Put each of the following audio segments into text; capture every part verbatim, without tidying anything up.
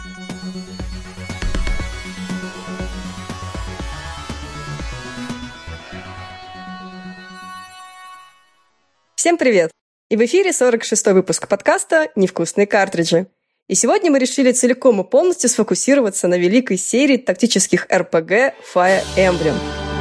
Всем привет! И в эфире сорок шестой выпуск подкаста «Невкусные картриджи». И сегодня мы решили целиком и полностью сфокусироваться на великой серии тактических эр пи джи Fire Emblem.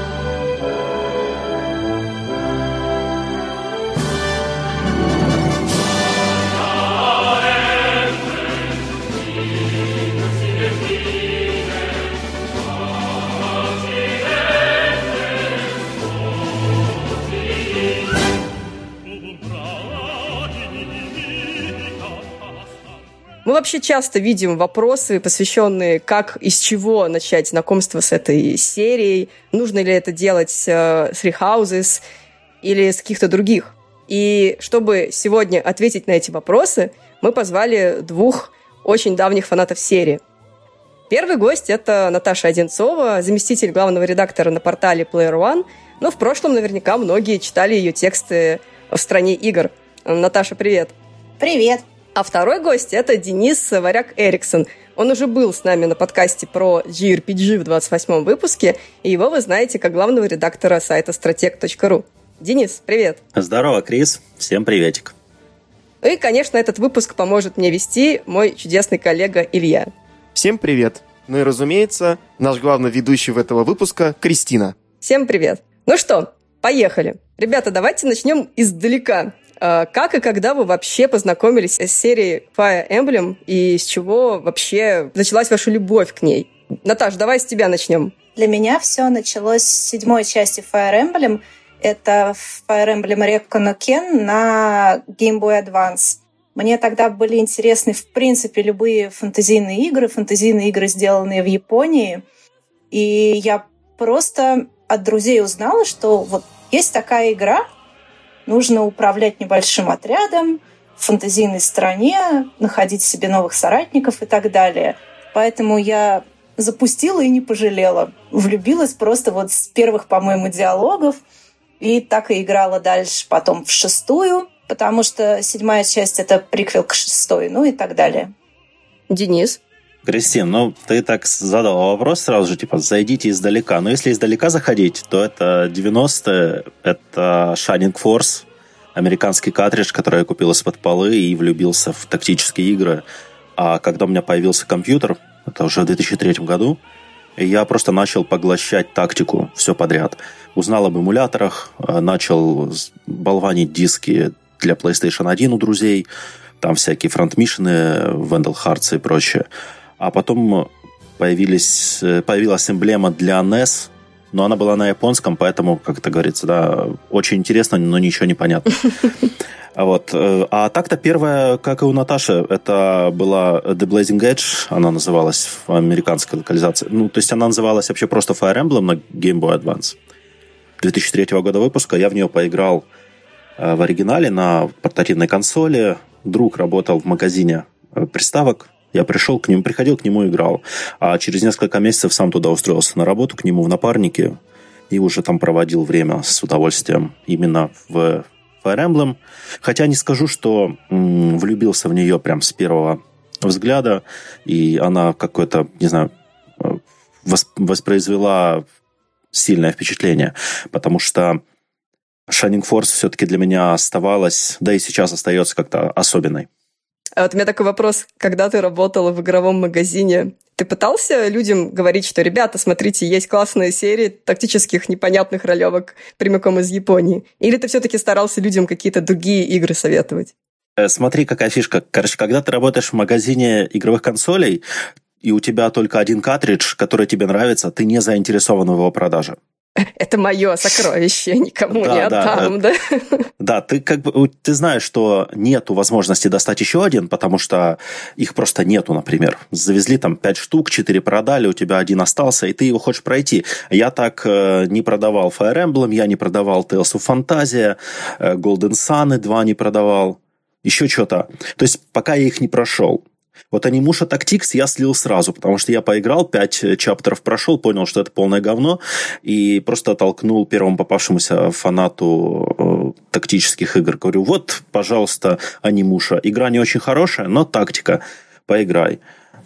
Мы вообще часто видим вопросы, посвященные, как и с чего начать знакомство с этой серией, нужно ли это делать с Three Houses или с каких-то других. И чтобы сегодня ответить на эти вопросы, мы позвали двух очень давних фанатов серии. Первый гость — это Наташа Одинцова, заместитель главного редактора на портале Player One, но в прошлом наверняка многие читали ее тексты в «Стране игр». Наташа, привет! Привет! А второй гость — это Денис Варяг-Эриксон. Он уже был с нами на подкасте про джей ар пи джи в двадцать восьмом выпуске, и его вы знаете как главного редактора сайта стратег точка ру. Денис, привет! Здорово, Крис! Всем приветик! И, конечно, этот выпуск поможет мне вести мой чудесный коллега Илья. Всем привет! Ну и, разумеется, наш главный ведущий в этого выпуска — Кристина. Всем привет! Ну что, поехали! Ребята, давайте начнем издалека. Как и когда вы вообще познакомились с серией Fire Emblem и с чего вообще началась ваша любовь к ней? Наташ, давай с тебя начнем. Для меня все началось с седьмой части Fire Emblem. Это Fire Emblem Rekko no Ken на Game Boy Advance. Мне тогда были интересны, в принципе, любые фэнтезийные игры, фэнтезийные игры, сделанные в Японии. И я просто от друзей узнала, что вот есть такая игра, нужно управлять небольшим отрядом в фэнтезийной стране, находить себе новых соратников и так далее. Поэтому я запустила и не пожалела. Влюбилась просто вот с первых, по-моему, диалогов. И так и играла дальше потом в шестую, потому что седьмая часть — это приквел к шестой, ну и так далее. Денис? Кристин, ну ты так задала вопрос сразу же, типа, зайдите издалека. Но если издалека заходить, то это девяностые, это Shining Force, американский картридж, который я купил из-под полы и влюбился в тактические игры. А когда у меня появился компьютер, это уже в две тысячи третьем году, я просто начал поглощать тактику, все подряд. Узнал об эмуляторах, начал болванить диски для PlayStation один у друзей, там всякие фронтмишины, Vandal Hearts и прочее. А потом появились, появилась эмблема для эн и эс, но она была на японском, поэтому, как это говорится, да, очень интересно, но ничего не понятно. Вот. А так-то первая, как и у Наташи, это была The Blazing Edge, она называлась в американской локализации. Ну, то есть она называлась вообще просто Fire Emblem на Game Boy Advance. две тысячи третьего года выпуска. Я в нее поиграл в оригинале на портативной консоли. Друг работал в магазине приставок. Я пришел к нему, приходил к нему и играл. А через несколько месяцев сам туда устроился на работу, к нему в напарнике. И уже там проводил время с удовольствием именно в Fire Emblem. Хотя не скажу, что м, влюбился в нее прям с первого взгляда. И она какое-то, не знаю, воспроизвела сильное впечатление. Потому что Shining Force все-таки для меня оставалась, да и сейчас остается как-то особенной. А вот у меня такой вопрос. Когда ты работала в игровом магазине, ты пытался людям говорить, что, ребята, смотрите, есть классная серия тактических непонятных ролевок прямиком из Японии? Или ты все-таки старался людям какие-то другие игры советовать? Смотри, какая фишка. Короче, когда ты работаешь в магазине игровых консолей, и у тебя только один картридж, который тебе нравится, ты не заинтересован в его продаже. Это мое сокровище, никому да, не отдам, да? Да, да, ты как бы ты знаешь, что нету возможности достать еще один, потому что их просто нету, например. Завезли там пять штук, четыре продали, у тебя один остался, и ты его хочешь пройти. Я так э, не продавал Fire Emblem, я не продавал Tales of Phantasia, э, Golden Sun два не продавал, еще что-то. То есть пока я их не прошел. Вот Анимуша Tactics я слил сразу, потому что я поиграл, пять чаптеров прошел, понял, что это полное говно, и просто толкнул первому попавшемуся фанату э, тактических игр. Говорю, вот, пожалуйста, Анимуша. Игра не очень хорошая, но тактика. Поиграй.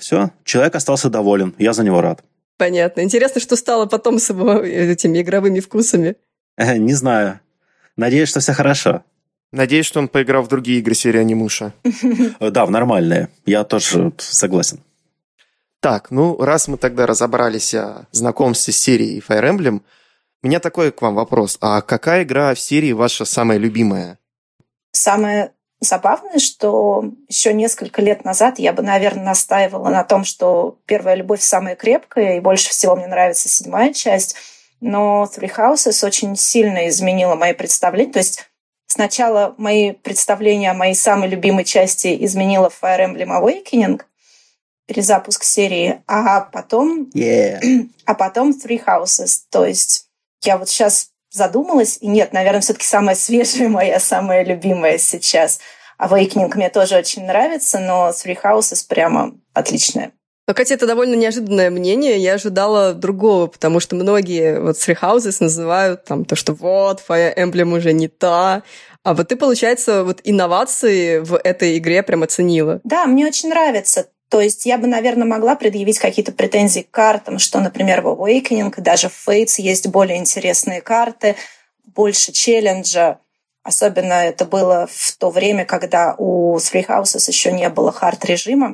все. Человек остался доволен. Я за него рад. Понятно. Интересно, что стало потом с его этими игровыми вкусами. Не знаю. Надеюсь, что все хорошо. Надеюсь, что он поиграл в другие игры серии Анимуша. Да, в нормальные. Я тоже согласен. Так, ну, раз мы тогда разобрались о знакомстве с серией Fire Emblem, у меня такой к вам вопрос. А какая игра в серии ваша самая любимая? Самое забавное, что еще несколько лет назад я бы, наверное, настаивала на том, что первая любовь самая крепкая, и больше всего мне нравится седьмая часть. Но Three Houses очень сильно изменила мои представления. То есть сначала мои представления о моей самой любимой части изменила Fire Emblem Awakening, перезапуск серии, а потом, yeah. а потом Three Houses. То есть я вот сейчас задумалась, и нет, наверное, все-таки самая свежая моя, самая любимая сейчас. Awakening мне тоже очень нравится, но Three Houses прямо отличная. Но, Катя, это довольно неожиданное мнение. Я ожидала другого, потому что многие вот Three Houses называют там то, что вот, Fire Emblem уже не та. А вот ты, получается, вот инновации в этой игре прям оценила. Да, мне очень нравится. То есть я бы, наверное, могла предъявить какие-то претензии к картам, что, например, в Awakening, даже в Fates есть более интересные карты, больше челленджа. Особенно это было в то время, когда у Three Houses еще не было хард-режима.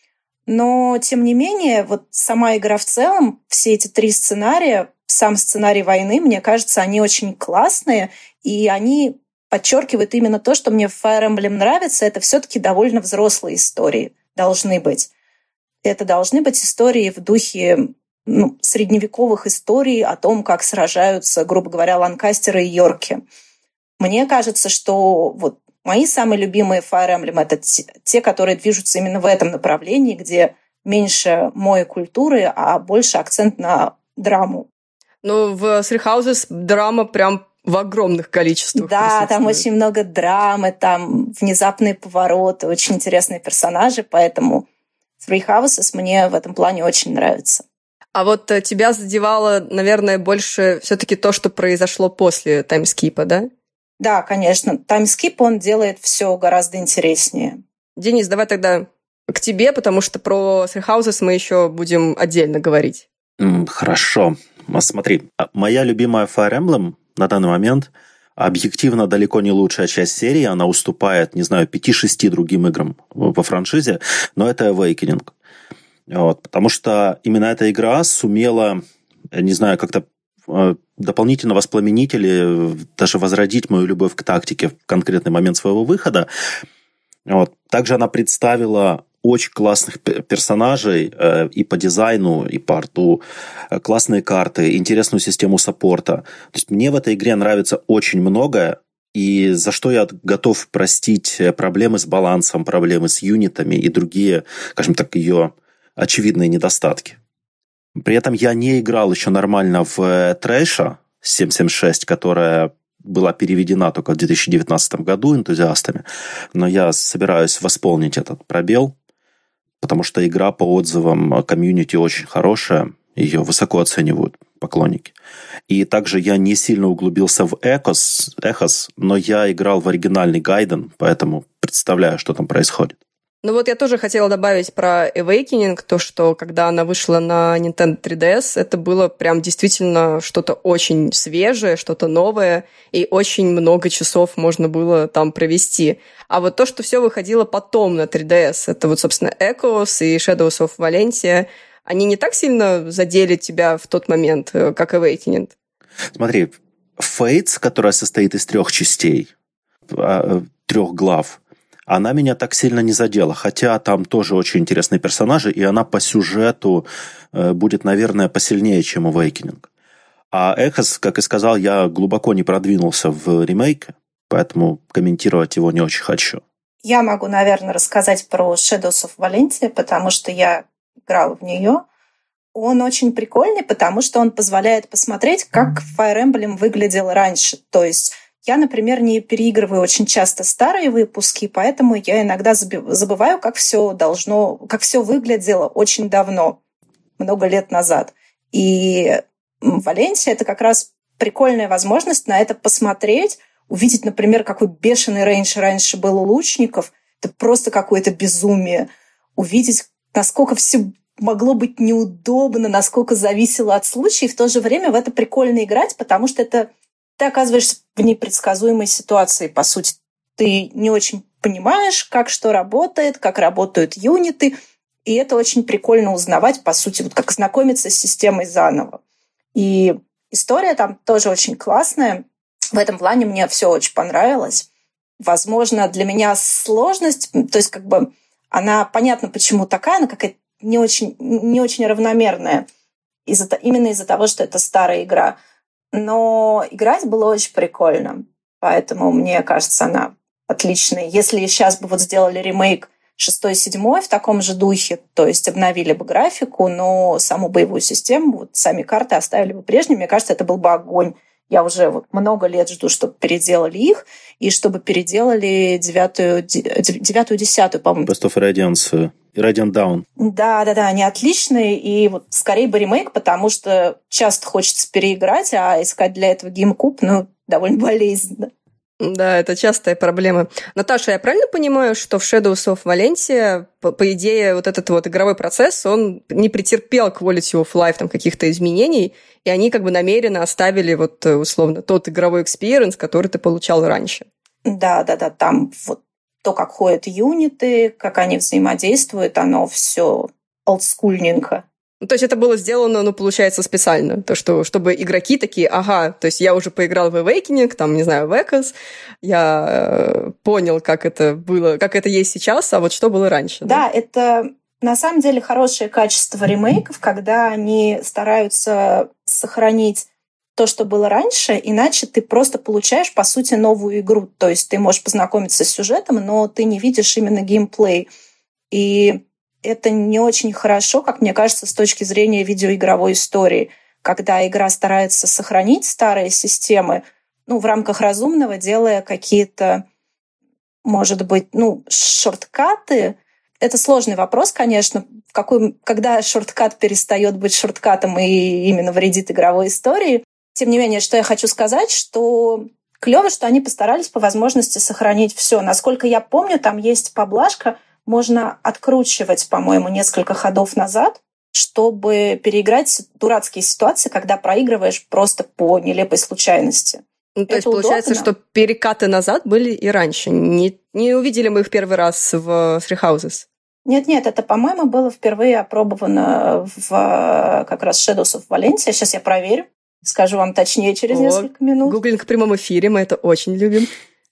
Но, тем не менее, вот сама игра в целом, все эти три сценария, сам сценарий войны, мне кажется, они очень классные, и они подчеркивают именно то, что мне в Fire Emblem нравится, это все-таки довольно взрослые истории должны быть. Это должны быть истории в духе ну, средневековых историй о том, как сражаются, грубо говоря, ланкастеры и йорки. Мне кажется, что вот мои самые любимые Fire Emblem — это те, которые движутся именно в этом направлении, где меньше моей культуры, а больше акцент на драму. Ну, в Three Houses драма прям в огромных количествах. Да, там очень много драмы, там внезапные повороты, очень интересные персонажи, поэтому Three Houses мне в этом плане очень нравится. А вот тебя задевало, наверное, больше все-таки то, что произошло после таймскипа, да? Да, конечно. Таймскип, он делает все гораздо интереснее. Денис, давай тогда к тебе, потому что про Three Houses мы еще будем отдельно говорить. Хорошо. Смотри, моя любимая Fire Emblem на данный момент объективно далеко не лучшая часть серии. Она уступает, не знаю, пяти-шести другим играм по франшизе, но это Awakening. Вот, потому что именно эта игра сумела, не знаю, как-то дополнительно воспламенить или даже возродить мою любовь к тактике в конкретный момент своего выхода. Вот. Также она представила очень классных персонажей э, и по дизайну, и по арту, э, классные карты, интересную систему саппорта. То есть мне в этой игре нравится очень многое, и за что я готов простить проблемы с балансом, проблемы с юнитами и другие, скажем так, ее очевидные недостатки. При этом я не играл еще нормально в Трэша семь семь шесть, которая была переведена только в две тысячи девятнадцатом году энтузиастами, но я собираюсь восполнить этот пробел, потому что игра по отзывам комьюнити очень хорошая, ее высоко оценивают поклонники. И также я не сильно углубился в Эхос, Эхос, но я играл в оригинальный Гайден, поэтому представляю, что там происходит. Ну вот я тоже хотела добавить про Awakening, то, что когда она вышла на Nintendo три ди эс, это было прям действительно что-то очень свежее, что-то новое, и очень много часов можно было там провести. А вот то, что все выходило потом на три ди эс, это вот, собственно, Echoes и Shadows of Valentia, они не так сильно задели тебя в тот момент, как Awakening? Смотри, Fates, которая состоит из трех частей, трех глав, она меня так сильно не задела, хотя там тоже очень интересные персонажи, и она по сюжету будет, наверное, посильнее, чем Awakening. А Эхос, как и сказал, я глубоко не продвинулся в ремейке, поэтому комментировать его не очень хочу. Я могу, наверное, рассказать про Shadows of Valentia, потому что я играла в нее. Он очень прикольный, потому что он позволяет посмотреть, как Fire Emblem выглядел раньше. То есть я, например, не переигрываю очень часто старые выпуски, поэтому я иногда забываю, как все должно, как все выглядело очень давно, много лет назад. И Валенсия — это как раз прикольная возможность на это посмотреть, увидеть, например, какой бешеный рейндж раньше был у лучников. Это просто какое-то безумие. Увидеть, насколько все могло быть неудобно, насколько зависело от случая, и в то же время в это прикольно играть, потому что это ты оказываешься в непредсказуемой ситуации, по сути. Ты не очень понимаешь, как что работает, как работают юниты, и это очень прикольно узнавать, по сути, вот как знакомиться с системой заново. И история там тоже очень классная. В этом плане мне все очень понравилось. Возможно, для меня сложность, то есть как бы она понятно, почему такая, она какая-то не очень, не очень равномерная, из-за, именно из-за того, что это старая игра. Но играть было очень прикольно, поэтому, мне кажется, она отличная. Если сейчас бы вот сделали ремейк шестой, седьмой в таком же духе, то есть обновили бы графику, но саму боевую систему, вот сами карты оставили бы прежними, мне кажется, это был бы огонь. Я уже вот много лет жду, чтобы переделали их, и чтобы переделали девятую, девятую, десятую, по-моему. Best of Radiance и Radiant Down. Да-да-да, они отличные, и вот скорее бы ремейк, потому что часто хочется переиграть, а искать для этого GameCube, ну, довольно болезненно. Да, это частая проблема. Наташа, я правильно понимаю, что в Shadows of Valentia, по, по идее, вот этот вот игровой процесс, он не претерпел quality of life, там, каких-то изменений, и они как бы намеренно оставили вот, условно, тот игровой экспириенс, который ты получал раньше? Да-да-да, там вот то, как ходят юниты, как они взаимодействуют, оно все олдскульненько. Ну, то есть это было сделано, ну, получается, специально. То, что, чтобы игроки такие, ага, то есть я уже поиграл в Awakening, там, не знаю, в Echoes, я э, понял, как это было, как это есть сейчас, а вот что было раньше. Да, да? это на самом деле хорошее качество ремейков, когда они стараются сохранить то, что было раньше, иначе ты просто получаешь, по сути, новую игру. То есть ты можешь познакомиться с сюжетом, но ты не видишь именно геймплей. И это не очень хорошо, как мне кажется, с точки зрения видеоигровой истории, когда игра старается сохранить старые системы, ну, в рамках разумного, делая какие-то, может быть, ну, шорткаты. Это сложный вопрос, конечно, в какой, когда шорткат перестает быть шорткатом и именно вредит игровой истории. Тем не менее, что я хочу сказать, что клево, что они постарались по возможности сохранить все. Насколько я помню, там есть поблажка, можно откручивать, по-моему, несколько ходов назад, чтобы переиграть дурацкие ситуации, когда проигрываешь просто по нелепой случайности. Ну, то есть получается, удобно. Что перекаты назад были и раньше. Не, не увидели мы их первый раз в Three Houses. Нет-нет, это, по-моему, было впервые опробовано в как раз Shadows of Valentia. Сейчас я проверю. Скажу вам точнее через О, несколько минут. Гуглинг в прямом эфире, мы это очень любим.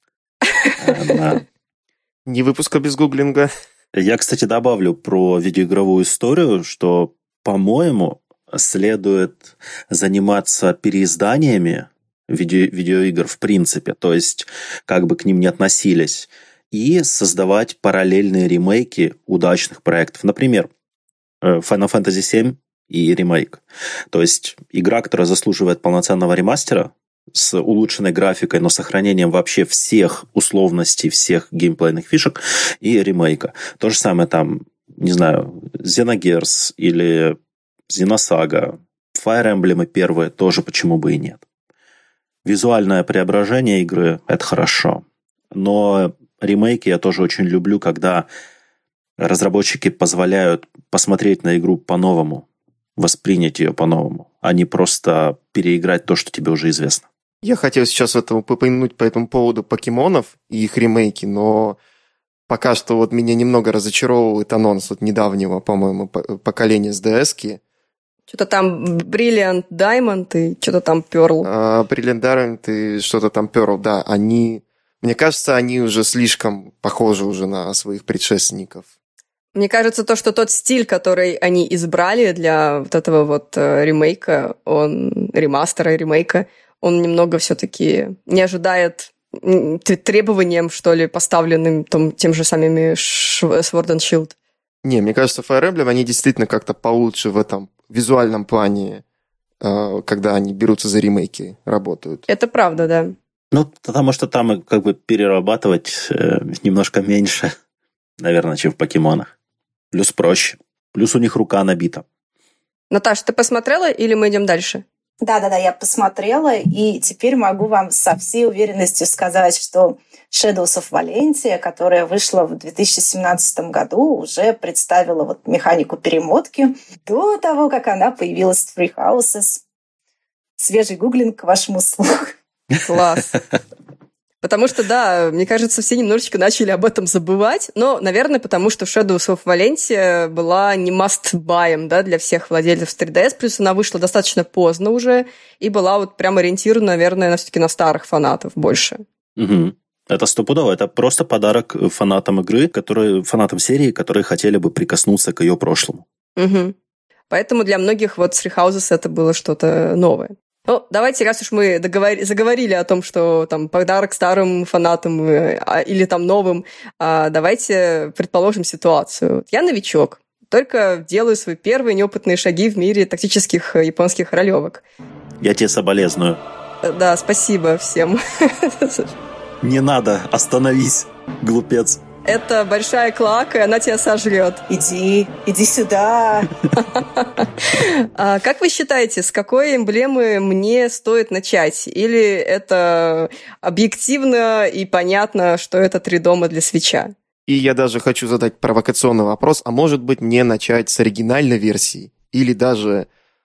Не выпуска без гуглинга. Я, кстати, добавлю про видеоигровую историю, что, по-моему, следует заниматься переизданиями видео- видеоигр в принципе, то есть как бы к ним не относились, и создавать параллельные ремейки удачных проектов. Например, Final Fantasy семь и ремейк. То есть игра, которая заслуживает полноценного ремастера, с улучшенной графикой, но сохранением вообще всех условностей, всех геймплейных фишек и ремейка. То же самое там, не знаю, Xenogears или Xenosaga, Fire Emblem первые тоже почему бы и нет. Визуальное преображение игры – это хорошо. Но ремейки я тоже очень люблю, когда разработчики позволяют посмотреть на игру по-новому, воспринять ее по-новому, а не просто переиграть то, что тебе уже известно. Я хотел сейчас этому попомянуть по этому поводу покемонов и их ремейки, но пока что вот меня немного разочаровывает анонс вот недавнего, по-моему, поколения с ди эс-ки. Что-то там Brilliant Diamond и что-то там Pearl. А, Brilliant Diamond и что-то там Pearl, да. Они, мне кажется, они уже слишком похожи уже на своих предшественников. Мне кажется, то, что тот стиль, который они избрали для вот этого вот ремейка, он ремастера, ремейка, он немного все-таки не ожидает требованиям, что ли, поставленным там, тем же самими Sword and Shield. Не, мне кажется, Fire Emblem, они действительно как-то получше в этом визуальном плане, когда они берутся за ремейки, работают. Это правда, да. Ну, потому что там как бы перерабатывать немножко меньше, наверное, чем в покемонах. Плюс проще. Плюс у них рука набита. Наташа, ты посмотрела или мы идем дальше? Да-да-да, я посмотрела, и теперь могу вам со всей уверенностью сказать, что Shadows of Valentia, которая вышла в две тысячи семнадцатом году, уже представила вот механику перемотки до того, как она появилась в Three Houses. Свежий гуглинг к вашему услугу. Класс. Потому что, да, мне кажется, все немножечко начали об этом забывать, но, наверное, потому что Shadows of Valentia была не must-buy, да, для всех владельцев три ди эс, плюс она вышла достаточно поздно уже и была вот прям ориентирована, наверное, все-таки на старых фанатов больше. Угу. Это стопудово, это просто подарок фанатам игры, которые, фанатам серии, которые хотели бы прикоснуться к ее прошлому. Угу. Поэтому для многих вот Three Houses это было что-то новое. Ну, давайте, раз уж мы договор... заговорили о том, что там подарок старым фанатам или там новым, давайте предположим ситуацию. Я новичок, только делаю свои первые неопытные шаги в мире тактических японских ролевок. Я тебе соболезную. Да, спасибо всем. Не надо, остановись, глупец. Это большая клака, и она тебя сожрет. Иди, иди сюда. А как вы считаете, с какой эмблемы мне стоит начать? Или это объективно и понятно, что это три дома для свитча? И я даже хочу задать провокационный вопрос. А может быть, мне начать с оригинальной версии? Или даже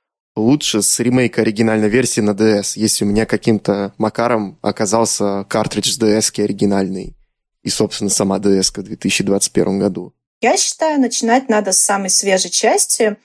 лучше с ремейка оригинальной версии на ди эс, если у меня каким-то макаром оказался картридж ди эс-ки оригинальный? И, собственно, сама ди эс-ка в две тысячи двадцать первом году. Я считаю, начинать надо с самой свежей части,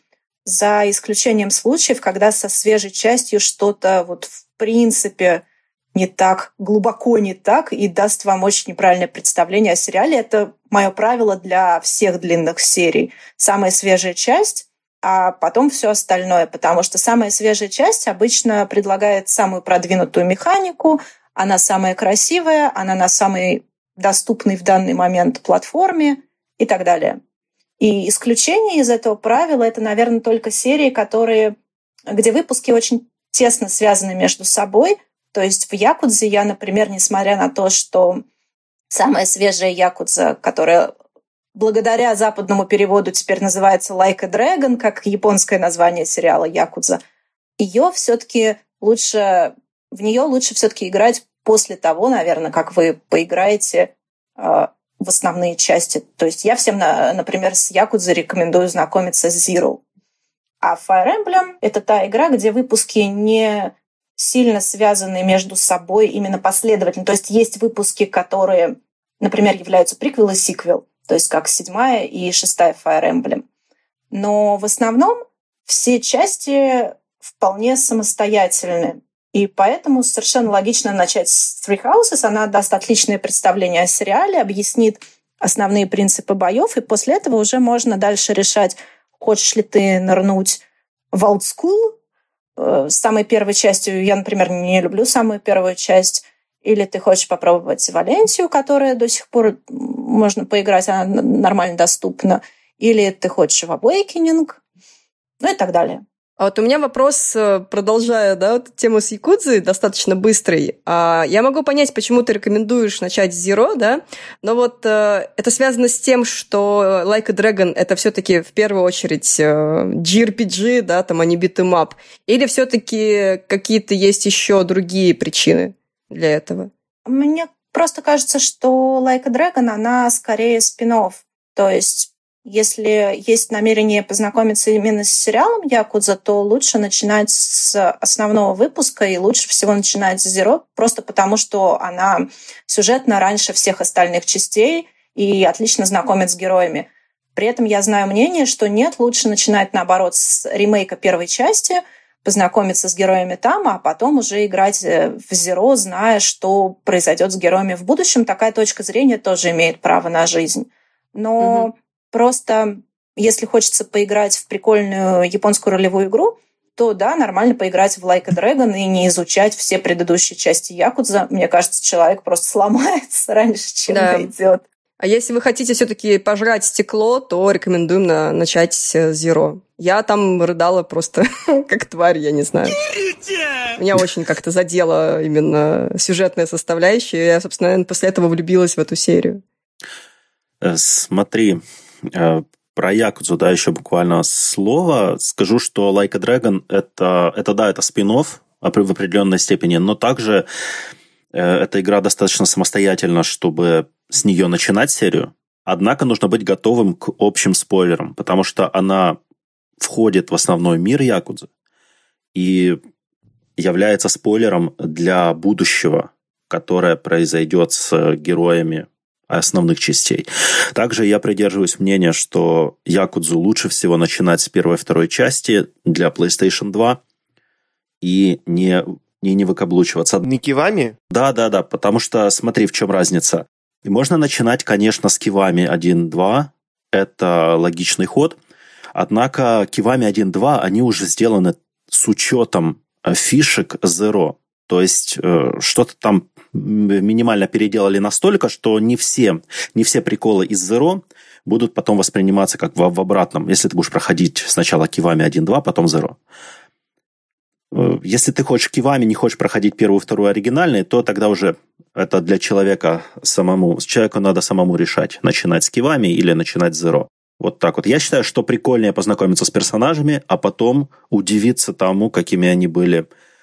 за исключением случаев, когда со свежей частью что-то вот в принципе не так, глубоко не так, и даст вам очень неправильное представление о сериале. Это мое правило для всех длинных серий. Самая свежая часть, а потом все остальное, потому что самая свежая часть обычно предлагает самую продвинутую механику, она самая красивая, она на самой доступной в данный момент платформе и так далее. И исключение из этого правила — это, наверное, только серии, которые, где выпуски очень тесно связаны между собой. То есть в Якудзе я, например, несмотря на то, что самая свежая Якудза, которая благодаря западному переводу теперь называется Like a Dragon, как японское название сериала Якудза, ее все-таки лучше, в нее лучше все-таки играть после того, наверное, как вы поиграете э, в основные части. То есть я всем, на, например, с Якудзой рекомендую знакомиться с Zero. А Fire Emblem — это та игра, где выпуски не сильно связаны между собой именно последовательно. То есть есть выпуски, которые, например, являются приквел и сиквел, то есть как седьмая и шестая Fire Emblem. Но в основном все части вполне самостоятельны. И поэтому совершенно логично начать с Three Houses. Она даст отличное представление о сериале, объяснит основные принципы боев, и после этого уже можно дальше решать, хочешь ли ты нырнуть в Old School. С самой первой частью я, например, не люблю самую первую часть. Или ты хочешь попробовать Валентию, которая до сих пор можно поиграть, она нормально доступна. Или ты хочешь в Awakening, ну и так далее. А вот у меня вопрос, продолжая, да, вот тему с Якудзой, достаточно быстрый. Я могу понять, почему ты рекомендуешь начать с Zero, да, но вот это связано с тем, что Like a Dragon — это все-таки в первую очередь джей ар пи джи, да, там, а не beat'em up, или все-таки какие-то есть еще другие причины для этого? Мне просто кажется, что Like a Dragon, она скорее спин-офф, то есть если есть намерение познакомиться именно с сериалом Якудза, то лучше начинать с основного выпуска, и лучше всего начинать с Zero, просто потому что она сюжетно раньше всех остальных частей и отлично знакомит с героями. При этом я знаю мнение, что нет, лучше начинать, наоборот, с ремейка первой части, познакомиться с героями там, а потом уже играть в Zero, зная, что произойдет с героями в будущем. Такая точка зрения тоже имеет право на жизнь. Но... Mm-hmm. Просто, если хочется поиграть в прикольную японскую ролевую игру, то да, нормально поиграть в Like a Dragon и не изучать все предыдущие части Якудза. Мне кажется, человек просто сломается раньше, чем да. дойдет. А если вы хотите все-таки пожрать стекло, то рекомендуем на, начать с Zero. Я там рыдала просто как тварь, я не знаю. Меня очень как-то задела именно сюжетная составляющая. Я, собственно, наверное, после этого влюбилась в эту серию. Смотри, про Якудзу, да, еще буквально слово. Скажу, что Like a Dragon это, это да, это спин-офф в определенной степени, но также э, эта игра достаточно самостоятельна, чтобы с нее начинать серию. Однако нужно быть готовым к общим спойлерам, потому что она входит в основной мир Якудзы и является спойлером для будущего, которое произойдет с героями основных частей. Также я придерживаюсь мнения, что Якудзу лучше всего начинать с первой и второй части для PlayStation два и не, не, не выкаблучиваться. Не кивами? Да, да, да, потому что смотри, в чем разница. Можно начинать, конечно, с кивами один-два, это логичный ход, однако кивами один-два, они уже сделаны с учетом фишек Zero. То есть э, что-то там минимально переделали настолько, что не все, не все приколы из Zero будут потом восприниматься как в, в обратном, если ты будешь проходить сначала кивами один-два, потом Zero. Э, если ты хочешь кивами, не хочешь проходить первую, вторую оригинальные, то тогда уже это для человека самому. Человеку надо самому решать, начинать с кивами или начинать с Zero. Вот так вот. Я считаю, что прикольнее познакомиться с персонажами, а потом удивиться тому, какими они были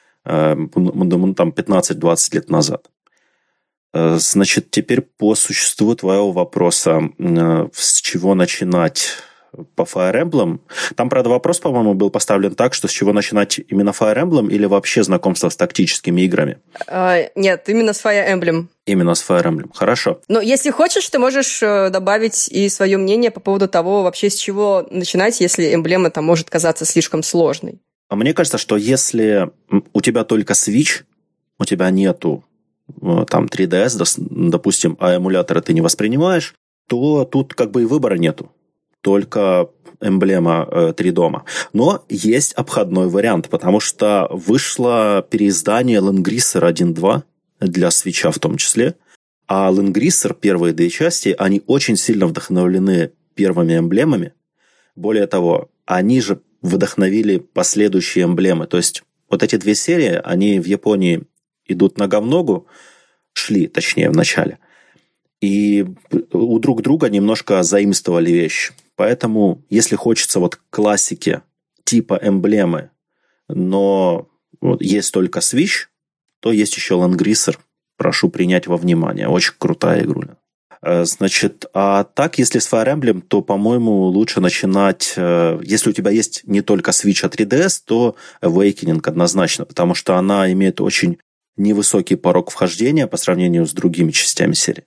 ну, там пятнадцать-двадцать лет назад. Значит, теперь по существу твоего вопроса, с чего начинать по Fire Emblem. Там, правда, вопрос, по-моему, был поставлен так, что с чего начинать именно Fire Emblem или вообще знакомство с тактическими играми? А, нет, именно с Fire Emblem. Именно с Fire Emblem. Хорошо. Но если хочешь, ты можешь добавить и свое мнение по поводу того, вообще с чего начинать, если эмблема там может казаться слишком сложной. А мне кажется, что если у тебя только Switch, у тебя нету там три ди эс, допустим, а эмулятора ты не воспринимаешь, то тут как бы и выбора нету. Только эмблема э, три дома. Но есть обходной вариант, потому что вышло переиздание Langrisser один-два для Switch'а в том числе, а Langrisser, первые две части, они очень сильно вдохновлены первыми эмблемами. Более того, они же вдохновили последующие эмблемы. То есть вот эти две серии, они в Японии идут нога в ногу, шли, точнее, в начале. И у друг друга немножко заимствовали вещи. Поэтому, если хочется вот классики типа эмблемы, но вот есть только Switch, то есть еще Langrisser. Прошу принять во внимание. Очень крутая игруля. Значит, а так, если с Fire Emblem, то, по-моему, лучше начинать... Если у тебя есть не только Switch, а три ди эс, то Awakening однозначно, потому что она имеет очень невысокий порог вхождения по сравнению с другими частями серии.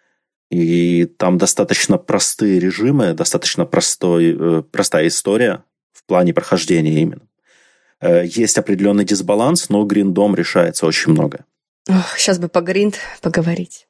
И там достаточно простые режимы, достаточно простой, простая история в плане прохождения именно. Есть определенный дисбаланс, но гриндом решается очень многое. Ох, сейчас бы по гринд поговорить.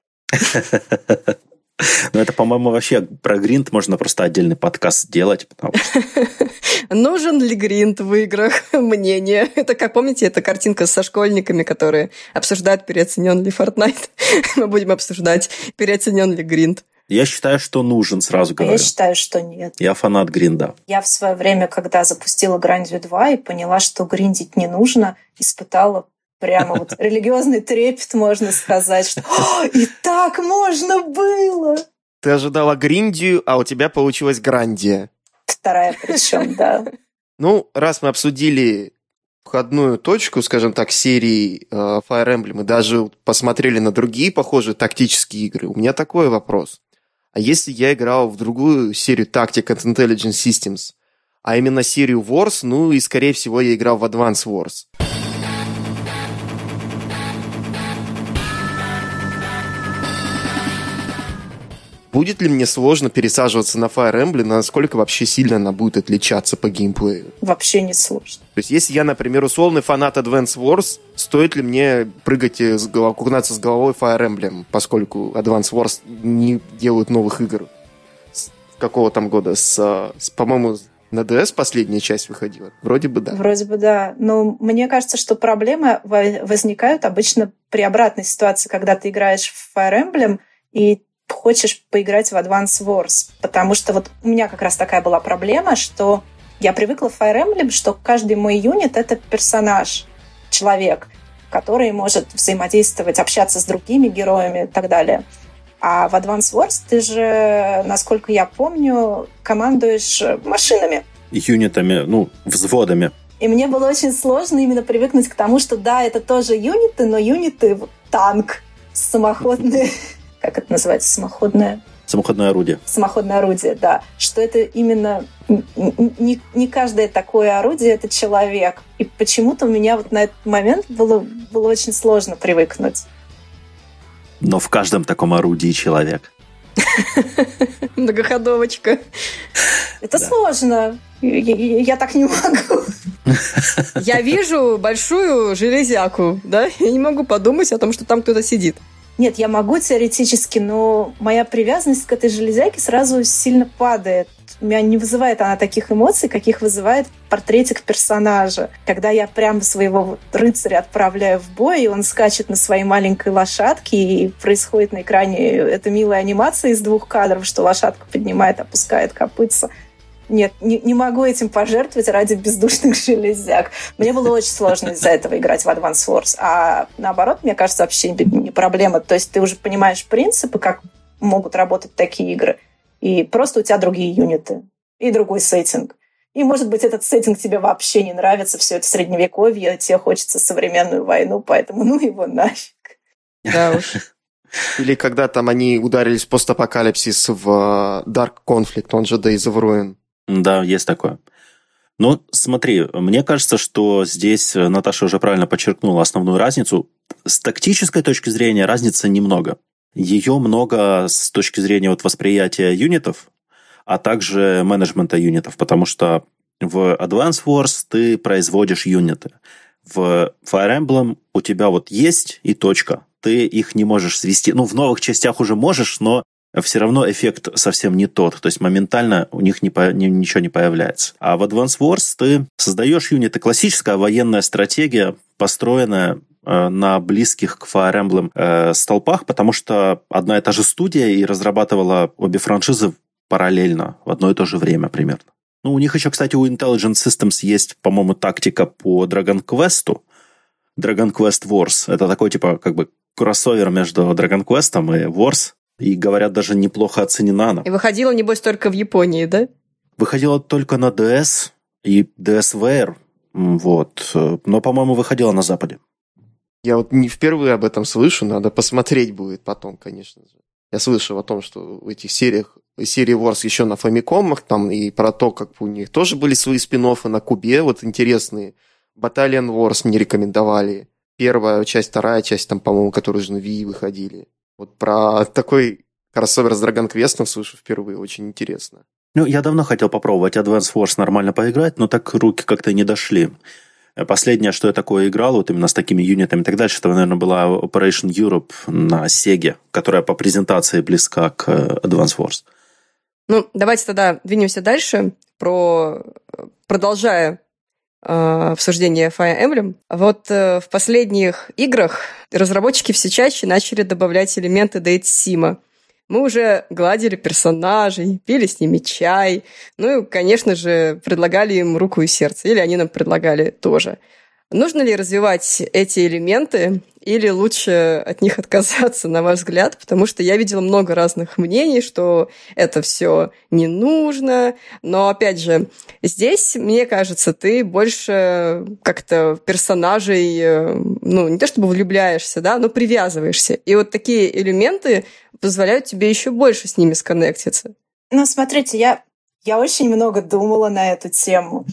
Ну, это, по-моему, вообще про гринд можно просто отдельный подкаст сделать. Потому что... Нужен ли гринд в играх? Мнение. Это, как помните, эта картинка со школьниками, которые обсуждают, переоценен ли Fortnite. Мы будем обсуждать, переоценен ли гринд. Я считаю, что нужен, сразу говорю. Я считаю, что нет. Я фанат гринда. Я в свое время, когда запустила Грандию два и поняла, что гриндить не нужно, испытала прямо вот религиозный трепет, можно сказать, что и так можно было. Ты ожидала Гриндию, а у тебя получилась Грандия. Вторая причем, да. Ну, раз мы обсудили входную точку, скажем так, серии э, Fire Emblem, и даже посмотрели на другие похожие тактические игры, у меня такой вопрос. А если я играл в другую серию Tactics and Intelligence Systems, а именно серию Wars, ну и, скорее всего, я играл в Advance Wars. Будет ли мне сложно пересаживаться на Fire Emblem, насколько вообще сильно она будет отличаться по геймплею? Вообще не сложно. То есть, если я, например, условный фанат Advance Wars, стоит ли мне прыгать, с голов... окунаться с головой в Fire Emblem, поскольку Advance Wars не делают новых игр? С какого там года? С, с, по-моему, на ди эс последняя часть выходила? Вроде бы да. Вроде бы да. Но мне кажется, что проблемы возникают обычно при обратной ситуации, когда ты играешь в Fire Emblem, и хочешь поиграть в Advance Wars. Потому что вот у меня как раз такая была проблема, что я привыкла в Fire Emblem, что каждый мой юнит — это персонаж, человек, который может взаимодействовать, общаться с другими героями и так далее. А в Advance Wars ты же, насколько я помню, командуешь машинами. Юнитами, ну, взводами. И мне было очень сложно именно привыкнуть к тому, что да, это тоже юниты, но юниты вот, танк, самоходные... Как это называется? Самоходное... Самоходное орудие. Самоходное орудие, да. Что это именно... Не, не каждое такое орудие — это человек. И почему-то у меня вот на этот момент было, было очень сложно привыкнуть. Но в каждом таком орудии человек. Многоходовочка. Это сложно. Я так не могу. Я вижу большую железяку, да? Я не могу подумать о том, что там кто-то сидит. Нет, я могу теоретически, но моя привязанность к этой железяке сразу сильно падает. У меня не вызывает она таких эмоций, каких вызывает портретик персонажа. Когда я прямо своего рыцаря отправляю в бой, и он скачет на своей маленькой лошадке, и происходит на экране эта милая анимация из двух кадров, что лошадка поднимает, опускает копытца. Нет, не, не могу этим пожертвовать ради бездушных железяк. Мне было очень сложно из-за этого играть в Advance Wars. А наоборот, мне кажется, вообще не проблема. То есть ты уже понимаешь принципы, как могут работать такие игры. И просто у тебя другие юниты. И другой сеттинг. И, может быть, этот сеттинг тебе вообще не нравится. Все это средневековье, тебе хочется современную войну, поэтому ну его нафиг. Да уж. Или когда там они ударились в постапокалипсис в Dark Conflict, он же Days of Ruin. Да, есть такое. Ну, смотри, мне кажется, что здесь Наташа уже правильно подчеркнула основную разницу. С тактической точки зрения разницы немного. Ее много с точки зрения вот восприятия юнитов, а также менеджмента юнитов, потому что в Advance Wars ты производишь юниты. В Fire Emblem у тебя вот есть и точка. Ты их не можешь свести. Ну, в новых частях уже можешь, но все равно эффект совсем не тот. То есть моментально у них не по, не, ничего не появляется. А в Advance Wars ты создаешь юниты. Классическая военная стратегия, построенная э, на близких к Fire Emblem э, столпах, потому что одна и та же студия и разрабатывала обе франшизы параллельно, в одно и то же время примерно. Ну, у них еще, кстати, у Intelligent Systems есть, по-моему, тактика по Dragon Quest. Dragon Quest Wars. Это такой, типа, как бы кроссовер между Dragon Quest и Wars. И, говорят, даже неплохо оценена она. И выходила, небось, только в Японии, да? Выходила только на ди эс и ди эс-Ware. Вот. Но, по-моему, выходила на Западе. Я вот не впервые об этом слышу, надо посмотреть будет потом, конечно же. Я слышал о том, что в этих сериях, серии Wars еще на Famicom, там, и про то, как у них тоже были свои спин-оффы на Кубе, вот интересные. Battalion Wars мне рекомендовали. Первая часть, вторая часть, там, по-моему, которые уже на Wii выходили. Вот про такой кроссовер с Dragon Quest слышу впервые, очень интересно. Ну, я давно хотел попробовать Advance Wars нормально поиграть, но так руки как-то не дошли. Последнее, что я такое играл, вот именно с такими юнитами и так дальше, это, наверное, была Operation Europe на Sega, которая по презентации близка к Advance Wars. Ну, давайте тогда двинемся дальше, про... продолжая обсуждение Fire Emblem. Вот э, в последних играх разработчики все чаще начали добавлять элементы дейт-сима. Мы уже гладили персонажей, пили с ними чай, ну и, конечно же, предлагали им руку и сердце, или они нам предлагали тоже. Нужно ли развивать эти элементы, или лучше от них отказаться, на ваш взгляд? Потому что я видела много разных мнений, что это все не нужно. Но, опять же, здесь, мне кажется, ты больше как-то персонажей, ну, не то чтобы влюбляешься, да, но привязываешься. И вот такие элементы позволяют тебе еще больше с ними сконнектиться. Ну, смотрите, я, я очень много думала на эту тему.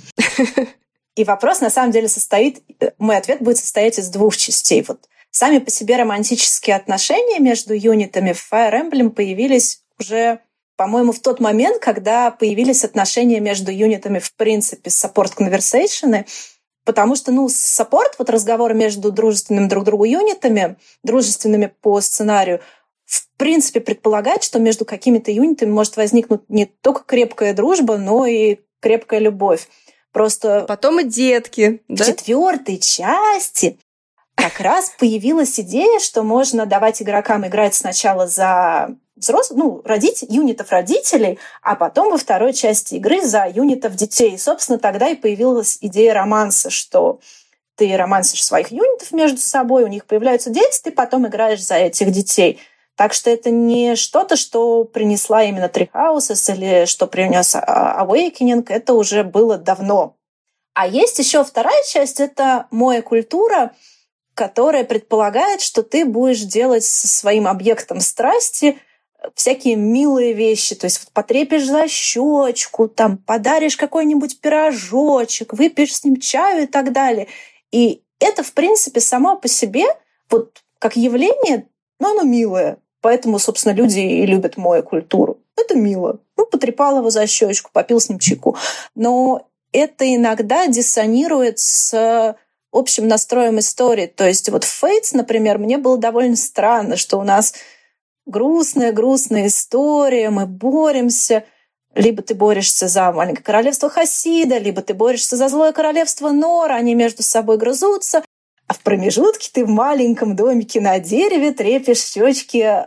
И вопрос, на самом деле, состоит... Мой ответ будет состоять из двух частей. Вот сами по себе романтические отношения между юнитами в Fire Emblem появились уже, по-моему, в тот момент, когда появились отношения между юнитами, в принципе, support conversation, потому что, ну, саппорт, вот разговоры между дружественными друг другу юнитами, дружественными по сценарию, в принципе, предполагает, что между какими-то юнитами может возникнуть не только крепкая дружба, но и крепкая любовь. Просто потом и детки. Да? В четвертой части как раз появилась идея, что можно давать игрокам играть сначала за взрослых, ну, родить, юнитов родителей, а потом во второй части игры за юнитов детей. И, собственно, тогда и появилась идея романса, что ты романсишь своих юнитов между собой, у них появляются дети, ты потом играешь за этих детей. Так что это не что-то, что принесла именно Three Houses или что принес Awakening, это уже было давно. А есть еще вторая часть, это Моя культура, которая предполагает, что ты будешь делать со своим объектом страсти всякие милые вещи. То есть вот потрепишь за щечку, там, подаришь какой-нибудь пирожочек, выпьешь с ним чаю и так далее. И это, в принципе, само по себе, вот как явление, ну, оно милое. Поэтому, собственно, люди и любят Мою культуру. Это мило. Ну, потрепал его за щечку, попил с ним чайку. Но это иногда диссонирует с общим настроем истории. То есть вот в Fates, например, мне было довольно странно, что у нас грустная-грустная история, мы боремся. Либо ты борешься за маленькое королевство Хасида, либо ты борешься за злое королевство Нора, они между собой грызутся. А в промежутке ты в маленьком домике на дереве трепишь щечки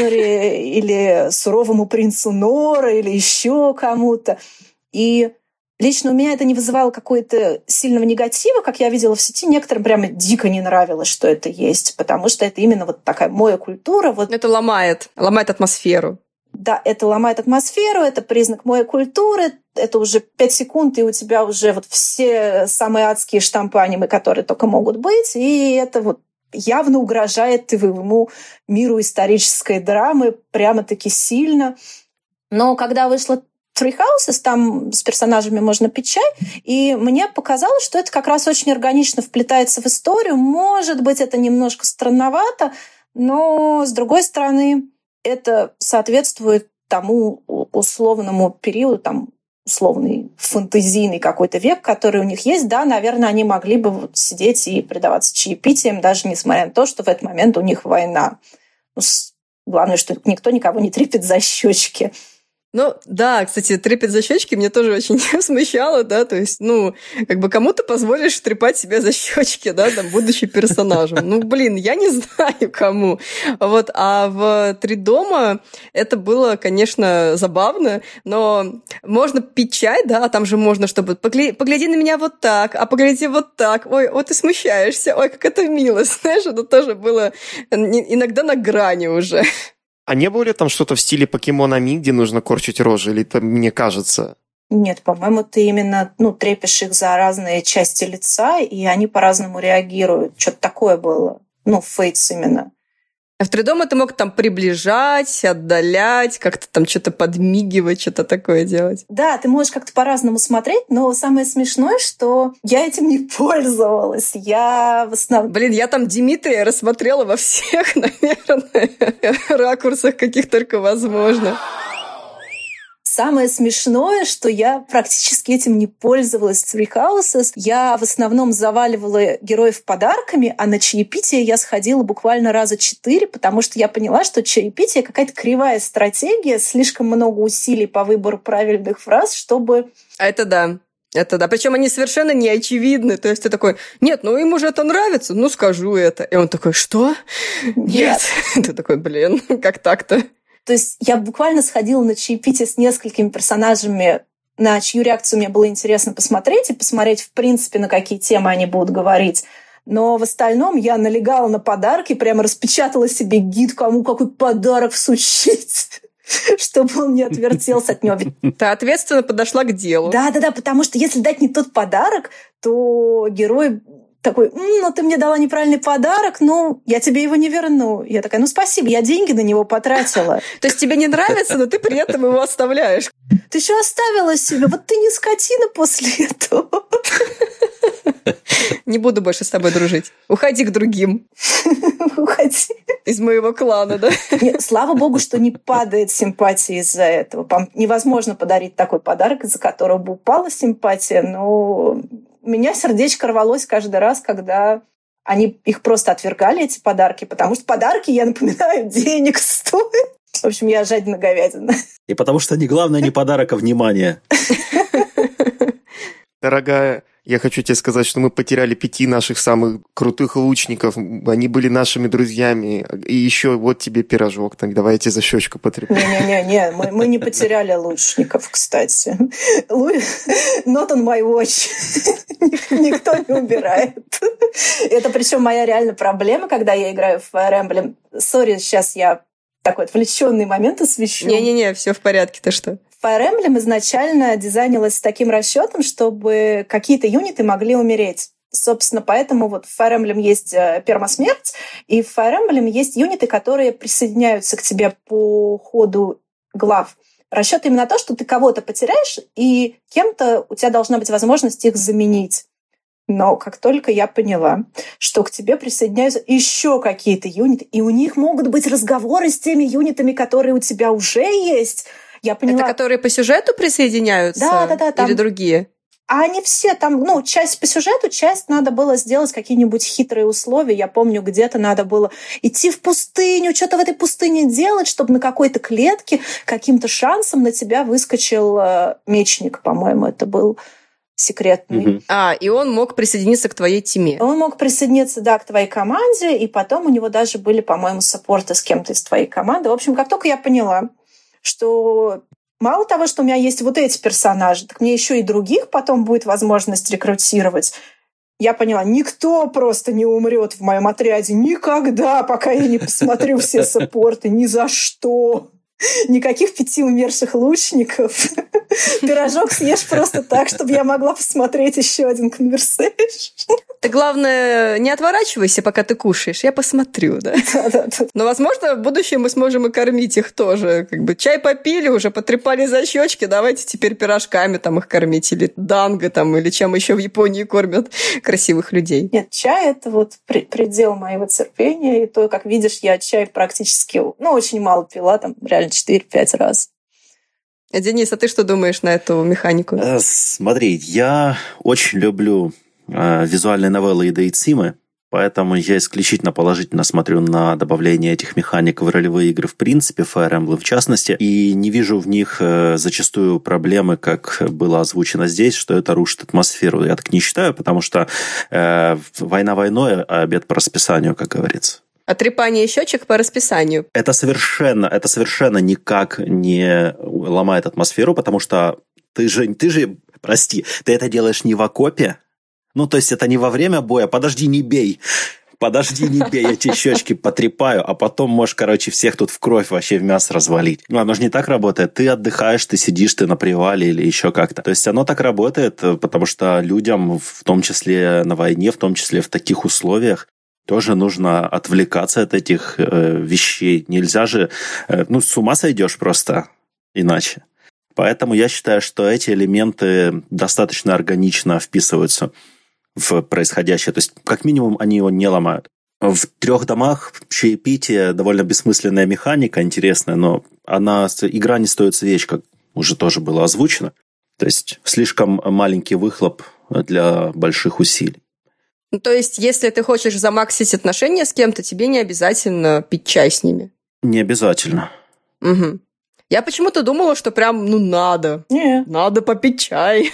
Азуре или суровому принцу Нора или еще кому-то. И лично у меня это не вызывало какого-то сильного негатива, как я видела в сети. Некоторым прямо дико не нравилось, что это есть, потому что это именно вот такая Моя культура. Вот. Это ломает, ломает атмосферу. Да, это ломает атмосферу, это признак Моей культуры, это уже пять секунд, и у тебя уже вот все самые адские штампы аниме, которые только могут быть, и это вот явно угрожает твоему миру исторической драмы прямо-таки сильно. Но когда вышла Three Houses, там с персонажами можно пить чай, и мне показалось, что это как раз очень органично вплетается в историю. Может быть, это немножко странновато, но, с другой стороны, это соответствует тому условному периоду, там, условный фэнтезийный какой-то век, который у них есть. Да, наверное, они могли бы вот сидеть и предаваться чаепитиям, даже несмотря на то, что в этот момент у них война. Ну, главное, что никто никого не трепет за щечки. Ну, да, кстати, трепет за щечки меня тоже очень смущало, да, то есть, ну, как бы кому-то позволишь трепать себя за щечки, да, там, будучи персонажем. Ну, блин, я не знаю, кому. Вот, а в «Три дома» это было, конечно, забавно, но можно пить чай, да, а там же можно, чтобы погляди, погляди на меня вот так, а погляди вот так, ой, вот ты смущаешься, ой, как это мило, знаешь, это тоже было иногда на грани уже. А не было ли там что-то в стиле Покемон Ами, где нужно корчить рожи, или это мне кажется? Нет, по-моему, ты именно ну, трепишь их за разные части лица, и они по-разному реагируют. Что-то такое было. Ну, Фейтс именно. А в «Три дома» ты мог там приближать, отдалять, как-то там что-то подмигивать, что-то такое делать. Да, ты можешь как-то по-разному смотреть, но самое смешное, что я этим не пользовалась. Я в основном... Блин, я там Димитрия рассмотрела во всех, наверное, ракурсах, каких только возможно. Самое смешное, что я практически этим не пользовалась в Three Houses. Я в основном заваливала героев подарками, а на чаепитие я сходила буквально раза четыре, потому что я поняла, что чаепитие какая-то кривая стратегия, слишком много усилий по выбору правильных фраз, чтобы... А это да. Это да. Причем они совершенно не очевидны. То есть ты такой, нет, ну ему же это нравится, ну скажу это. И он такой, что? Нет. Ты такой, блин, как так-то? То есть я буквально сходила на чаепитие с несколькими персонажами, на чью реакцию мне было интересно посмотреть, и посмотреть, в принципе, на какие темы они будут говорить. Но в остальном я налегала на подарки, прямо распечатала себе гид, кому какой подарок всучить, чтобы он не отвертелся от него. Ты ответственно подошла к делу. Да-да-да, потому что если дать не тот подарок, то герой... такой, М, ну ты мне дала неправильный подарок, ну я тебе его не верну. Я такая, ну спасибо, я деньги на него потратила. То есть тебе не нравится, но ты при этом его оставляешь. Ты еще оставила себе, вот ты не скотина после этого. Не буду больше с тобой дружить. Уходи к другим. Уходи. Из моего клана, да? Нет, слава богу, что не падает симпатия из-за этого. Невозможно подарить такой подарок, из-за которого бы упала симпатия, но... У меня сердечко рвалось каждый раз, когда они их просто отвергали, эти подарки, потому что подарки, я напоминаю, денег стоят. В общем, я жадина говядина. И потому что не главное не подарок, а внимание. Дорогая, я хочу тебе сказать, что мы потеряли пяти наших самых крутых лучников. Они были нашими друзьями. И еще вот тебе пирожок. Так давай я тебе за щечку потрясу. Не-не-не, мы, мы не потеряли лучников, кстати. Not on my watch. Никто не убирает. Это причем моя реально проблема, когда я играю в Fire Emblem. Сори, сейчас я такой отвлеченный момент освещу. Не-не-не, все в порядке, ты что? Fire Emblem изначально дизайнилась с таким расчетом, чтобы какие-то юниты могли умереть. Собственно, поэтому вот в Fire Emblem есть пермасмерть, и в Fire Emblem есть юниты, которые присоединяются к тебе по ходу глав. Расчет именно то, что ты кого-то потеряешь, и кем-то у тебя должна быть возможность их заменить. Но как только я поняла, что к тебе присоединяются еще какие-то юниты, и у них могут быть разговоры с теми юнитами, которые у тебя уже есть, я поняла... Это которые по сюжету присоединяются? Да, да, да. Там... Или другие? А они все там, ну, часть по сюжету, часть надо было сделать какие-нибудь хитрые условия. Я помню, где-то надо было идти в пустыню, что-то в этой пустыне делать, чтобы на какой-то клетке каким-то шансом на тебя выскочил э, мечник, по-моему, это был секретный. Mm-hmm. А, и он мог присоединиться к твоей тиме. Он мог присоединиться, да, к твоей команде, и потом у него даже были, по-моему, саппорты с кем-то из твоей команды. В общем, как только я поняла, что... Мало того, что у меня есть вот эти персонажи, так мне еще и других потом будет возможность рекрутировать. Я поняла, никто просто не умрет в моем отряде никогда, пока я не посмотрю все саппорты, ни за что. Никаких пяти умерших лучников. Пирожок съешь просто так, чтобы я могла посмотреть еще один конверсейшн. Ты, главное, не отворачивайся, пока ты кушаешь. Я посмотрю, да? Да-да-да. Но, возможно, в будущем мы сможем и кормить их тоже. Как бы чай попили уже, потрепали за щечки, давайте теперь пирожками там их кормить. Или данго там, или чем еще в Японии кормят красивых людей. Нет, чай — это вот предел моего терпения. И то, как видишь, я чай практически, ну, очень мало пила, там, реально четыре-пять раз. Денис, а ты что думаешь на эту механику? Смотри, я очень люблю э, визуальные новеллы и дейцимы, поэтому я исключительно положительно смотрю на добавление этих механик в ролевые игры в принципе, Fire Emblem в частности, и не вижу в них э, зачастую проблемы, как было озвучено здесь, что это рушит атмосферу. Я так не считаю, потому что э, война войной, а обед по расписанию, как говорится. Отрепание щечек по расписанию. Это совершенно, это совершенно никак не ломает атмосферу, потому что ты же, ты же, прости, ты это делаешь не в окопе. Ну, то есть это не во время боя. Подожди, не бей. Подожди, не бей, я эти щечки потрепаю, а потом можешь, короче, всех тут в кровь вообще в мясо развалить. Ну, оно же не так работает. Ты отдыхаешь, ты сидишь, ты на привале или еще как-то. То есть оно так работает, потому что людям, в том числе на войне, в том числе в таких условиях, тоже нужно отвлекаться от этих э, вещей. Нельзя же... Э, ну, с ума сойдешь просто иначе. Поэтому я считаю, что эти элементы достаточно органично вписываются в происходящее. То есть, как минимум, они его не ломают. В трех домах чаепитие довольно бессмысленная механика, интересная, но она, игра не стоит свеч, как уже тоже было озвучено. То есть, слишком маленький выхлоп для больших усилий. Ну, то есть, если ты хочешь замаксить отношения с кем-то, тебе не обязательно пить чай с ними? Не обязательно. Угу. Я почему-то думала, что прям, ну, надо. Не. Надо попить чай.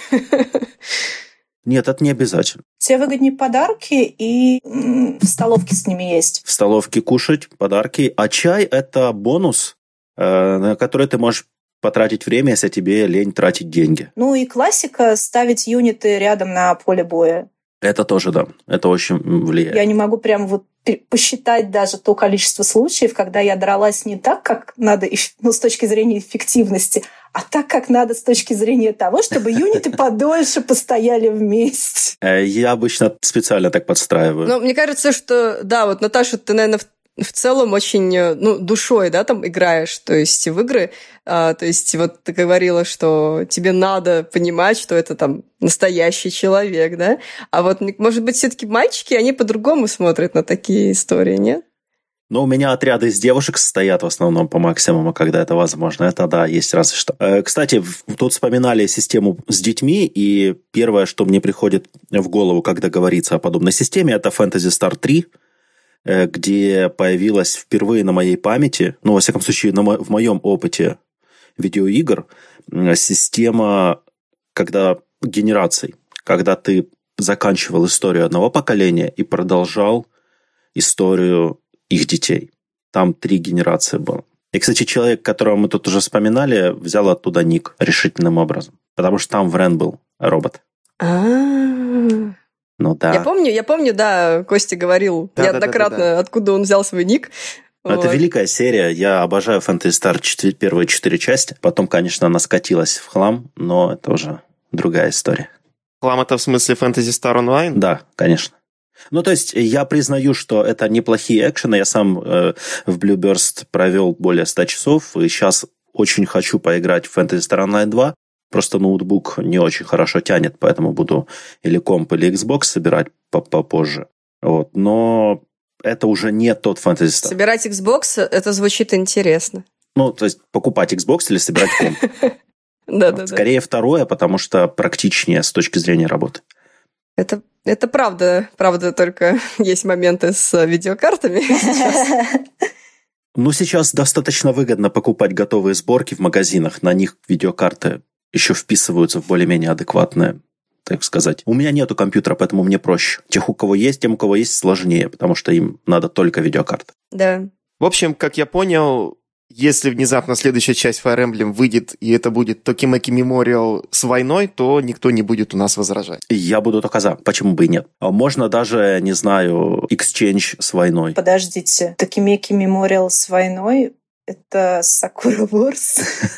Нет, это не обязательно. Тебе выгоднее подарки и в столовке с ними есть. В столовке кушать, подарки. А чай – это бонус, на который ты можешь потратить время, если тебе лень тратить деньги. Ну и классика – ставить юниты рядом на поле боя. Это тоже, да. Это очень влияет. Я не могу прям вот посчитать даже то количество случаев, когда я дралась не так, как надо, ну, с точки зрения эффективности, а так, как надо с точки зрения того, чтобы юниты подольше постояли вместе. Я обычно специально так подстраиваю. Ну, мне кажется, что, да, вот, Наташа, ты, наверное, в в целом очень, ну, душой, да, там играешь, то есть в игры, а, то есть вот ты говорила, что тебе надо понимать, что это там настоящий человек, да, а вот, может быть, все-таки мальчики, они по-другому смотрят на такие истории, нет? Ну, у меня отряды из девушек состоят в основном по максимуму, когда это возможно. Это, да, есть разве что. Кстати, тут вспоминали систему с детьми, и первое, что мне приходит в голову, когда говорится о подобной системе, это Phantasy Star три, где появилась впервые на моей памяти, ну, во всяком случае, на мо- в моем опыте видеоигр, система, когда генераций, когда ты заканчивал историю одного поколения и продолжал историю их детей. Там три генерации было. И, кстати, человек, которого мы тут уже вспоминали, взял оттуда ник решительным образом, потому что там Врен был робот. А-а-а. Ну да. Я помню, я помню, да, Костя говорил да, неоднократно, да, да, да, да. откуда он взял свой ник. Вот. Это великая серия. Я обожаю Phantasy Star четыре, первые четыре части. Потом, конечно, она скатилась в хлам, но это уже другая история. Хлам это в смысле Phantasy Star Online? Да, конечно. Ну, то есть, я признаю, что это неплохие экшены. Я сам э, в Blue Burst провел более ста часов, и сейчас очень хочу поиграть в Phantasy Star Online два. Просто ноутбук не очень хорошо тянет, поэтому буду или комп, или Xbox собирать попозже. Вот. Но это уже не тот Phantasy Star. Собирать Xbox, это звучит интересно. Ну, то есть, покупать Xbox или собирать комп. Да-да-да. Скорее второе, потому что практичнее с точки зрения работы. Это, это правда, правда, только есть моменты с видеокартами сейчас. Ну, сейчас достаточно выгодно покупать готовые сборки в магазинах. На них видеокарты еще вписываются в более-менее адекватное, так сказать. У меня нету компьютера, поэтому мне проще. Тех, у кого есть, тем, у кого есть, сложнее, потому что им надо только видеокарта. Да. В общем, как я понял, если внезапно следующая часть Fire Emblem выйдет, и это будет Tokimeki Memorial с войной, то никто не будет у нас возражать. Я буду только за. Почему бы и нет? Можно даже, не знаю, Exchange с войной. Подождите, Tokimeki Memorial с войной — это Sakura Wars?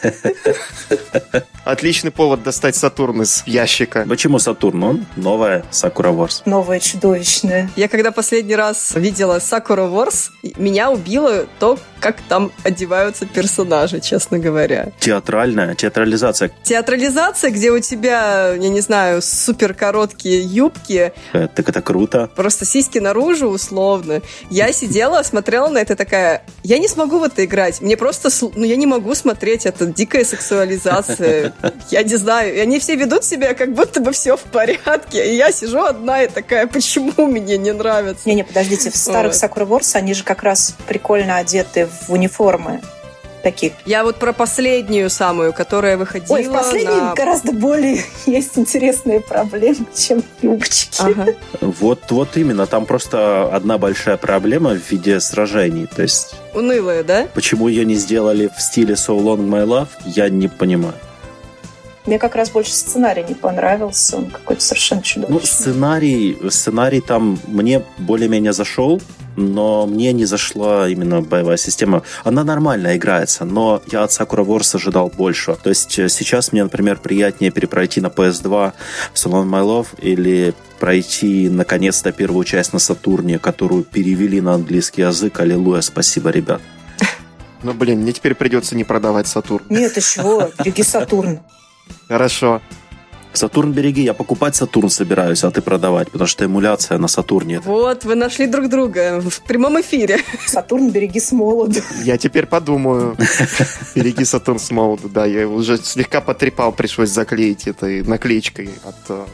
Отличный повод достать Сатурн из ящика. Почему Сатурн? Он новая Sakura Wars. Новая чудовищная. Я когда последний раз видела Sakura Wars, меня убило то, как там одеваются персонажи, честно говоря. Театральная, театрализация. Театрализация, где у тебя, я не знаю, супер короткие юбки. Э, так это круто. Просто сиськи наружу, условно. Я сидела, смотрела на это такая, я не смогу в это играть. Мне просто, ну, я не могу смотреть, это дикая сексуализация. Я не знаю. И они все ведут себя, как будто бы все в порядке. И я сижу одна и такая, почему мне не нравится? Не-не, подождите, в старых вот. Sakura Wars они же как раз прикольно одеты в униформы. Таких. Я вот про последнюю самую, которая выходила. Ой, в последней на... гораздо более есть интересные проблемы, чем юбочки. Ага. Вот, вот именно, там просто одна большая проблема в виде сражений. То есть... Унылая, да? Почему ее не сделали в стиле So Long My Love, я не понимаю. Мне как раз больше сценарий не понравился, он какой-то совершенно чудовищный. Ну, сценарий, сценарий там мне более-менее зашел, но мне не зашла именно боевая система. Она нормально играется, но я от Sakura Wars ожидал больше. То есть сейчас мне, например, приятнее перепройти на пи эс два So Long My Love или пройти, наконец-то, первую часть на Сатурне, которую перевели на английский язык. Аллилуйя, спасибо, ребят. Ну, блин, мне теперь придется не продавать Сатурн. Нет, еще, береги Сатурн. Хорошо. Сатурн береги, я покупать Сатурн собираюсь, а ты продавать, потому что эмуляция на Сатурне. Вот, вы нашли друг друга в прямом эфире. Сатурн береги с молоду. Я теперь подумаю. Береги Сатурн с молоду, да, я его уже слегка потрепал, пришлось заклеить этой наклеечкой от...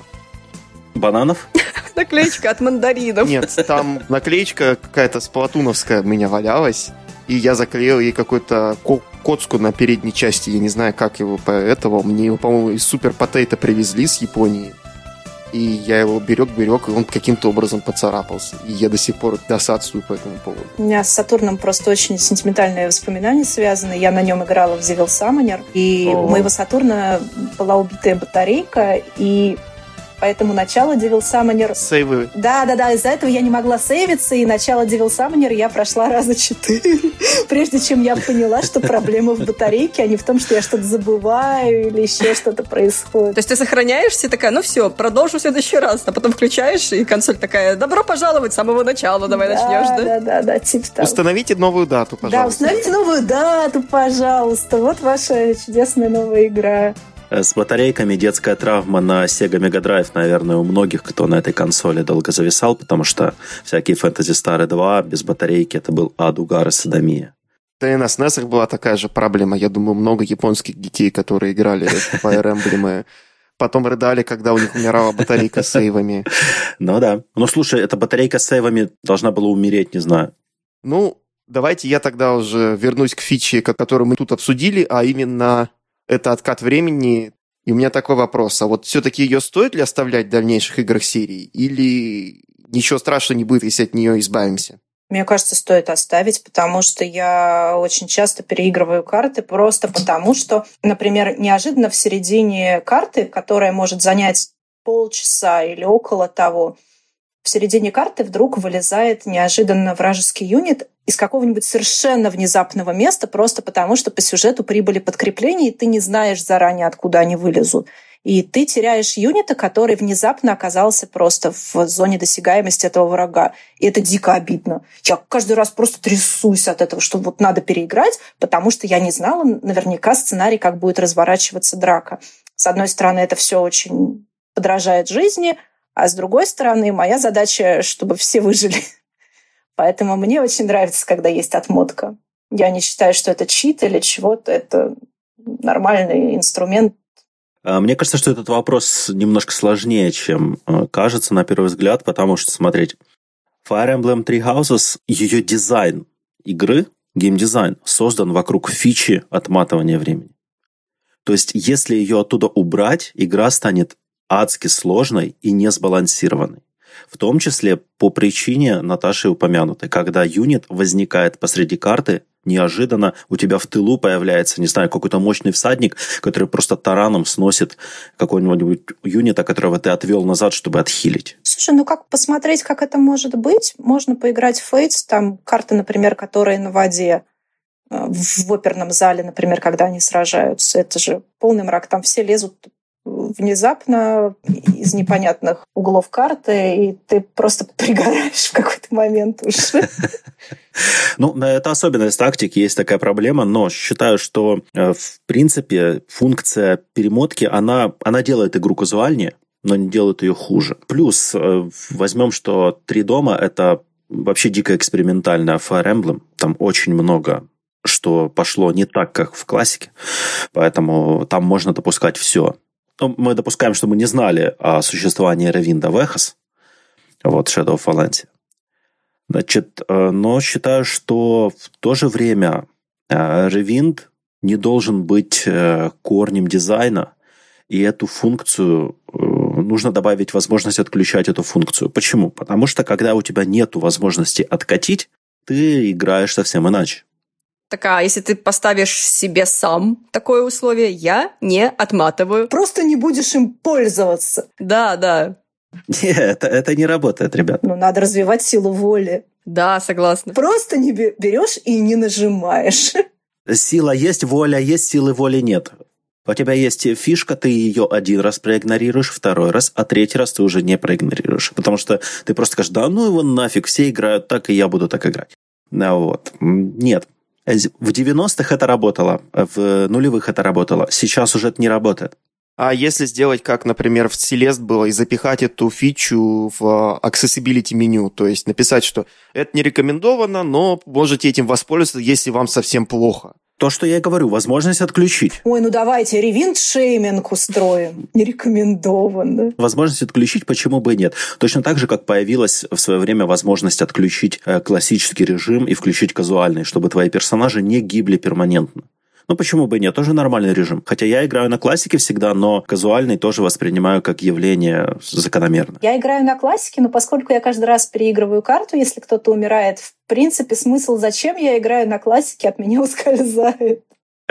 Бананов? Наклеечка от мандаринов. Нет, там наклеечка какая-то сплатуновская у меня валялась, и я заклеил ей какой-то коцку на передней части, я не знаю, как его, поэтому мне его, по-моему, из Супер Потейто привезли с Японии, и я его берег-берег, и он каким-то образом поцарапался, и я до сих пор досадствую по этому поводу. У меня с Сатурном просто очень сентиментальные воспоминания связаны, я на нем играла в Devil Summoner, и О-о-о. у моего Сатурна была убитая батарейка, и поэтому начало Devil Summoner... Сейвы. Да-да-да, из-за этого я не могла сейвиться, и начало Devil Summoner я прошла раза четыре, прежде чем я поняла, что проблема в батарейке, а не в том, что я что-то забываю или еще что-то происходит. То есть ты сохраняешься такая, ну все, продолжу в следующий раз, а потом включаешь, и консоль такая, добро пожаловать с самого начала, давай да, начнешь, да? Да-да-да, типа того. Установите новую дату, пожалуйста. Да, установите новую дату, пожалуйста. Вот ваша чудесная новая игра. С батарейками детская травма на Sega Mega Drive, наверное, у многих, кто на этой консоли долго зависал, потому что всякие Phantasy Star два без батарейки это был ад, угар и садомия. Да и на эс эн эс была такая же проблема. Я думаю, много японских детей, которые играли в Fire Emblem, потом рыдали, когда у них умирала батарейка с сейвами. Ну да. Ну слушай, эта батарейка с сейвами должна была умереть, не знаю. Ну, давайте я тогда уже вернусь к фиче, которую мы тут обсудили, а именно... Это откат времени. И у меня такой вопрос. А вот все-таки ее стоит ли оставлять в дальнейших играх серии? Или ничего страшного не будет, если от нее избавимся? Мне кажется, стоит оставить, потому что я очень часто переигрываю карты просто потому, что, например, неожиданно в середине карты, которая может занять полчаса или около того, в середине карты вдруг вылезает неожиданно вражеский юнит, из какого-нибудь совершенно внезапного места, просто потому что по сюжету прибыли подкрепления, и ты не знаешь заранее, откуда они вылезут. И ты теряешь юнита, который внезапно оказался просто в зоне досягаемости этого врага. И это дико обидно. Я каждый раз просто трясусь от этого, что вот надо переиграть, потому что я не знала наверняка сценарий, как будет разворачиваться драка. С одной стороны, это все очень подражает жизни, а с другой стороны, моя задача, чтобы все выжили. Поэтому мне очень нравится, когда есть отмотка. Я не считаю, что это чит или чего-то. Это нормальный инструмент. Мне кажется, что этот вопрос немножко сложнее, чем кажется на первый взгляд, потому что, смотрите, Fire Emblem Three Houses, ее дизайн игры, геймдизайн, создан вокруг фичи отматывания времени. То есть, если ее оттуда убрать, игра станет адски сложной и несбалансированной. В том числе по причине Наташи упомянутой, когда юнит возникает посреди карты, неожиданно у тебя в тылу появляется, не знаю, какой-то мощный всадник, который просто тараном сносит какого-нибудь юнита, которого ты отвел назад, чтобы отхилить. Слушай, ну как посмотреть, как это может быть? Можно поиграть в Fates, там карты, например, которые на воде, в оперном зале, например, когда они сражаются. Это же полный мрак, там все лезут внезапно из непонятных углов карты, и ты просто пригораешь в какой-то момент уже. Ну, это особенность тактики, есть такая проблема, но считаю, что, в принципе, функция перемотки, она, она делает игру казуальнее, но не делает ее хуже. Плюс возьмем, что «Три дома» — это вообще дико экспериментальная Fire Emblem, там очень много что пошло не так, как в классике, поэтому там можно допускать все. Мы допускаем, что мы не знали о существовании Ревинда в Эхос, вот, Shadow of Valentia. Значит, но считаю, что в то же время Ревинд не должен быть корнем дизайна, и эту функцию нужно добавить возможность отключать эту функцию. Почему? Потому что, когда у тебя нет возможности откатить, ты играешь совсем иначе. Так, а если ты поставишь себе сам такое условие, я не отматываю. Просто не будешь им пользоваться. Да, да. Нет, это, это не работает, ребят. Ну, надо развивать силу воли. Да, согласна. Просто не берешь и не нажимаешь. Сила есть, воля есть, силы воли нет. У тебя есть фишка, ты ее один раз проигнорируешь, второй раз, а третий раз ты уже не проигнорируешь. Потому что ты просто скажешь, да ну его нафиг, все играют так, и я буду так играть. Ну, вот. Нет. В девяностых это работало, в нулевых это работало. Сейчас уже это не работает. А если сделать, как, например, в Celeste было, и запихать эту фичу в accessibility меню, то есть написать, что это не рекомендовано, но можете этим воспользоваться, если вам совсем плохо. То, что я и говорю, возможность отключить. Ой, ну давайте ревинд-шейминг устроим. Не рекомендовано. Возможность отключить, почему бы и нет. Точно так же, как появилась в свое время возможность отключить классический режим и включить казуальный, чтобы твои персонажи не гибли перманентно. Ну, почему бы и нет? Тоже нормальный режим. Хотя я играю на классике всегда, но казуальный тоже воспринимаю как явление закономерно. Я играю на классике, но поскольку я каждый раз переигрываю карту, если кто-то умирает, в принципе, смысл, зачем я играю на классике, от меня ускользает.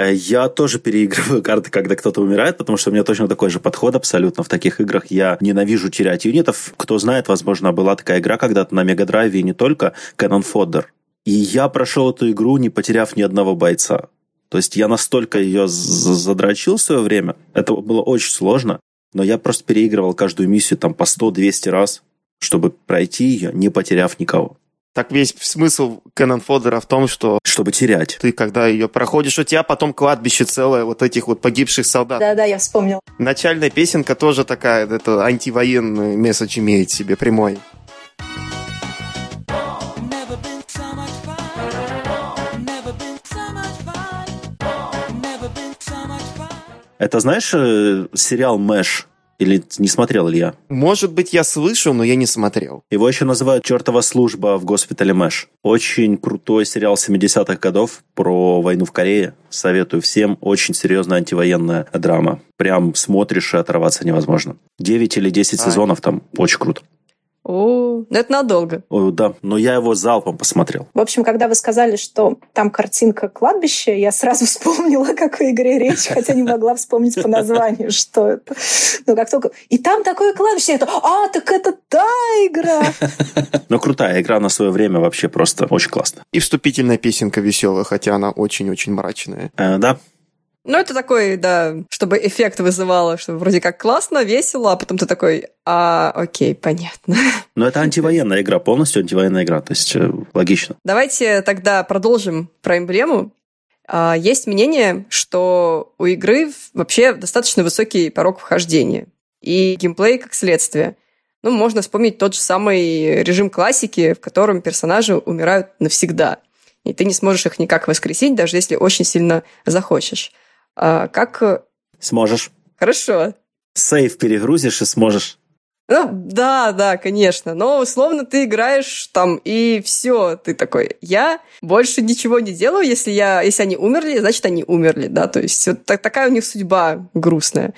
Я тоже переигрываю карты, когда кто-то умирает, потому что у меня точно такой же подход абсолютно в таких играх. Я ненавижу терять юнитов. Кто знает, возможно, была такая игра когда-то на Мегадрайве и не только, Cannon Fodder. И я прошел эту игру, не потеряв ни одного бойца. То есть я настолько ее задрочил в свое время, это было очень сложно, но я просто переигрывал каждую миссию там по сто-двести раз, чтобы пройти ее, не потеряв никого. Так весь смысл Cannon Fodder в том, что... Чтобы терять. Ты, когда ее проходишь, у тебя потом кладбище целое вот этих вот погибших солдат. Да-да, я вспомнил. Начальная песенка тоже такая, это антивоенный месседж имеет в себе прямой. Это, знаешь, сериал «Мэш»? Или не смотрел, Илья? Может быть, я слышал, но я не смотрел. Его еще называют «Чертова служба в госпитале Мэш». Очень крутой сериал семидесятых годов про войну в Корее. Советую всем. Очень серьезная антивоенная драма. Прям смотришь, и оторваться невозможно. девять или десять а, сезонов там. Очень круто. О, ну это надолго. О, да, но я его залпом посмотрел. В общем, когда вы сказали, что там картинка кладбища, я сразу вспомнила, о какой игре речь, хотя не могла вспомнить по названию, что это. Но как только... И там такое кладбище, это... А, так это та игра! Ну, крутая игра на свое время, вообще просто очень классно. И вступительная песенка веселая, хотя она очень-очень мрачная. Э, да. Ну, это такой, да, чтобы эффект вызывало, что вроде как классно, весело, а потом ты такой, а, окей, понятно. Но это антивоенная игра, полностью антивоенная игра, то есть э, логично. Давайте тогда продолжим про эмблему. А, есть мнение, что у игры вообще достаточно высокий порог вхождения, и геймплей как следствие. Ну, можно вспомнить тот же самый режим классики, в котором персонажи умирают навсегда, и ты не сможешь их никак воскресить, даже если очень сильно захочешь. А как... Сможешь. Хорошо. Сейв перегрузишь и сможешь. Ну, да, да, конечно. Но условно ты играешь там, и все, ты такой, я больше ничего не делаю, если, я, если они умерли, значит, они умерли, да, то есть вот так, такая у них судьба грустная.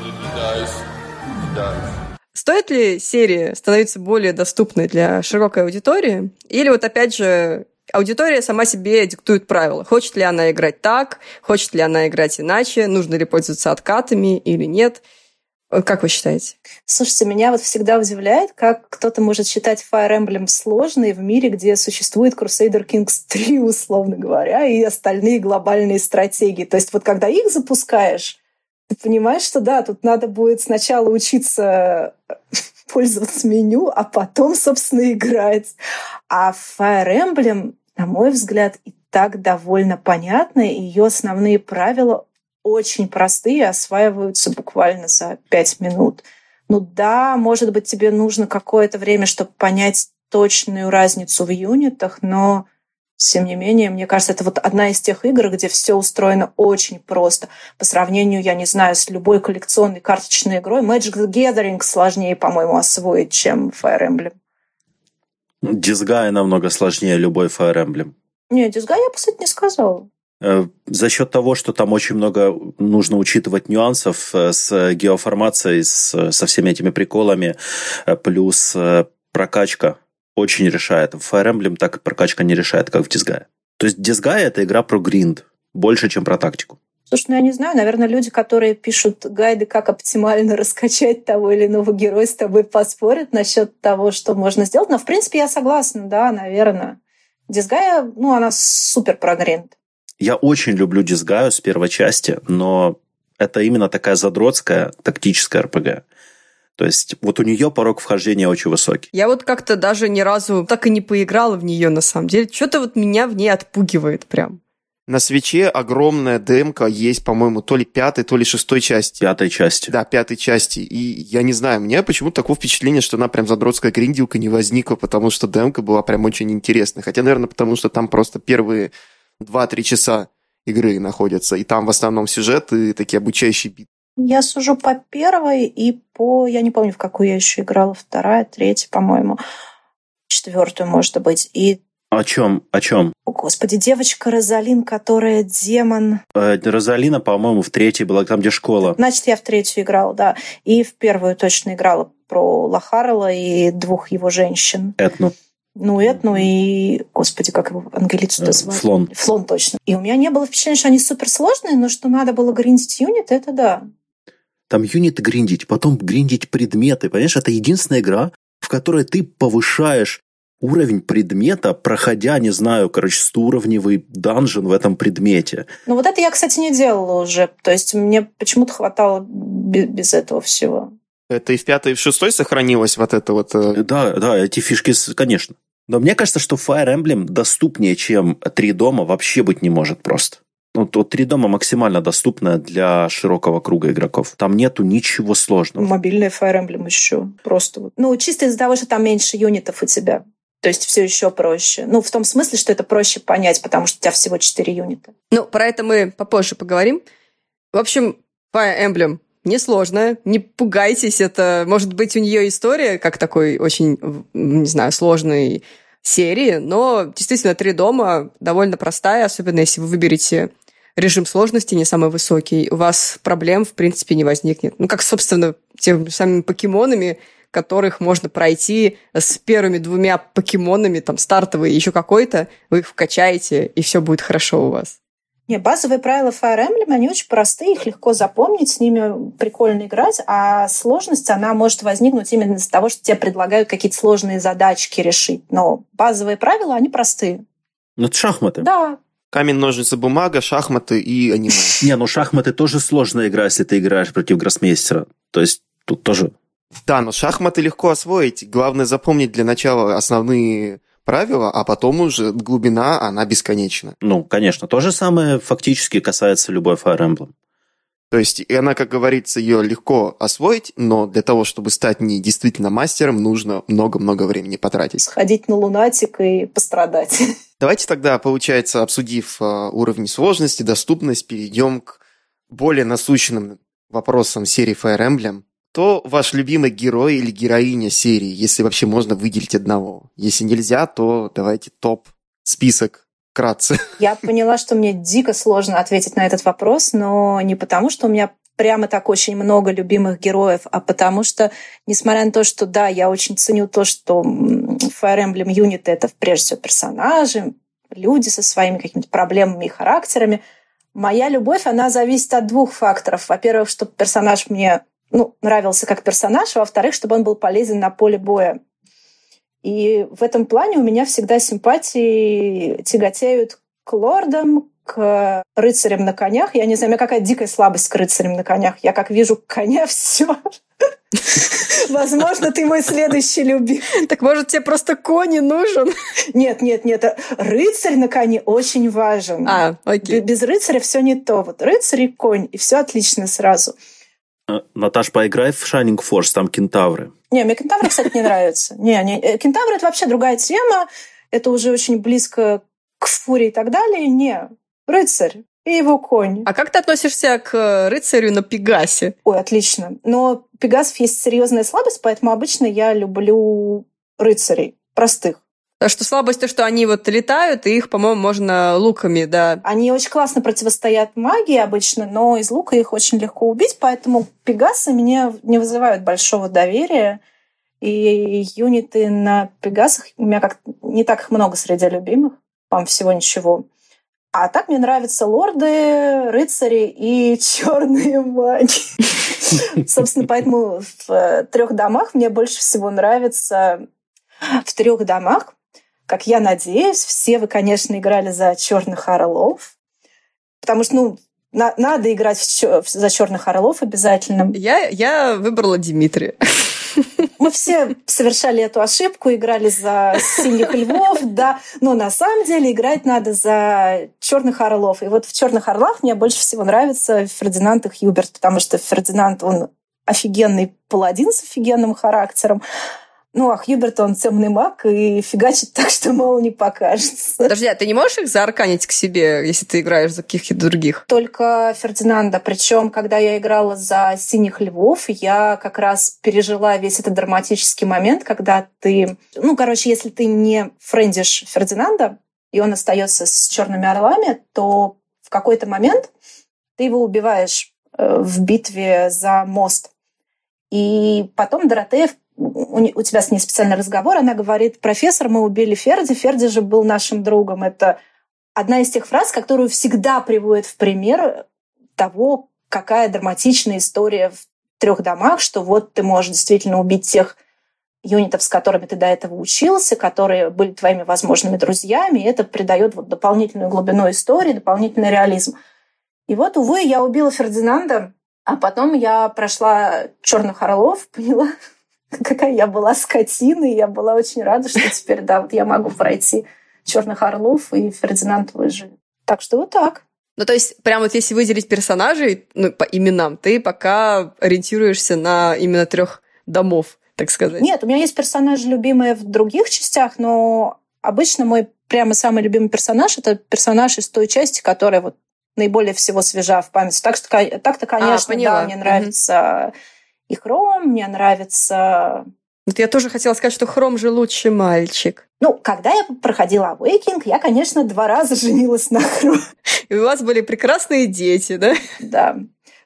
Стоит ли серия становиться более доступной для широкой аудитории? Или вот опять же... Аудитория сама себе диктует правила. Хочет ли она играть так, хочет ли она играть иначе, нужно ли пользоваться откатами или нет. Как вы считаете? Слушайте, меня вот всегда удивляет, как кто-то может считать Fire Emblem сложной в мире, где существует Crusader Kings три, условно говоря, и остальные глобальные стратегии. То есть вот когда их запускаешь, ты понимаешь, что да, тут надо будет сначала учиться пользоваться меню, а потом, собственно, играть. А Fire Emblem, на мой взгляд, и так довольно понятно, и ее основные правила очень простые, осваиваются буквально за пять минут. Ну да, может быть, тебе нужно какое-то время, чтобы понять точную разницу в юнитах, но тем не менее, мне кажется, это вот одна из тех игр, где все устроено очень просто. По сравнению, я не знаю, с любой коллекционной карточной игрой. Magic the Gathering сложнее, по-моему, освоить, чем Fire Emblem. Disgaea намного сложнее любой Fire Emblem. Не, Disgaea я, кстати, не сказала. За счет того, что там очень много нужно учитывать нюансов с геоформацией, с, со всеми этими приколами, плюс прокачка очень решает. В Fire Emblem так и прокачка не решает, как в Disgaea. То есть Disgaea — это игра про гринд, больше, чем про тактику. Слушай, ну я не знаю, наверное, люди, которые пишут гайды, как оптимально раскачать того или иного героя, с тобой поспорят насчет того, что можно сделать. Но, в принципе, я согласна, да, наверное. Disgaea, ну, она супер про гринд. Я очень люблю Disgaea с первой части, но это именно такая задротская тактическая эр пи джи. То есть вот у нее порог вхождения очень высокий. Я вот как-то даже ни разу так и не поиграла в нее на самом деле. Что-то вот меня в ней отпугивает прям. На Свитче огромная демка есть, по-моему, то ли пятой, то ли шестой части. Пятой части. Да, пятой части. И я не знаю, мне почему-то такое впечатление, что она прям задротская гриндилка не возникла, потому что демка была прям очень интересная. Хотя, наверное, потому что там просто первые два-три часа игры находятся, и там в основном сюжет и такие обучающие битвы. Я сужу по первой и по... Я не помню, в какую я еще играла. Вторая, третья, по-моему. Четвертую, может быть. И... О чем? О чем? О, Господи, девочка Розалин, которая демон... Э, Розалина, по-моему, в третьей была, там, где школа. Значит, я в третью играла, да. И в первую точно играла про Лохарла и двух его женщин. Этну. Ну, Этну и... Господи, как его англицу-то звали? Флон. Флон, точно. И у меня не было впечатления, что они суперсложные, но что надо было гриндить юнит, это да. Там юниты гриндить, потом гриндить предметы. Понимаешь, это единственная игра, в которой ты повышаешь уровень предмета, проходя, не знаю, короче, стоуровневый данжен в этом предмете. Ну, вот это я, кстати, не делала уже. То есть мне почему-то хватало без этого всего. Это и в пятой, и в шестой сохранилось вот это вот... Да, да, эти фишки, конечно. Но мне кажется, что Fire Emblem доступнее, чем Три дома, вообще быть не может просто. Ну, то Три дома максимально доступная для широкого круга игроков. Там нету ничего сложного. Мобильный Fire Emblem еще просто вот. Ну, чисто из-за того, что там меньше юнитов у тебя. То есть все еще проще. Ну, в том смысле, что это проще понять, потому что у тебя всего четыре юнита. Ну, про это мы попозже поговорим. В общем, Fire Emblem несложная, не пугайтесь, это может быть у нее история, как такой очень, не знаю, сложной серии, но действительно Три дома довольно простая, особенно если вы выберете режим сложности не самый высокий, у вас проблем, в принципе, не возникнет. Ну, как, собственно, теми самыми покемонами, которых можно пройти с первыми двумя покемонами, там, стартовые, еще какой-то, вы их вкачаете, и все будет хорошо у вас. Не, базовые правила Fire Emblem, они очень простые, их легко запомнить, с ними прикольно играть, а сложность, она может возникнуть именно из-за того, что тебе предлагают какие-то сложные задачки решить. Но базовые правила, они простые. Ну, это шахматы. Да. Камень, ножницы, бумага, шахматы и аниме. Не, ну шахматы тоже сложная игра, если ты играешь против гроссмейстера. То есть тут тоже... Да, но шахматы легко освоить. Главное запомнить для начала основные правила, а потом уже глубина, она бесконечна. Ну, конечно. То же самое фактически касается любой Fire Emblem. То есть, и она, как говорится, ее легко освоить, но для того, чтобы стать не действительно мастером, нужно много-много времени потратить. Сходить на лунатик и пострадать. Давайте тогда, получается, обсудив uh, уровни сложности, доступность, перейдем к более насущным вопросам серии Fire Emblem. Кто ваш любимый герой или героиня серии, если вообще можно выделить одного? Если нельзя, то давайте топ-список вкратце. Я поняла, что мне дико сложно ответить на этот вопрос, но не потому, что у меня прямо так очень много любимых героев, а потому что, несмотря на то, что, да, я очень ценю то, что Fire Emblem Unity — это прежде всего персонажи, люди со своими какими-то проблемами и характерами, моя любовь, она зависит от двух факторов. Во-первых, чтобы персонаж мне ну, нравился как персонаж, а во-вторых, чтобы он был полезен на поле боя. И в этом плане у меня всегда симпатии тяготеют к лордам, к рыцарям на конях. Я не знаю, у меня какая-то дикая слабость к рыцарям на конях. Я как вижу коня, все. Возможно, ты мой следующий любимый. Так может, тебе просто конь нужен? Нет, нет, нет. Рыцарь на коне очень важен. А, окей. Без рыцаря все не то. Вот рыцарь и конь, и все отлично сразу. Наташ, поиграй в Shining Force, там кентавры. Не, мне кентавры, кстати, не нравятся. Не, не, кентавры — это вообще другая тема. Это уже очень близко к фурии и так далее. Не, рыцарь и его конь. А как ты относишься к рыцарю на Пегасе? Ой, отлично. Но у пегасов есть серьезная слабость, поэтому обычно я люблю рыцарей простых. Так что слабость то, что они вот летают, и их, по-моему, можно луками, да. Они очень классно противостоят магии обычно, но из лука их очень легко убить, поэтому пегасы мне не вызывают большого доверия. И юниты на пегасах, у меня как не так их много среди любимых, по-моему, всего ничего. А так мне нравятся лорды, рыцари и черные маги. Собственно, поэтому в трех домах мне больше всего нравится... В трех домах, как я надеюсь, все вы, конечно, играли за черных орлов, потому что, ну, на- надо играть в чё- за черных орлов обязательно. Я, я выбрала Димитрия. Мы все совершали эту ошибку, играли за синих львов, да, но на самом деле играть надо за черных орлов. И вот в черных орлах мне больше всего нравится Фердинанд и Хьюберт, потому что Фердинанд, он офигенный паладин с офигенным характером. Ну, а Хьюберт, он темный маг и фигачит так, что мало не покажется. Подожди, а ты не можешь их заарканить к себе, если ты играешь за каких-то других? Только Фердинанда. Причем, когда я играла за синих львов, я как раз пережила весь этот драматический момент, когда ты... Ну, короче, если ты не френдишь Фердинанда, и он остается с черными орлами, то в какой-то момент ты его убиваешь в битве за мост. И потом Доротея, у тебя с ней специальный разговор, она говорит: профессор, мы убили Ферди, Ферди же был нашим другом. Это одна из тех фраз, которую всегда приводит в пример того, какая драматичная история в трех домах, что вот ты можешь действительно убить тех юнитов, с которыми ты до этого учился, которые были твоими возможными друзьями, и это придает вот дополнительную глубину истории, дополнительный реализм. И вот, увы, я убила Фердинанда, а потом я прошла черных орлов, поняла, какая я была скотиной. Я была очень рада, что теперь, да, вот я могу пройти черных орлов, и Фердинанд выживет. Так что вот так. Ну, то есть, прям вот если выделить персонажей, ну, по именам, ты пока ориентируешься на именно трех домов, так сказать. Нет, у меня есть персонажи, любимые в других частях, но обычно мой прямо самый любимый персонаж — это персонаж из той части, которая вот наиболее всего свежа в памяти. Так что, так-то, конечно, а, да, мне нравится mm-hmm. и Хром, мне нравится... Вот я тоже хотела сказать, что Хром же лучший мальчик. Ну, когда я проходила Awakening, я, конечно, два раза женилась на Хром. И у вас были прекрасные дети, да? Да.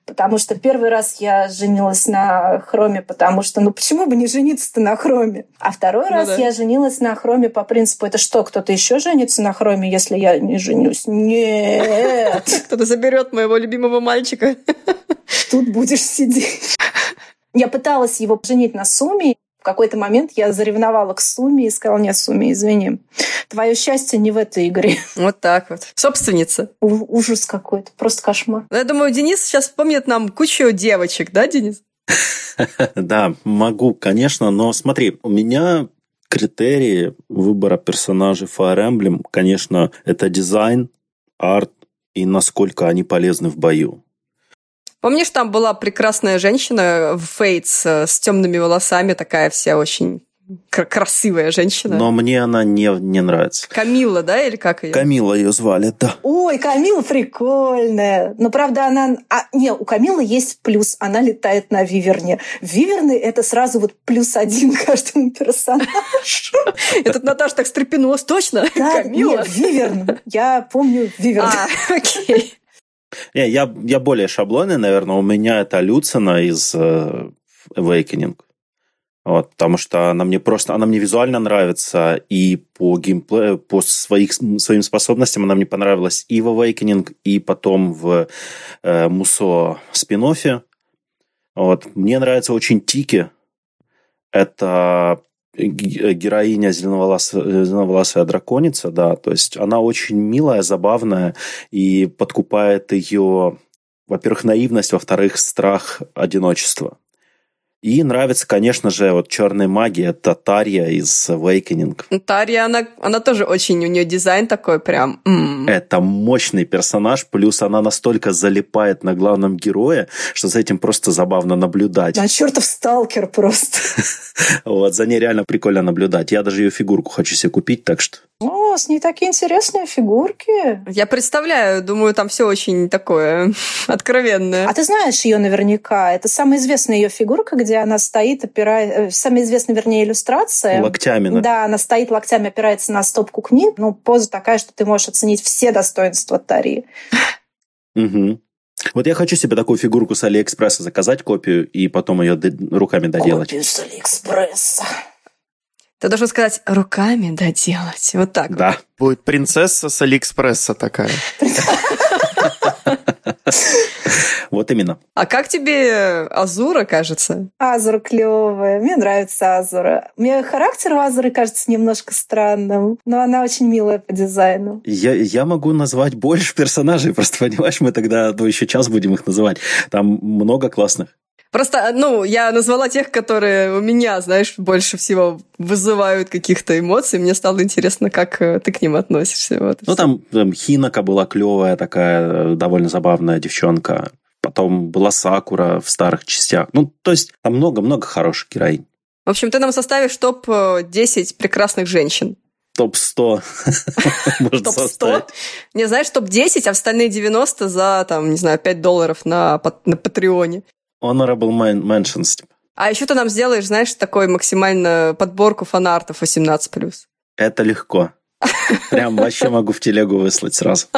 Потому что первый раз я женилась на хроме, потому что, ну почему бы не жениться-то на хроме? А второй ну раз да. я женилась на хроме по принципу, это что, кто-то еще женится на хроме, если я не женюсь? Нет! Кто-то заберет моего любимого мальчика. Тут будешь сидеть. Я пыталась его женить на Суми. В какой-то момент я заревновала к Суми и сказала: нет, Суми, извини, твое счастье не в этой игре. Вот так вот. Собственница. У- ужас какой-то, просто кошмар. Я думаю, Денис сейчас вспомнит нам кучу девочек, да, Денис? Да, могу, конечно, но смотри, у меня критерии выбора персонажей Fire Emblem, конечно, это дизайн, арт и насколько они полезны в бою. Помнишь, там была прекрасная женщина в Фейтс с темными волосами, такая вся очень красивая женщина. Но мне она не, не нравится. Камилла, да, или как ее? Камилла ее звали, да. Ой, Камилла прикольная. Но, правда, она... А, не, у Камиллы есть плюс. Она летает на Виверне. Виверны — это сразу вот плюс один каждому персонажу. Этот Наташа так встрепенулась. Точно? Да, Камилла? нет, Виверн. Я помню Виверн. А, окей. Не, я, я более шаблонный, наверное. У меня это Люцина из uh, Awakening. Вот, потому что она мне просто, она мне визуально нравится, и по геймплею, по своих, своим способностям она мне понравилась и в Awakening, и потом в uh, Мусо спин-оффе. Вот. Мне нравится очень Тики. Это героиня зеленоволосая, зеленоволосая драконица, да, то есть она очень милая, забавная, и подкупает ее, во-первых, наивность, во-вторых, страх одиночества. И нравится, конечно же, вот черная магия, это Тарья из Awakening. Тарья, она, она тоже очень, у нее дизайн такой прям... М-м. Это мощный персонаж, плюс она настолько залипает на главном герое, что за этим просто забавно наблюдать. Да, чертов сталкер просто. Вот, за ней реально прикольно наблюдать. Я даже ее фигурку хочу себе купить, так что... О, с ней такие интересные фигурки. Я представляю, думаю, там все очень такое откровенное. А ты знаешь ее наверняка? Это самая известная ее фигурка, где она стоит, опираясь... Самая известная, вернее, иллюстрация. Локтями. Да, да, она стоит локтями, опирается на стопку книг. Ну, поза такая, что ты можешь оценить все достоинства Тарьи. Угу. Вот я хочу себе такую фигурку с Алиэкспресса заказать, копию, и потом ее руками доделать. Копию с Алиэкспресса. Ты должен сказать руками доделать. Вот так. Да. Вот. Будет принцесса с Алиэкспресса такая. Вот именно. А как тебе Азура, кажется? Азура клевая. Мне нравится Азура. Мне характер у Азуры кажется немножко странным, но она очень милая по дизайну. Я, я могу назвать больше персонажей, просто, понимаешь, мы тогда ну, еще час будем их называть. Там много классных. Просто, ну, я назвала тех, которые у меня, знаешь, больше всего вызывают каких-то эмоций. Мне стало интересно, как ты к ним относишься. Вот, ну, там, там Хинака была клевая такая, довольно забавная девчонка. Потом была Сакура в старых частях. Ну, то есть, там много-много хороших героинь. В общем, ты нам составишь топ десять прекрасных женщин. топ сто. топ сто? Не, знаешь, топ десять, а остальные девяносто за, там, не знаю, пять долларов на, на Патреоне. Honorable mentions. А еще ты нам сделаешь, знаешь, такой максимально подборку фанартов восемнадцать плюс. Это легко. Прям вообще могу в телегу выслать сразу.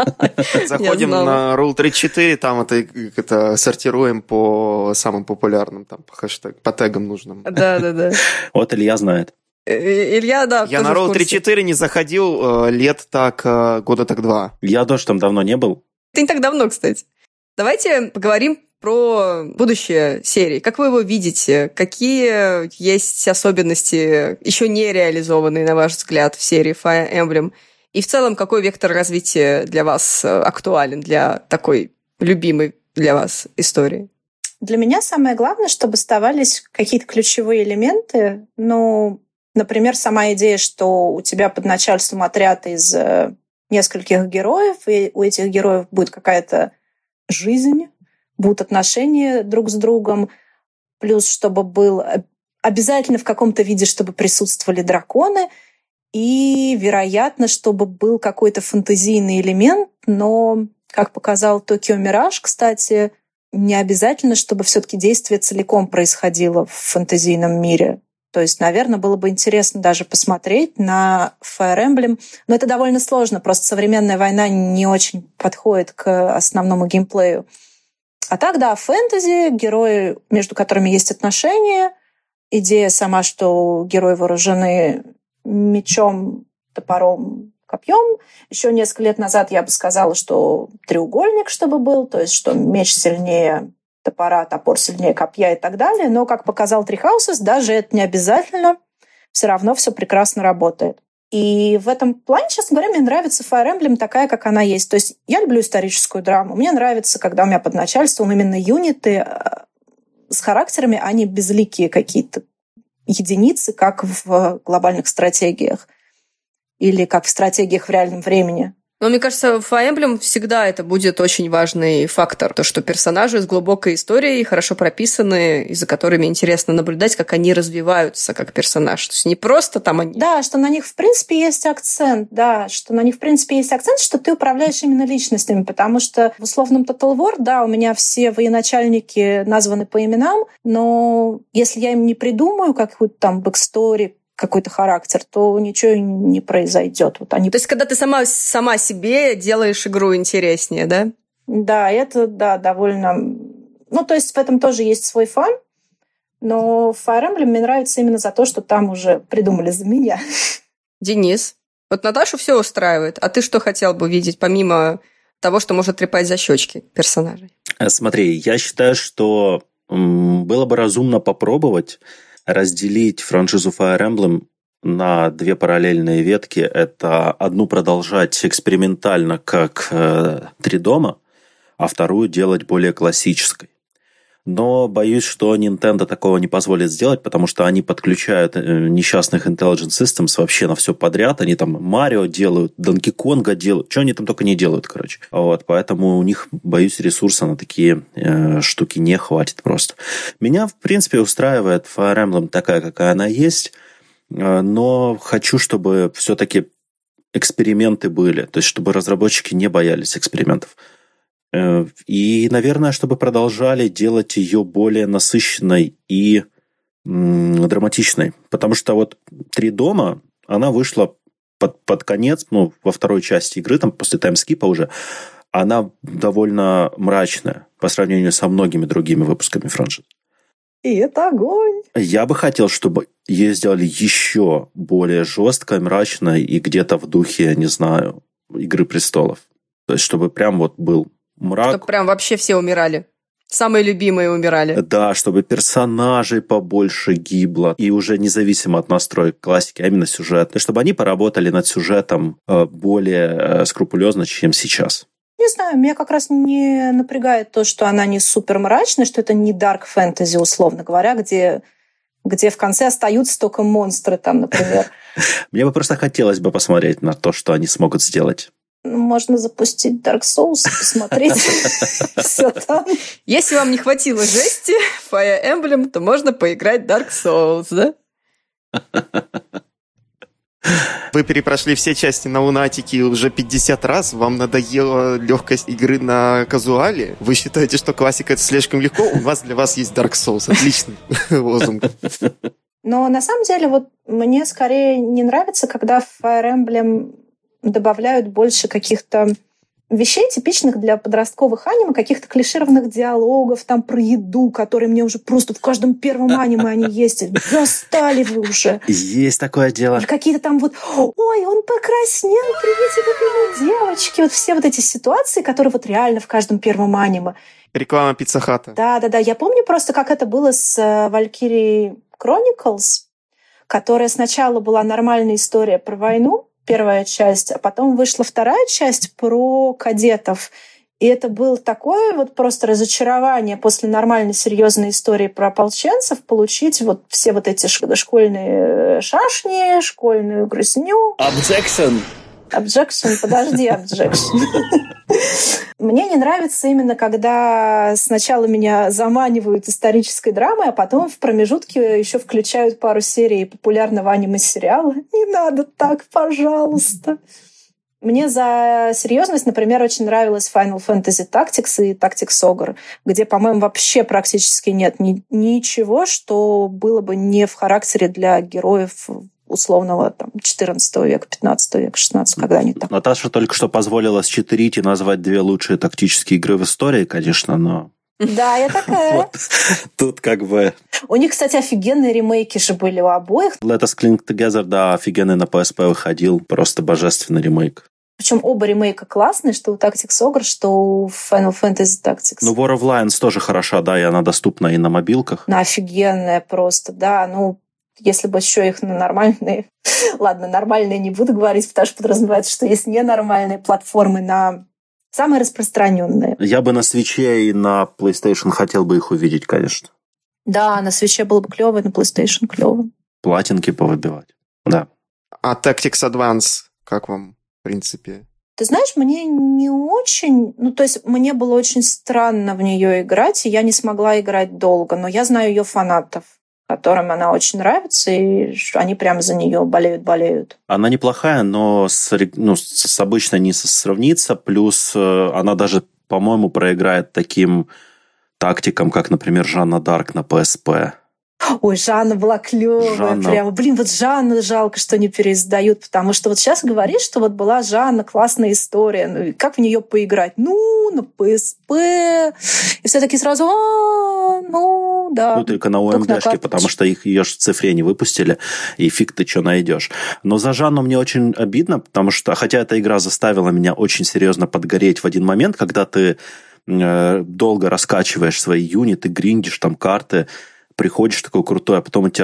Заходим на рул тридцать четыре, там это, это сортируем по самым популярным, там по хэштегам, по тегам нужным. Да-да-да. Вот Илья знает. Илья, да. Я на рул тридцать четыре не заходил лет так, года так два. Я тоже там давно не был. Ты не так давно, кстати. Давайте поговорим про будущее серии. Как вы его видите? Какие есть особенности, еще не реализованные, на ваш взгляд, в серии Fire Emblem? И в целом, какой вектор развития для вас актуален, для такой любимой для вас истории? Для меня самое главное, чтобы оставались какие-то ключевые элементы. Ну, например, сама идея, что у тебя под начальством отряд из нескольких героев, и у этих героев будет какая-то жизнь, будут отношения друг с другом, плюс чтобы был обязательно в каком-то виде, чтобы присутствовали драконы, и, вероятно, чтобы был какой-то фэнтезийный элемент, но, как показал Токио Мираж, кстати, не обязательно, чтобы все-таки действие целиком происходило в фэнтезийном мире. То есть, наверное, было бы интересно даже посмотреть на Fire Emblem, но это довольно сложно, просто современная война не очень подходит к основному геймплею. А так, да, фэнтези, герои, между которыми есть отношения, идея сама, что герои вооружены мечом, топором, копьем. Еще несколько лет назад я бы сказала, что треугольник, чтобы был, то есть что меч сильнее топора, топор сильнее копья и так далее. Но, как показал Three Houses, даже это не обязательно. Все равно все прекрасно работает. И в этом плане, честно говоря, мне нравится Fire Emblem такая, как она есть. То есть я люблю историческую драму. Мне нравится, когда у меня под начальством именно юниты с характерами, а не безликие какие-то единицы, как в глобальных стратегиях или как в стратегиях в реальном времени. Но мне кажется, в Fire Emblem всегда это будет очень важный фактор. То, что персонажи с глубокой историей, хорошо прописаны, и за которыми интересно наблюдать, как они развиваются как персонаж. То есть не просто там они... Да, что на них, в принципе, есть акцент. Да, что на них, в принципе, есть акцент, что ты управляешь именно личностями. Потому что в условном Total War, да, у меня все военачальники названы по именам, но если я им не придумаю какую-то там бэкстори, какой-то характер, то ничего не произойдет. Вот они... То есть, когда ты сама, сама себе делаешь игру интереснее, да? Да, это, да, довольно... Ну, то есть, в этом тоже есть свой фан, но Fire Emblem мне нравится именно за то, что там уже придумали за меня. Денис, вот Наташу все устраивает, а ты что хотел бы видеть, помимо того, что может трепать за щечки персонажей? Смотри, я считаю, что было бы разумно попробовать разделить франшизу Fire Emblem на две параллельные ветки. Это одну продолжать экспериментально, как э, Три дома, а вторую делать более классической. Но боюсь, что Nintendo такого не позволит сделать, потому что они подключают несчастных Intelligent Systems вообще на все подряд. Они там Марио делают, Donkey Konga делают. Что они там только не делают, короче. Вот, поэтому у них, боюсь, ресурса на такие э, штуки не хватит просто. Меня, в принципе, устраивает Fire Emblem такая, какая она есть. Э, но хочу, чтобы все-таки эксперименты были. То есть, чтобы разработчики не боялись экспериментов. И, наверное, чтобы продолжали делать ее более насыщенной и м, драматичной. Потому что вот «Три дома», она вышла под, под конец, ну, во второй части игры, там, после таймскипа уже, она довольно мрачная по сравнению со многими другими выпусками франшизы. И это огонь! Я бы хотел, чтобы ее сделали еще более жесткой, мрачной и где-то в духе, не знаю, «Игры престолов». То есть, чтобы прям вот был мрак. Чтобы прям вообще все умирали. Самые любимые умирали. Да, чтобы персонажей побольше гибло. И уже независимо от настроек классики, а именно сюжет. И чтобы они поработали над сюжетом более скрупулезно, чем сейчас. Не знаю, меня как раз не напрягает то, что она не супер мрачная, что это не дарк фэнтези, условно говоря, где, где в конце остаются только монстры там, например. Мне бы просто хотелось бы посмотреть на то, что они смогут сделать. Можно запустить Dark Souls и посмотреть все там. Если вам не хватило жести Fire Emblem, то можно поиграть Dark Souls, да? Вы перепрошли все части на Лунатике уже пятьдесят раз, вам надоела легкость игры на казуале, вы считаете, что классика это слишком легко, у вас для вас есть Dark Souls. Отличный лозунг. Но на самом деле вот мне скорее не нравится, когда в Fire Emblem добавляют больше каких-то вещей, типичных для подростковых аниме, каких-то клишированных диалогов там про еду, которые мне уже просто в каждом первом аниме они есть. Достали вы уже. Есть такое дело. И какие-то там вот, ой, он покраснел при виде любимой девочки. Вот все вот эти ситуации, которые вот реально в каждом первом аниме. Реклама Пицца Хата. Да-да-да. Я помню просто, как это было с Valkyrie Chronicles, которая сначала была нормальная история про войну, первая часть, а потом вышла вторая часть про кадетов. И это было такое вот просто разочарование после нормальной серьезной истории про ополченцев получить вот все вот эти школьные шашни, школьную грустню. Objection! Objection, подожди, objection. Мне не нравится именно, когда сначала меня заманивают исторической драмой, а потом в промежутке еще включают пару серий популярного аниме-сериала. Не надо так, пожалуйста. Мне за серьезность, например, очень нравилась Final Fantasy Tactics и Tactics Ogre, где, по-моему, вообще практически нет ни- ничего, что было бы не в характере для героев условного там, четырнадцатого века, пятнадцатого века, шестнадцатого, когда они там. Наташа только что позволила счетырить и назвать две лучшие тактические игры в истории, конечно, но Да, я такая. Вот. Тут как бы... У них, кстати, офигенные ремейки же были у обоих. Let Us Cling Together, да, офигенный на пи эс пи выходил. Просто божественный ремейк. Причем оба ремейка классные, что у Tactics Ogre, что у Final Fantasy Tactics. Ну, War of Lions тоже хороша, да, и она доступна и на мобилках. Ну, офигенная просто, да. Ну, если бы еще их на нормальные... Ладно, нормальные не буду говорить, потому что подразумевается, что есть ненормальные платформы на... Самые распространенные. Я бы на Switch'е и на PlayStation хотел бы их увидеть, конечно. Да, на Switch'е было бы клево, и на PlayStation клево. Платинки повыбивать, да. А Tactics Advance, как вам? В принципе. Ты знаешь, мне не очень... Ну, то есть мне было очень странно в нее играть, и я не смогла играть долго. Но я знаю ее фанатов, которым она очень нравится, и они прямо за нее болеют-болеют. Она неплохая, но с, ну, с обычной не сравнится. Плюс она даже, по-моему, проиграет таким тактикам, как, например, Жанна Дарк на пи эс пи. Ой, Жанна была клевая, Жанна... прямо. Блин, вот Жанна жалко, что не переиздают, потому что вот сейчас говоришь, что вот была Жанна, классная история, ну и как в нее поиграть? Ну, на пи эс пи. И все таки сразу, а, ну, да. Ну, только на ОМДшке, потому что их ее же в цифре не выпустили, и фиг ты что найдешь. Но за Жанну мне очень обидно, потому что, хотя эта игра заставила меня очень серьезно подгореть в один момент, когда ты э, долго раскачиваешь свои юниты, гриндишь там карты, приходишь такой крутой, а потом у тебя...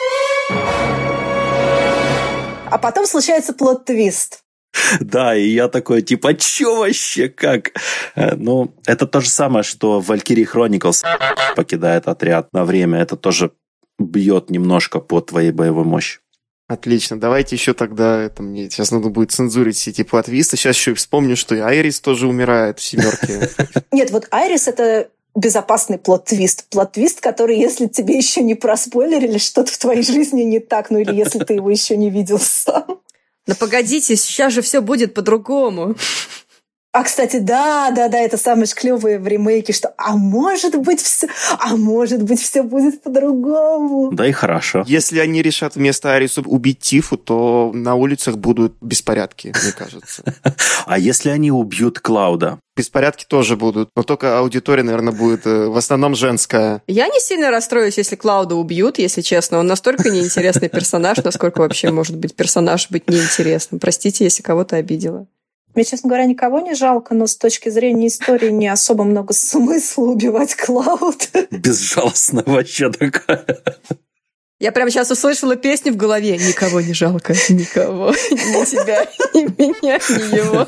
А потом случается плот-твист. Да, и я такой, типа, чё вообще, как? Ну, это то же самое, что Valkyrie Chronicles покидает отряд на время. Это тоже бьет немножко по твоей боевой мощи. Отлично, давайте еще тогда, это мне сейчас надо будет цензурить все эти плот-твисты. Сейчас еще вспомню, что и Айрис тоже умирает в семерке. Нет, вот Айрис это... безопасный плот-твист. Плот-твист, который, если тебе еще не проспойлерили, что-то в твоей жизни не так, ну или если ты его еще не видел сам. Да погодите, сейчас же все будет по-другому. А, кстати, да, да, да, это самое клевое в ремейке, что а может быть все, а может быть все будет по-другому. Да и хорошо. Если они решат вместо Ариса убить Тифу, то на улицах будут беспорядки, мне кажется. А если они убьют Клауда? Беспорядки тоже будут, но только аудитория, наверное, будет в основном женская. Я не сильно расстроюсь, если Клауда убьют, если честно. Он настолько неинтересный персонаж, насколько вообще может быть персонаж быть неинтересным. Простите, если кого-то обидела. Мне, честно говоря, никого не жалко, но с точки зрения истории не особо много смысла убивать Клауда. Безжалостно вообще такая. Я прямо сейчас услышала песню в голове. Никого не жалко, никого. Ни тебя, ни меня, ни его.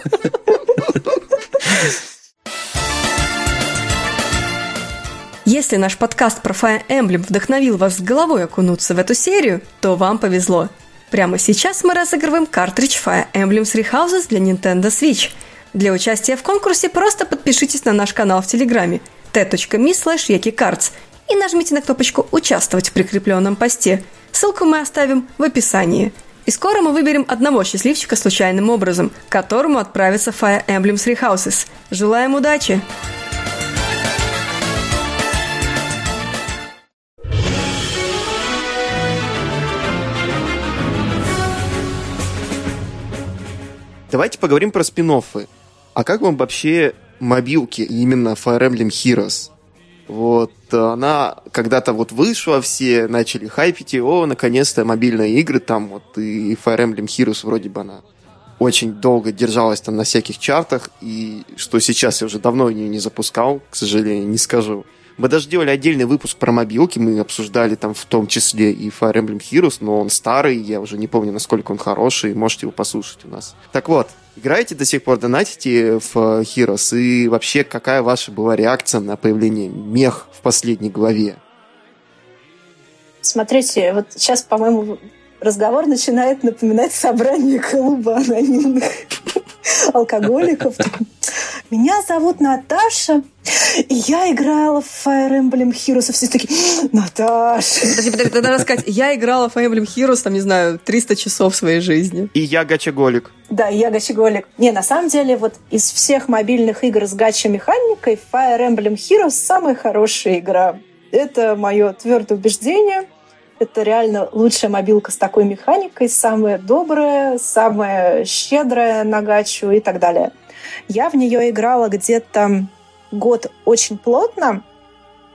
Если наш подкаст про Fire Emblem вдохновил вас с головой окунуться в эту серию, то вам повезло. Прямо сейчас мы разыгрываем картридж Fire Emblem Three Houses для Nintendo Switch. Для участия в конкурсе просто подпишитесь на наш канал в Телеграме t.me слэш yakicards и нажмите на кнопочку «Участвовать» в прикрепленном посте. Ссылку мы оставим в описании. И скоро мы выберем одного счастливчика случайным образом, к которому отправится Fire Emblem Three Houses. Желаем удачи! Давайте поговорим про спин-оффы. А как вам вообще мобилки, именно Fire Emblem Heroes? Вот, она когда-то вот вышла, все начали хайпить, и, о, наконец-то мобильные игры, там вот и Fire Emblem Heroes вроде бы она очень долго держалась там на всяких чартах, и что сейчас я уже давно ее не запускал, к сожалению, не скажу. Мы даже делали отдельный выпуск про мобилки, мы обсуждали там в том числе и Fire Emblem Heroes, но он старый, я уже не помню, насколько он хороший, можете его послушать у нас. Так вот, играете до сих пор, донатите в Heroes, и вообще какая ваша была реакция на появление мех в последней главе? Смотрите, вот сейчас, по-моему, разговор начинает напоминать собрание клуба анонимных алкоголиков. Меня зовут Наташа, и я играла в Fire Emblem Heroes. Все такие, Наташа. Подожди, подожди, тогда надо сказать, я играла в Fire Emblem Heroes, там, не знаю, триста часов в своей жизни. И я гачаголик. Да, и я гачаголик. Не, на самом деле, вот из всех мобильных игр с гача-механикой Fire Emblem Heroes самая хорошая игра. Это мое твердое убеждение. Это реально лучшая мобилка с такой механикой, самая добрая, самая щедрая на гачу и так далее. Я в нее играла где-то год очень плотно,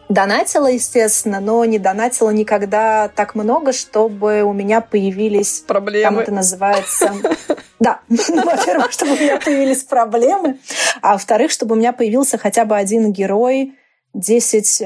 Донатила, естественно, но не донатила никогда так много, чтобы у меня появились... Проблемы. Там это называется... Да, во-первых, чтобы у меня появились проблемы, а во-вторых, чтобы у меня появился хотя бы один герой, десять...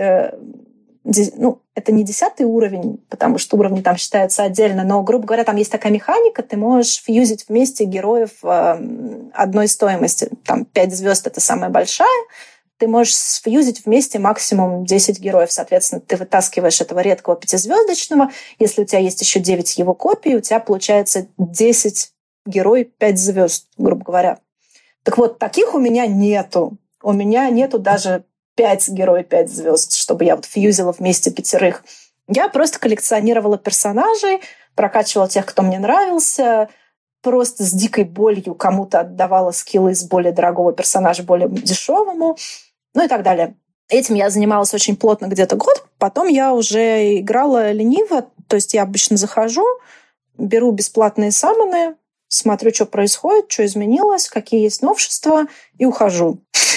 Ну, это не десятый уровень, потому что уровни там считаются отдельно, но, грубо говоря, там есть такая механика, ты можешь фьюзить вместе героев одной стоимости. Там пять звезд — это самая большая, ты можешь сфьюзить вместе максимум десять героев. Соответственно, ты вытаскиваешь этого редкого пятизвездочного. Если у тебя есть еще девять его копий, у тебя получается десять героев, пять звезд, грубо говоря. Так вот, таких у меня нету. У меня нету даже пять героев, пять звезд, чтобы я вот фьюзила вместе пятерых. Я просто коллекционировала персонажей, прокачивала тех, кто мне нравился, просто с дикой болью кому-то отдавала скиллы из более дорогого персонажа более дешевому, ну и так далее. Этим я занималась очень плотно где-то год. Потом я уже играла лениво, то есть я обычно захожу, беру бесплатные саммоны, смотрю, что происходит, что изменилось, какие есть новшества, и ухожу.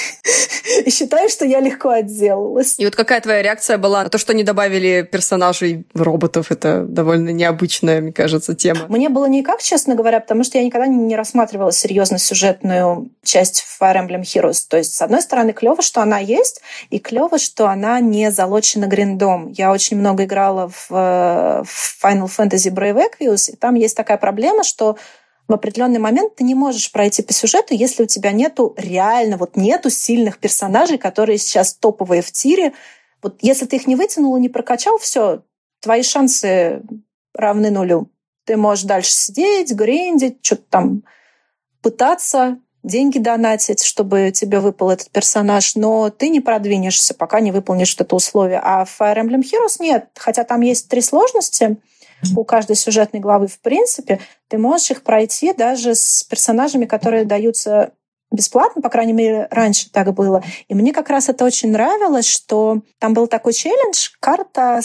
И считаю, что я легко отделалась. И вот какая твоя реакция была на то, что не добавили персонажей роботов? Это довольно необычная, мне кажется, тема. Мне было никак, честно говоря, потому что я никогда не рассматривала серьезно сюжетную часть Fire Emblem Heroes. То есть, с одной стороны, клево, что она есть, и клево, что она не залочена гриндом. Я очень много играла в Final Fantasy Brave Exvius, и там есть такая проблема, что в определенный момент ты не можешь пройти по сюжету, если у тебя нету реально, вот нету сильных персонажей, которые сейчас топовые в тире. Вот если ты их не вытянул и не прокачал, все, твои шансы равны нулю. Ты можешь дальше сидеть, гриндить, что-то там пытаться, деньги донатить, чтобы тебе выпал этот персонаж, но ты не продвинешься, пока не выполнишь это условие. А в Fire Emblem Heroes нет. Хотя там есть три сложности, у каждой сюжетной главы, в принципе, ты можешь их пройти даже с персонажами, которые даются бесплатно, по крайней мере, раньше так было. И мне как раз это очень нравилось, что там был такой челлендж, карта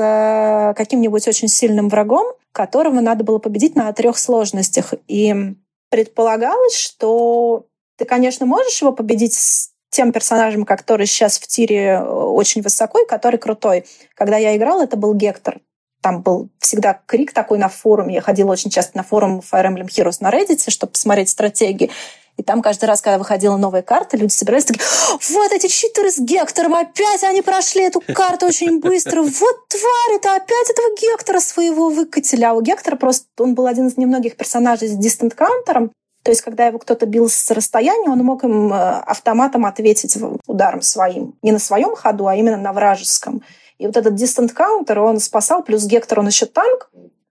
с каким-нибудь очень сильным врагом, которого надо было победить на трех сложностях. И предполагалось, что ты, конечно, можешь его победить с тем персонажем, который сейчас в тире очень высоко и который крутой. Когда я играла, это был Гектор. Там был всегда крик такой на форуме. Я ходила очень часто на форум Fire Emblem Heroes на Reddit, чтобы посмотреть стратегии. И там каждый раз, когда выходила новая карта, люди собирались такие: вот эти читеры с Гектором, опять они прошли эту карту очень быстро. Вот твари-то, опять этого Гектора своего выкатили. А у Гектора просто, он был один из немногих персонажей с дистант-каунтером. То есть, когда его кто-то бил с расстояния, он мог им автоматом ответить ударом своим. Не на своем ходу, а именно на вражеском. И вот этот дистант-каунтер он спасал, плюс Гектор, он еще танк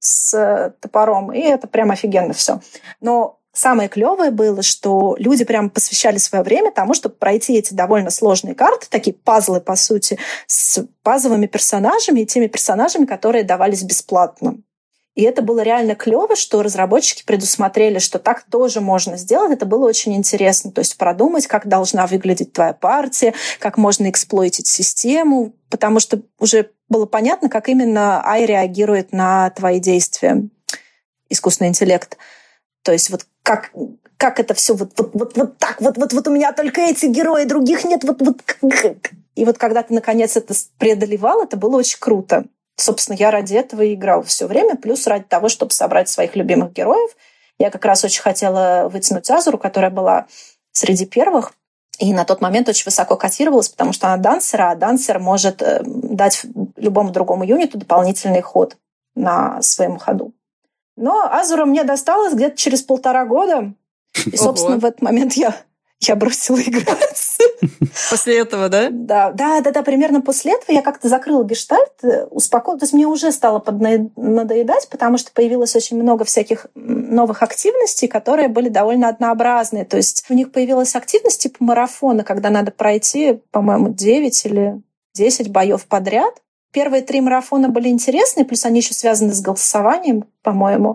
с топором, и это прям офигенно все. Но самое клевое было, что люди прям посвящали свое время тому, чтобы пройти эти довольно сложные карты, такие пазлы, по сути, с базовыми персонажами и теми персонажами, которые давались бесплатно. И это было реально клево, что разработчики предусмотрели, что так тоже можно сделать. Это было очень интересно. То есть продумать, как должна выглядеть твоя партия, как можно эксплойтить систему, потому что уже было понятно, как именно эй ай реагирует на твои действия, искусственный интеллект. То есть вот как, как это все вот, вот, вот, вот так, вот, вот, вот у меня только эти герои, других нет. Вот, вот. И вот когда ты, наконец, это преодолевал, это было очень круто. Собственно, я ради этого и играла все время, плюс ради того, чтобы собрать своих любимых героев. Я как раз очень хотела вытянуть Азуру, которая была среди первых, и на тот момент очень высоко котировалась, потому что она дансер, а дансер может дать любому другому юниту дополнительный ход на своем ходу. Но Азура мне досталась где-то через полтора года, и, собственно, Ого. в этот момент я... Я бросила играть. После этого, да? Да, да, да, да, примерно после этого я как-то закрыла гештальт, успокоилась. То есть мне уже стало надоедать, потому что появилось очень много всяких новых активностей, которые были довольно однообразные. То есть у них появилась активность типа марафона, когда надо пройти, по-моему, девять или десять боев подряд. Первые три марафона были интересные, плюс они еще связаны с голосованием, по-моему.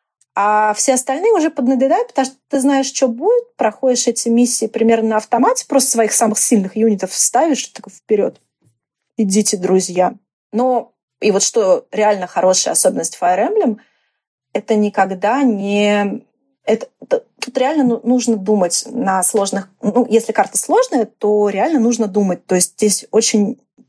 А все остальные уже поднадоедают, потому что ты знаешь, что будет, проходишь эти миссии примерно на автомате, просто своих самых сильных юнитов ставишь и такой вперед. Идите, друзья. Но и вот что реально хорошая особенность Fire Emblem, это никогда не... Это, это, тут реально нужно думать на сложных... Ну, если карта сложная, то реально нужно думать. То есть здесь очень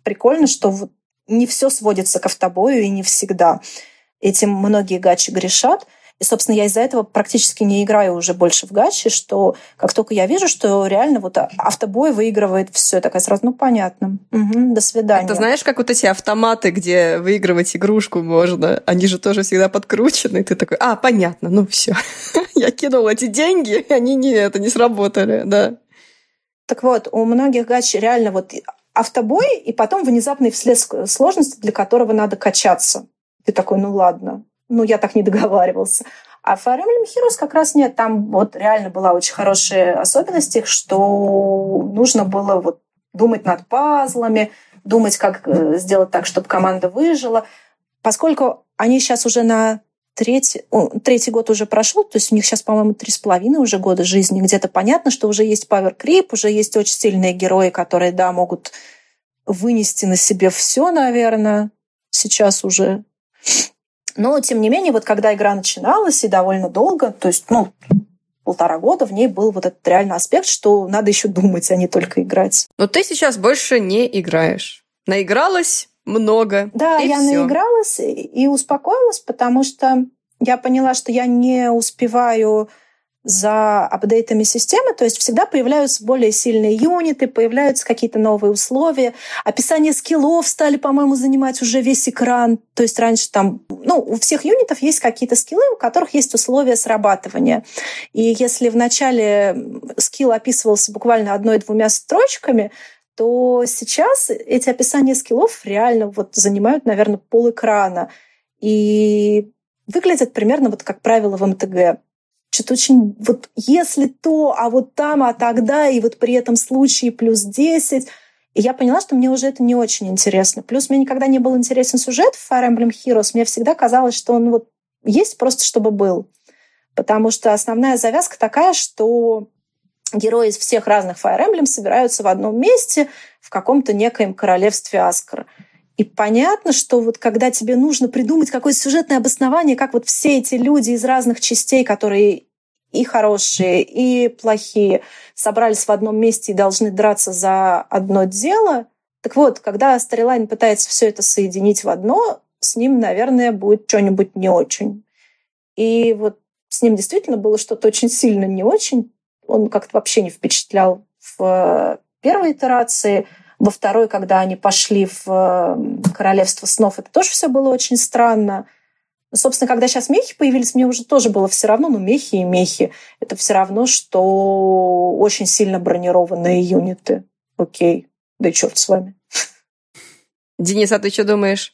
прикольно, что вот не все сводится к автобою и не всегда. Этим многие гачи грешат. И, собственно, я из-за этого практически не играю уже больше в гачи, что как только я вижу, что реально вот автобой выигрывает все, такая сразу, ну, понятно. Угу, до свидания. Ты знаешь, как вот эти автоматы, где выигрывать игрушку можно, они же тоже всегда подкручены, и ты такой, а, понятно, ну все. Я кинул эти деньги, и они не, это, не сработали, да. Так вот, у многих гачи реально вот автобой, и потом внезапный всплеск сложности, для которого надо качаться. Ты такой, ну ладно. Ну, я так не договаривался. А Fire Emblem Heroes как раз нет. Там вот реально была очень хорошая особенность их, что нужно было вот думать над пазлами, думать, как сделать так, чтобы команда выжила. Поскольку они сейчас уже на третий, о, третий год уже прошел, то есть у них сейчас, по-моему, три с половиной уже года жизни, где-то понятно, что уже есть power creep, уже есть очень сильные герои, которые, да, могут вынести на себе все, наверное, сейчас уже. Но, тем не менее, вот когда игра начиналась, и довольно долго, то есть, ну, полтора года, в ней был вот этот реальный аспект, что надо еще думать, а не только играть. Но ты сейчас больше не играешь. Наигралась много. Да, я всё. наигралась и успокоилась, потому что я поняла, что я не успеваю за апдейтами системы, то есть всегда появляются более сильные юниты, появляются какие-то новые условия. Описание скиллов стали, по-моему, занимать уже весь экран. То есть раньше там, ну, у всех юнитов есть какие-то скиллы, у которых есть условия срабатывания. И если в начале скилл описывался буквально одной-двумя строчками, то сейчас эти описания скиллов реально вот занимают, наверное, полэкрана. И выглядят примерно вот как правило в эм тэ гэ. Что-то очень вот если то, а вот там, а тогда, и вот при этом случае плюс десять. И я поняла, что мне уже это не очень интересно. Плюс мне никогда не был интересен сюжет в Fire Emblem Heroes. Мне всегда казалось, что он вот есть просто чтобы был. Потому что основная завязка такая, что герои из всех разных Fire Emblem собираются в одном месте в каком-то некоем королевстве Аскар. И понятно, что вот когда тебе нужно придумать какое-то сюжетное обоснование, как вот все эти люди из разных частей, которые и хорошие, и плохие, собрались в одном месте и должны драться за одно дело. Так вот, когда Storyline пытается все это соединить в одно, с ним, наверное, будет что-нибудь не очень. И вот с ним действительно было что-то очень сильно не очень. Он как-то вообще не впечатлял в первой итерации. Во второй, когда они пошли в Королевство снов, это тоже все было очень странно. Собственно, когда сейчас мехи появились, мне уже тоже было все равно, ну, мехи и мехи. Это все равно, что очень сильно бронированные юниты. Окей, да и черт с вами. Денис, а ты что думаешь?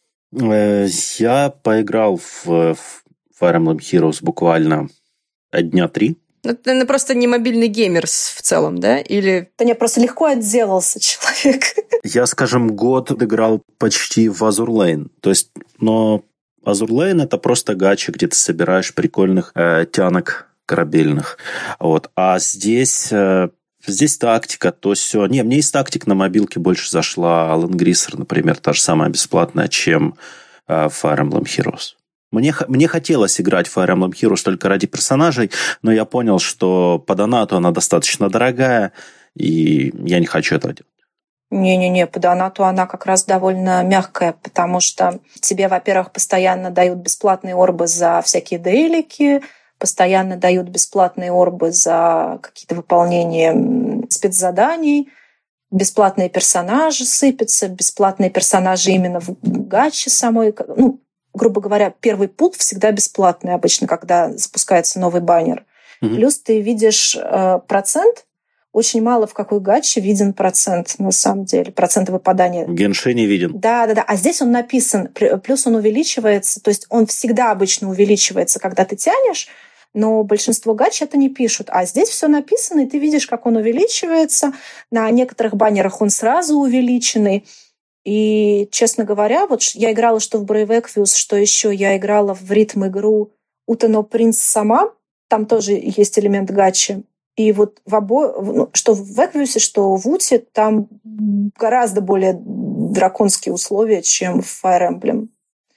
Я поиграл в Fire Emblem Heroes буквально дня три. Ну, ты наверное, просто не мобильный геймер в целом, да? Или... Да не, просто легко отделался человек. Я, скажем, год играл почти в Azur Lane. То есть, но Azur Lane — это просто гача, где ты собираешь прикольных э, тянок корабельных. Вот. А здесь, э, здесь тактика, то все. Не, мне из тактик на мобилке больше зашла Alan Grisser, например, та же самая бесплатная, чем э, Fire Emblem Heroes. Мне, мне хотелось играть в Fire Emblem Heroes только ради персонажей, но я понял, что по донату она достаточно дорогая, и я не хочу этого делать. Не-не-не, по донату она как раз довольно мягкая, потому что тебе, во-первых, постоянно дают бесплатные орбы за всякие дейлики, постоянно дают бесплатные орбы за какие-то выполнения спецзаданий, бесплатные персонажи сыпятся, бесплатные персонажи именно в гаче самой, ну, грубо говоря, первый пул всегда бесплатный обычно, когда запускается новый баннер. Mm-hmm. Плюс ты видишь э, процент. Очень мало в какой гаче виден процент, на самом деле. Процент выпадания. В Геншине виден. Да, да, да. А здесь он написан. Плюс он увеличивается. То есть он всегда обычно увеличивается, когда ты тянешь, но большинство гач это не пишут. А здесь все написано, и ты видишь, как он увеличивается. На некоторых баннерах он сразу увеличенный. И, честно говоря, вот я играла что в Brave Exvius, что еще я играла в ритм-игру Utano Prince сама. Там тоже есть элемент гачи. И вот в обо... что в Эквиусе, что в Уте, там гораздо более драконские условия, чем в Fire Emblem.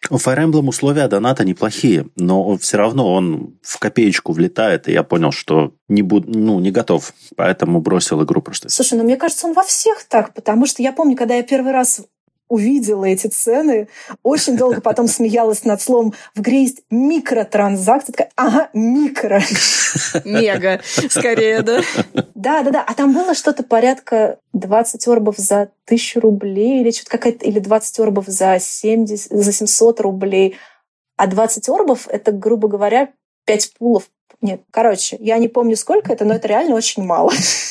У Fire Emblem условия доната неплохие, но все равно он в копеечку влетает, и я понял, что не, буду, ну, не готов, поэтому бросил игру просто. Слушай, ну мне кажется, он во всех так, потому что я помню, когда я первый раз увидела эти цены, очень долго потом смеялась над словом «в игре есть микротранзакции». Такая, ага, микро. Мега, скорее, да? Да-да-да, а там было что-то порядка двадцать орбов за тысячу рублей или что-то какая-то, или двадцать орбов за, семьдесят, за семьсот рублей. А двадцать орбов — это, грубо говоря, пять пулов. Нет, короче, я не помню, сколько это, но это реально очень мало.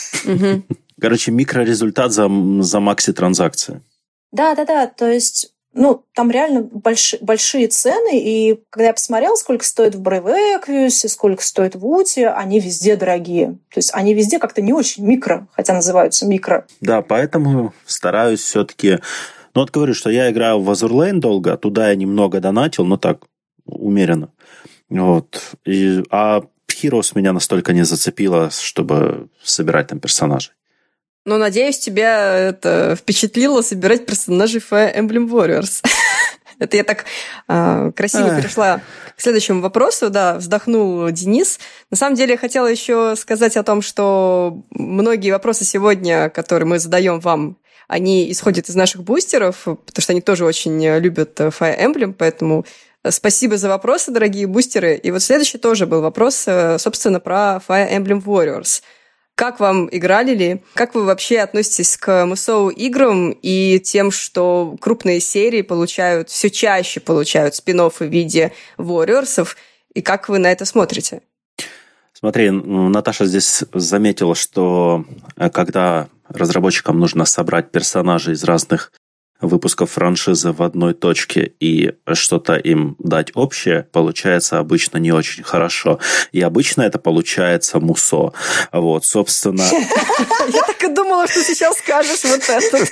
Короче, микрорезультат за, за макси-транзакции. Да-да-да, то есть, ну, там реально больш, большие цены, и когда я посмотрела, сколько стоит в Brave Exvius, сколько стоит в Уте, они везде дорогие. То есть они везде как-то не очень микро, хотя называются микро. Да, поэтому стараюсь все-таки... Ну, вот говорю, что я играл в Azur Lane долго, туда я немного донатил, но так, умеренно. Вот. И, а Heroes меня настолько не зацепило, чтобы собирать там персонажей. Ну, надеюсь, тебя это впечатлило собирать персонажей Fire Emblem Warriors. Это я так э, красиво Эх. перешла к следующему вопросу. Да, вздохнул Денис. На самом деле, я хотела еще сказать о том, что многие вопросы сегодня, которые мы задаем вам, они исходят из наших бустеров, потому что они тоже очень любят Fire Emblem, поэтому спасибо за вопросы, дорогие бустеры. И вот следующий тоже был вопрос, собственно, про Fire Emblem Warriors. Как вам играли ли? Как вы вообще относитесь к Musou играм и тем, что крупные серии получают, все чаще получают спин-оффы в виде Warriors'ов? И как вы на это смотрите? Смотри, Наташа здесь заметила, что когда разработчикам нужно собрать персонажей из разных выпусков франшизы в одной точке и что-то им дать общее, получается обычно не очень хорошо. И обычно это получается Musou. Вот, собственно... Я так и думала, что сейчас скажешь вот этот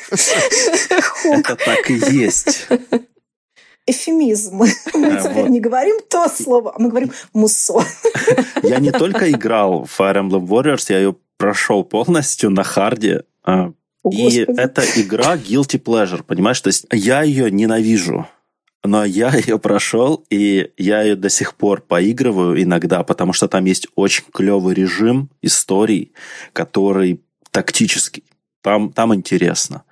хук. Это так и есть. Эвфемизм. Мы теперь не говорим то слово, а мы говорим Musou. Я не только играл в Fire Emblem Warriors, я ее прошел полностью на харде. И это игра guilty pleasure, понимаешь? То есть я ее ненавижу, но я ее прошел, и я ее до сих пор поигрываю иногда, потому что там есть очень клевый режим историй, который тактический. Там, там интересно.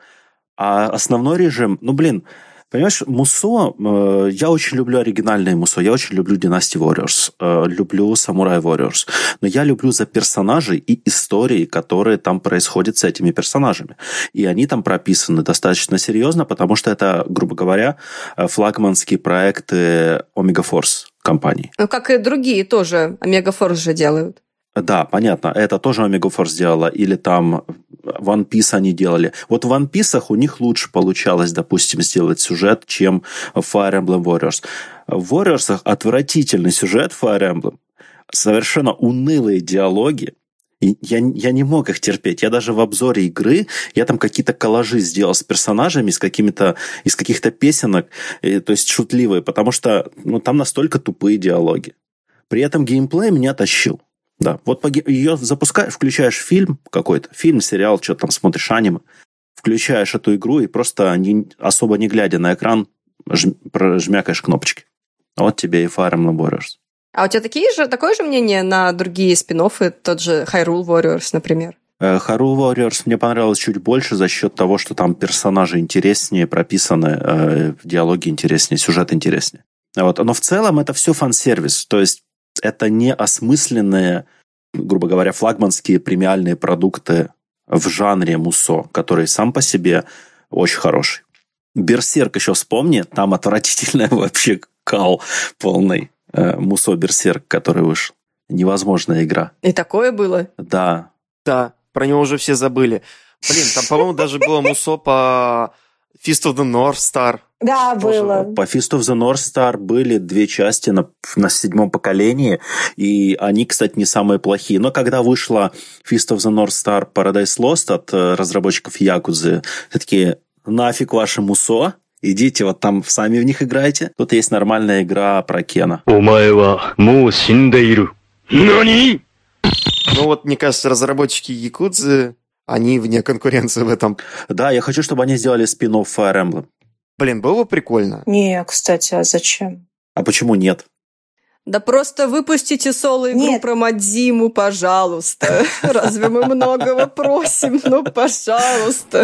А основной режим, ну, блин, понимаешь, Musou, э, я очень люблю оригинальные Musou, я очень люблю Dynasty Warriors, э, люблю Samurai Warriors, но я люблю за персонажей и истории, которые там происходят с этими персонажами. И они там прописаны достаточно серьезно, потому что это, грубо говоря, флагманские проекты Omega Force компании. Ну, как и другие тоже Omega Force же делают. Да, понятно. Это тоже Omega Force делала. Или там One Piece они делали. Вот в One Piece у них лучше получалось, допустим, сделать сюжет, чем в Fire Emblem Warriors. В Warriors отвратительный сюжет Fire Emblem. Совершенно унылые диалоги. И я, я не мог их терпеть. Я даже в обзоре игры, я там какие-то коллажи сделал с персонажами, с какими-то, из каких-то песенок, и, то есть шутливые, потому что ну, там настолько тупые диалоги. При этом геймплей меня тащил. Да, вот ее запускаешь, включаешь фильм какой-то, фильм, сериал, что там смотришь, аниме, включаешь эту игру и просто не, особо не глядя на экран жм, жмякаешь кнопочки. Вот тебе и Fire Emblem Warriors. А у тебя такие же, такое же мнение на другие спин-оффы, тот же Hyrule Warriors, например? Hyrule Warriors мне понравилось чуть больше за счет того, что там персонажи интереснее прописаны, э, диалоги интереснее, сюжет интереснее. Вот. Но в целом это все фан-сервис, то есть это не осмысленные, грубо говоря, флагманские премиальные продукты в жанре Musou, который сам по себе очень хороший. Берсерк еще вспомни, там отвратительная вообще кал полный. Musou Берсерк, который вышел. Невозможная игра. И такое было? Да. Да, про него уже все забыли. Блин, там, по-моему, даже было Musou по Fist of the North Star. Да, было. По Fist of the North Star были две части на, на седьмом поколении, и они, кстати, не самые плохие. Но когда вышла Fist of the North Star Paradise Lost от разработчиков Якудзы, такие, нафиг ваши Musou, идите вот там сами в них играйте. Тут есть нормальная игра про Кена. Ну вот, мне кажется, разработчики Якудзы, они вне конкуренции в этом. Да, я хочу, чтобы они сделали спин-офф Fire Emblem. Блин, было бы прикольно. Не, кстати, а зачем? А почему нет? Да просто выпустите соло-игру про Мадзиму, пожалуйста. Разве мы многого просим? Ну, пожалуйста.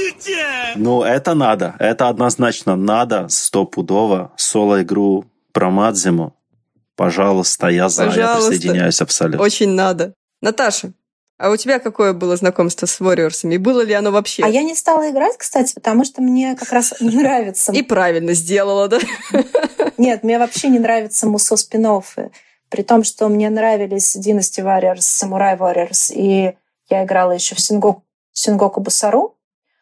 Ну, это надо. Это однозначно надо. Стопудово. Соло-игру про Мадзиму. Пожалуйста, я за, Пожалуйста. Я присоединяюсь абсолютно. Очень надо. Наташа, а у тебя какое было знакомство с Warriors'ами? Было ли оно вообще? А я не стала играть, кстати, потому что мне как раз не нравится. И правильно сделала, да? Нет, мне вообще не нравятся мусо спин-оффы. При том, что мне нравились Dynasty Warriors, Samurai Warriors, и я играла еще в Сенгоку, Сенгоку Басару.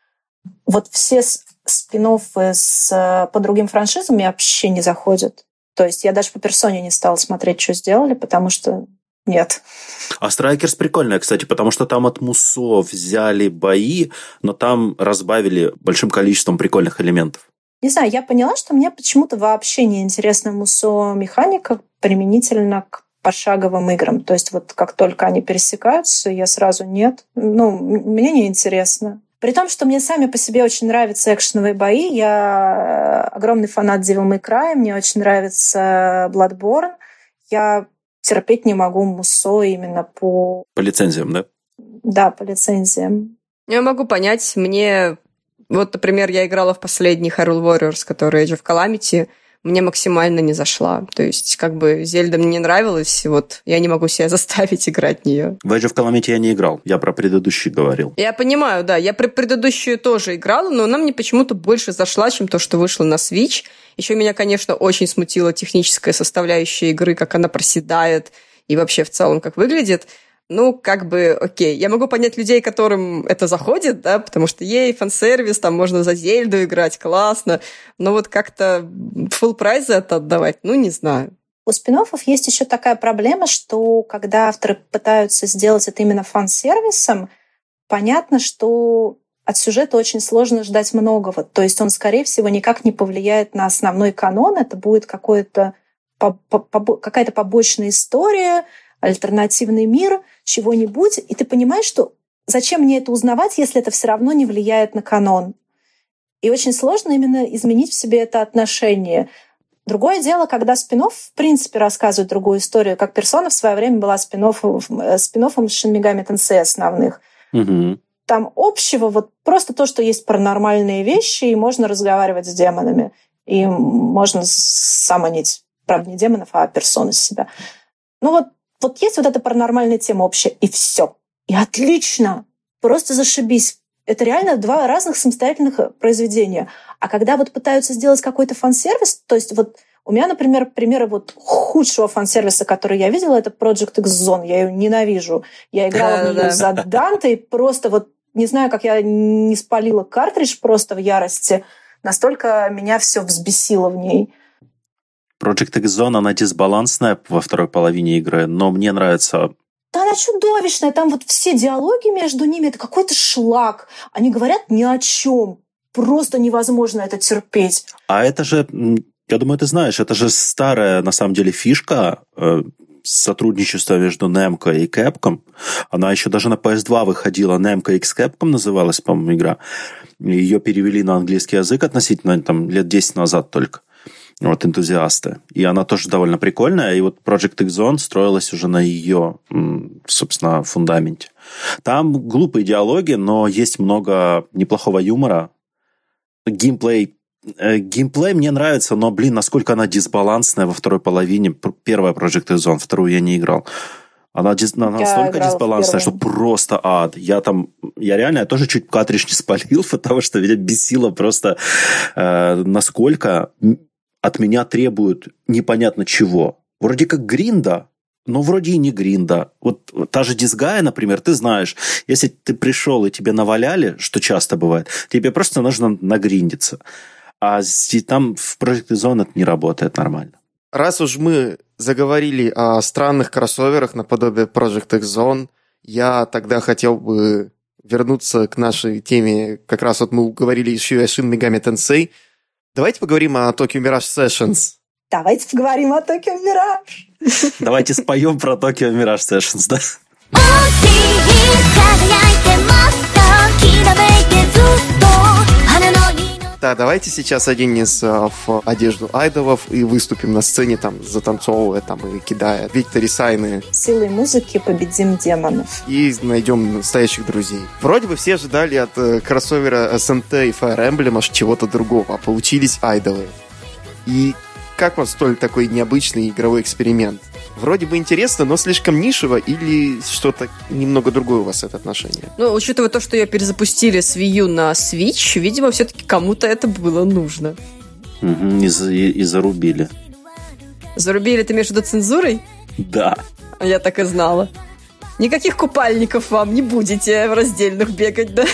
Вот все спин-оффы с, по другим франшизам мне вообще не заходят. То есть я даже по персоне не стала смотреть, что сделали, потому что нет. А Strikers прикольная, кстати, потому что там от мусо взяли бои, но там разбавили большим количеством прикольных элементов. Не знаю, я поняла, что мне почему-то вообще не интересна мусо-механика применительно к пошаговым играм. То есть вот как только они пересекаются, я сразу нет. Ну, мне не интересно. При том, что мне сами по себе очень нравятся экшеновые бои. Я огромный фанат Devil May Cry, мне очень нравится Bloodborne. Я терпеть не могу мусо именно по... По лицензиям, да? Да, по лицензиям. Я могу понять, мне... Вот, например, я играла в последний Hyrule Warriors, который Age of Calamity, мне максимально не зашла. То есть, как бы, Зельда мне не нравилась, вот, я не могу себя заставить играть в нее. В Age of Calamity я не играл, я про предыдущий говорил. Я понимаю, да, я про предыдущую тоже играла, но она мне почему-то больше зашла, чем то, что вышло на Switch. Еще меня, конечно, очень смутила техническая составляющая игры, как она проседает и вообще в целом как выглядит. Ну, как бы, окей. Я могу понять людей, которым это заходит, да, потому что ей фан-сервис, там можно за Зельду играть, классно. Но вот как-то фулл прайс за это отдавать, ну, не знаю. У спин-оффов есть еще такая проблема, что когда авторы пытаются сделать это именно фан-сервисом, понятно, что от сюжета очень сложно ждать многого. То есть он, скорее всего, никак не повлияет на основной канон. Это будет какое-то, какая-то побочная история, альтернативный мир, чего-нибудь, и ты понимаешь, что зачем мне это узнавать, если это все равно не влияет на канон. И очень сложно именно изменить в себе это отношение. Другое дело, когда спин-офф в принципе рассказывает другую историю, как Persona в свое время была спин-оффом, спин-оффом Shin Megami Tensei основных. Угу. Там общего вот просто то, что есть паранормальные вещи, и можно разговаривать с демонами. И можно самонить, правда, не демонов, а персон из себя. Ну вот Вот есть вот эта паранормальная тема общая, и все. И отлично. Просто зашибись. Это реально два разных самостоятельных произведения. А когда вот пытаются сделать какой-то фан-сервис, то есть вот у меня, например, примеры вот худшего фан-сервиса, который я видела, это Project X Zone. Я ее ненавижу. Я играла в нее за Данте, и просто вот не знаю, как я не спалила картридж просто в ярости. Настолько меня все взбесило в ней. Project X Zone, она дисбалансная во второй половине игры, но мне нравится... Да она чудовищная, там вот все диалоги между ними, это какой-то шлак. Они говорят ни о чем. Просто невозможно это терпеть. А это же, я думаю, ты знаешь, это же старая, на самом деле, фишка э, сотрудничества между Namco и Capcom. Она еще даже на пи эс два выходила, Namco X Capcom называлась, по-моему, игра. Ее перевели на английский язык относительно там, лет десять назад только. Вот, энтузиасты. И она тоже довольно прикольная. И вот Project X Zone строилась уже на ее, собственно, фундаменте. Там глупые диалоги, но есть много неплохого юмора. Геймплей, э, геймплей мне нравится, но, блин, насколько она дисбалансная во второй половине. Первая Project X Zone, вторую я не играл. Она, дис, она настолько дисбалансная, что просто ад. Я там, я реально, я тоже чуть картридж не спалил, потому что меня бесило просто, э, насколько... от меня требуют непонятно чего. Вроде как гринда, но вроде и не гринда. Вот та же Disgaea, например, ты знаешь, если ты пришел и тебе наваляли, что часто бывает, тебе просто нужно нагриндиться. А там в Project Zone это не работает нормально. Раз уж мы заговорили о странных кроссоверах наподобие Project X Zone, я тогда хотел бы вернуться к нашей теме. Как раз вот мы говорили еще и о Shin Megami Tensei. Давайте поговорим о Tokyo Mirage Sessions. Давайте поговорим о Tokyo Mirage. Давайте споем про Tokyo Mirage Sessions, да? Да, давайте сейчас оденемся в одежду айдолов и выступим на сцене, там, затанцовывая там, и кидая Victory Sign. Силой музыки победим демонов. И найдем настоящих друзей. Вроде бы все ожидали от э, кроссовера эс эн ти и Fire Emblem аж чего-то другого, а получились айдолы. И как вам столь такой необычный игровой эксперимент? Вроде бы интересно, но слишком нишево, или что-то немного другое у вас это отношение? Ну, учитывая то, что ее перезапустили с Wii U на Switch, видимо, все-таки кому-то это было нужно. Угу, и, за, и, и зарубили. Зарубили, ты имеешь в виду цензурой? Да. Я так и знала. Никаких купальников вам не будете в раздельных бегать, да?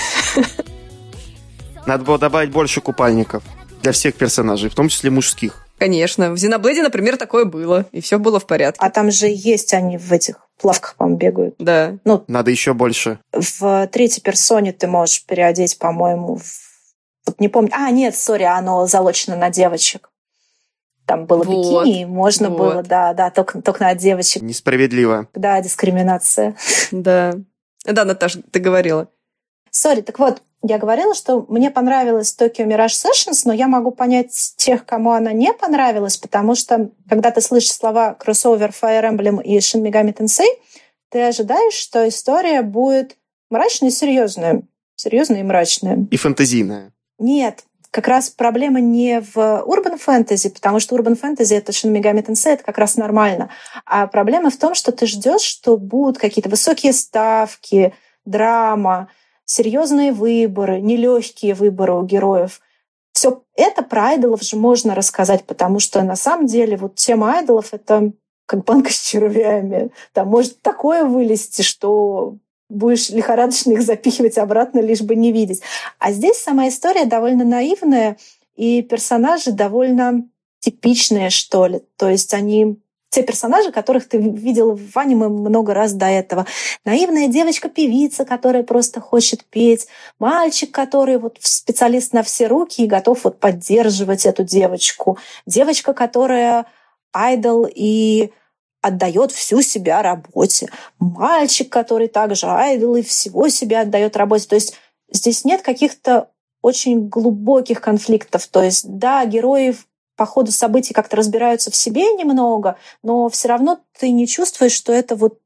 Надо было добавить больше купальников для всех персонажей, в том числе мужских. Конечно. В Xenoblade, например, такое было, и все было в порядке. А там же есть они в этих плавках, по-моему, бегают. Да. Ну, надо еще больше. В третьей персоне ты можешь переодеть, по-моему, в... вот не помню. А, нет, сори, оно залочено на девочек. Там было вот. Бикини, можно вот. Было, да, да, только, только на девочек. Несправедливо. Да, дискриминация. Да. Да, Наташа, ты говорила. Сори, так вот, я говорила, что мне понравилась Tokyo Mirage Sessions, но я могу понять тех, кому она не понравилась, потому что, когда ты слышишь слова кроссовер Fire Emblem и Shin Megami Tensei, ты ожидаешь, что история будет мрачная и серьезная. Серьезная и мрачная. И фэнтезийная. Нет, как раз проблема не в Urban Fantasy, потому что Urban Fantasy — это Shin Megami Tensei, это как раз нормально. А проблема в том, что ты ждешь, что будут какие-то высокие ставки, драма, серьезные выборы, нелегкие выборы у героев. Все это про айдолов же можно рассказать, потому что на самом деле вот тема айдолов — это как банка с червями. Там может такое вылезти, что будешь лихорадочно их запихивать обратно, лишь бы не видеть. А здесь сама история довольно наивная, и персонажи довольно типичные, что ли. То есть они... Те персонажи, которых ты видел в аниме много раз до этого. Наивная девочка-певица, которая просто хочет петь. Мальчик, который вот специалист на все руки и готов вот поддерживать эту девочку. Девочка, которая айдол и отдает всю себя работе. Мальчик, который также айдол и всего себя отдает работе. То есть здесь нет каких-то очень глубоких конфликтов. То есть, да, герои по ходу событий как-то разбираются в себе немного, но все равно ты не чувствуешь, что это вот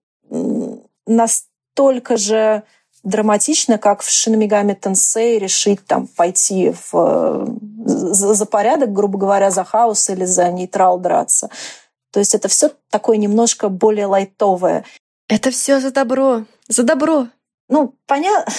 настолько же драматично, как в Shin Megami Tensei решить там пойти в, за, за порядок, грубо говоря, за хаос или за нейтрал драться. То есть это все такое немножко более лайтовое. Это все за добро, за добро. Ну, понятно.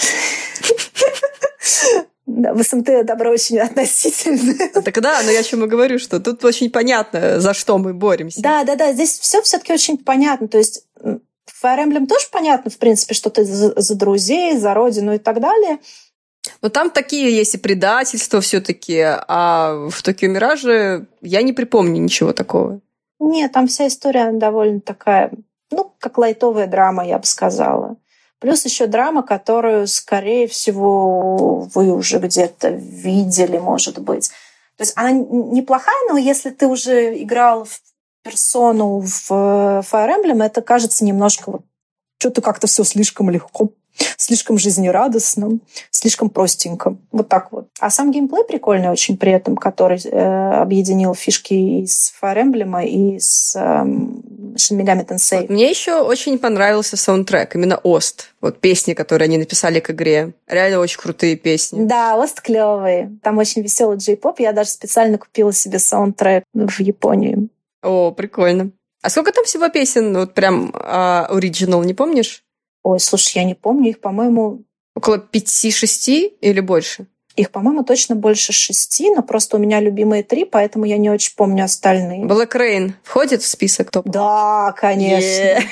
В эс эм ти добро очень относительно. Так да, но я о чем и говорю, что тут очень понятно, за что мы боремся. Да, да, да, здесь все все-таки очень понятно. То есть в Fire Emblem тоже понятно, в принципе, что ты за, за друзей, за родину и так далее. Но там такие есть и предательства все-таки, а в Tokyo Mirage я не припомню ничего такого. Нет, там вся история довольно такая, ну, как лайтовая драма, я бы сказала. Плюс еще драма, которую, скорее всего, вы уже где-то видели, может быть. То есть она неплохая, но если ты уже играл в персону в Fire Emblem, это кажется немножко вот что-то как-то все слишком легко, слишком жизнерадостно, слишком простенько. Вот так вот. А сам геймплей прикольный очень при этом, который э, объединил фишки из Fire Emblem и с э, Shin Megami Tensei. Вот мне еще очень понравился саундтрек, именно Ост. Вот песни, которые они написали к игре. Реально очень крутые песни. Да, Ост клевый. Там очень веселый джей-поп. Я даже специально купила себе саундтрек в Японии. О, прикольно. А сколько там всего песен? Вот прям оригинал, не помнишь? Ой, слушай, я не помню. Их, по-моему... Около пяти-шести или больше? Их, по-моему, точно больше шести, но просто у меня любимые три, поэтому я не очень помню остальные. Black Rain входит в список топ? Да, конечно.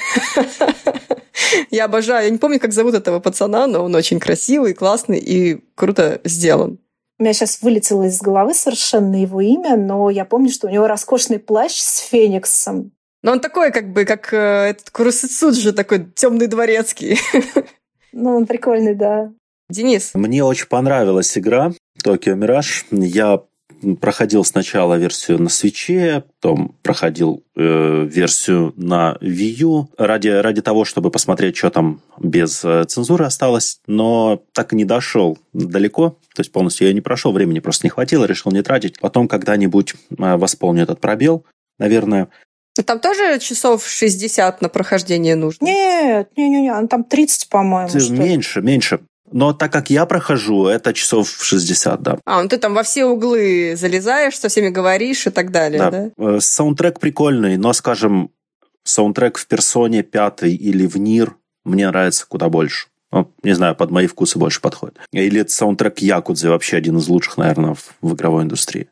Я обожаю. Я не помню, как зовут этого пацана, но он очень красивый, классный и круто сделан. У меня сейчас вылетело из головы совершенно его имя, но я помню, что у него роскошный плащ с фениксом. Но он такой, как бы, как э, этот Куросицуджи, такой темный дворецкий. Ну, он прикольный, да. Денис. Мне очень понравилась игра Tokyo Mirage. Я проходил сначала версию на Switch, потом проходил э, версию на Wii U ради, ради того, чтобы посмотреть, что там без э, цензуры осталось, но так и не дошел далеко, то есть полностью я не прошел, времени просто не хватило, решил не тратить. Потом когда-нибудь э, восполню этот пробел, наверное. Там тоже часов шестьдесят на прохождение нужно? Нет, не-не-не, там тридцать, по-моему. Меньше, меньше. Но так как я прохожу, это часов шестьдесят, да. А, ну ты там во все углы залезаешь, со всеми говоришь и так далее, да? да? Саундтрек прикольный, но, скажем, саундтрек в Персоне пятой или в Нир мне нравится куда больше. Ну, не знаю, под мои вкусы больше подходит. Или это саундтрек Якудзы, вообще один из лучших, наверное, в, в игровой индустрии.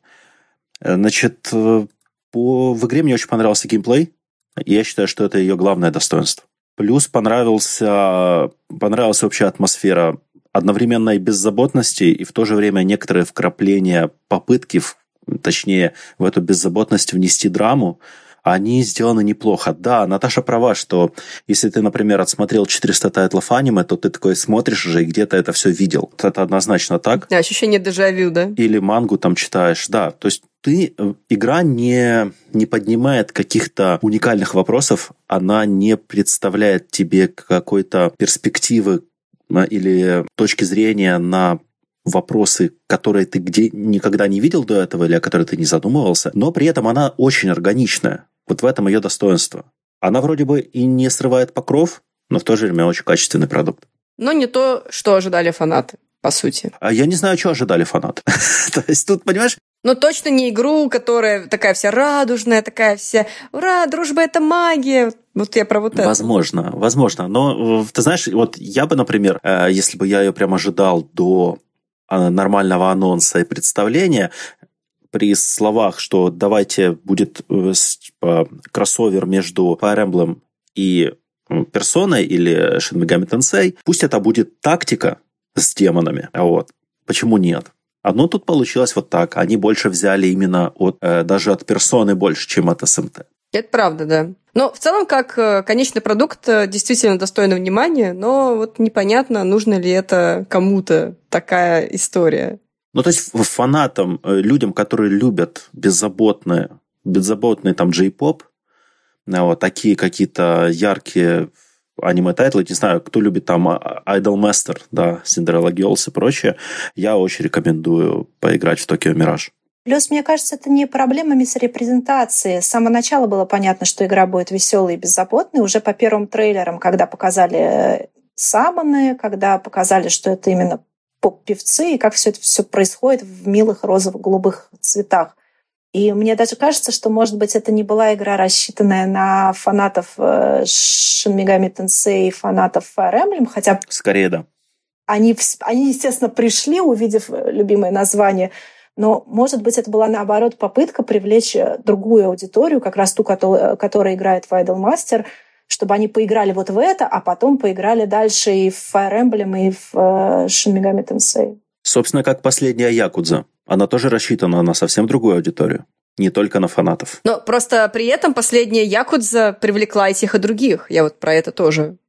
Значит, по... в игре мне очень понравился геймплей, и я считаю, что это ее главное достоинство. Плюс понравился, понравилась вообще атмосфера одновременной беззаботности и в то же время некоторые вкрапления, попытки, точнее, в эту беззаботность внести драму, они сделаны неплохо. Да, Наташа права, что если ты, например, отсмотрел четыреста тайтлов аниме, то ты такой смотришь уже и где-то это все видел. Это однозначно так. Да, ощущение дежавю, да? Или мангу там читаешь, да. То есть ты, игра не, не поднимает каких-то уникальных вопросов, она не представляет тебе какой-то перспективы или точки зрения на вопросы, которые ты где никогда не видел до этого или о которых ты не задумывался, но при этом она очень органичная. Вот в этом ее достоинство. Она вроде бы и не срывает покров, но в то же время очень качественный продукт. Но не то, что ожидали фанаты, по сути. А я не знаю, что ожидали фанаты. То есть тут, понимаешь... Ну, точно не игру, которая такая вся радужная, такая вся «Ура, дружба – это магия!» Вот я про вот это. Возможно, возможно. Но, ты знаешь, вот я бы, например, если бы я ее прям ожидал до нормального анонса и представления, при словах, что давайте будет типа, кроссовер между Fire Emblem и Персоной или Shin Megami Tensei, пусть это будет тактика с демонами. Вот. Почему нет? Одно тут получилось вот так. Они больше взяли именно от, э, даже от Персоны больше, чем от эс эм тэ. Это правда, да. Но в целом, как конечный продукт, действительно достойно внимания, но вот непонятно, нужно ли это кому-то такая история. Ну, то есть фанатам, людям, которые любят беззаботные, беззаботный там джей-поп, вот такие какие-то яркие аниме-тайтлы, не знаю, кто любит там Idolmaster, да, Cinderella Girls и прочее, я очень рекомендую поиграть в Tokyo Mirage. Плюс, мне кажется, это не проблема мисрепрезентации. С самого начала было понятно, что игра будет веселой и беззаботной. Уже по первым трейлерам, когда показали саммоны, когда показали, что это именно поп-певцы, и как все это все происходит в милых розово-голубых цветах. И мне даже кажется, что, может быть, это не была игра, рассчитанная на фанатов Shin Megami Tensei и фанатов Fire Emblem, хотя... Скорее, да. Они, они, естественно, пришли, увидев любимое название, но, может быть, это была, наоборот, попытка привлечь другую аудиторию, как раз ту, которая играет в Idolmaster, чтобы они поиграли вот в это, а потом поиграли дальше и в Fire Emblem, и в Shin Megami Tensei. Собственно, как последняя Якудза. Она тоже рассчитана на совсем другую аудиторию, не только на фанатов. Но просто при этом последняя Якудза привлекла и тех, и других. Я вот про это тоже.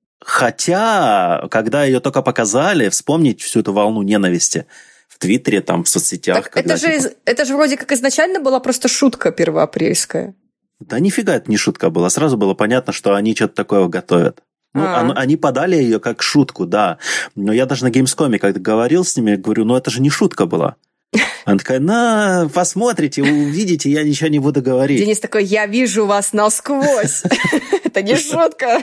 Хотя, когда ее только показали, вспомнить всю эту волну ненависти в Твиттере, там, в соцсетях. Так это, же, типа... это же вроде как изначально была просто шутка первоапрельская. Да нифига это не шутка была. Сразу было понятно, что они что-то такое готовят. Ну, а. они подали ее как шутку, да. Но я даже на Gamescom, когда говорил с ними, говорю, ну это же не шутка была. Она такая, на, посмотрите, увидите, я ничего не буду говорить. Денис такой, я вижу вас насквозь. Это не шутка.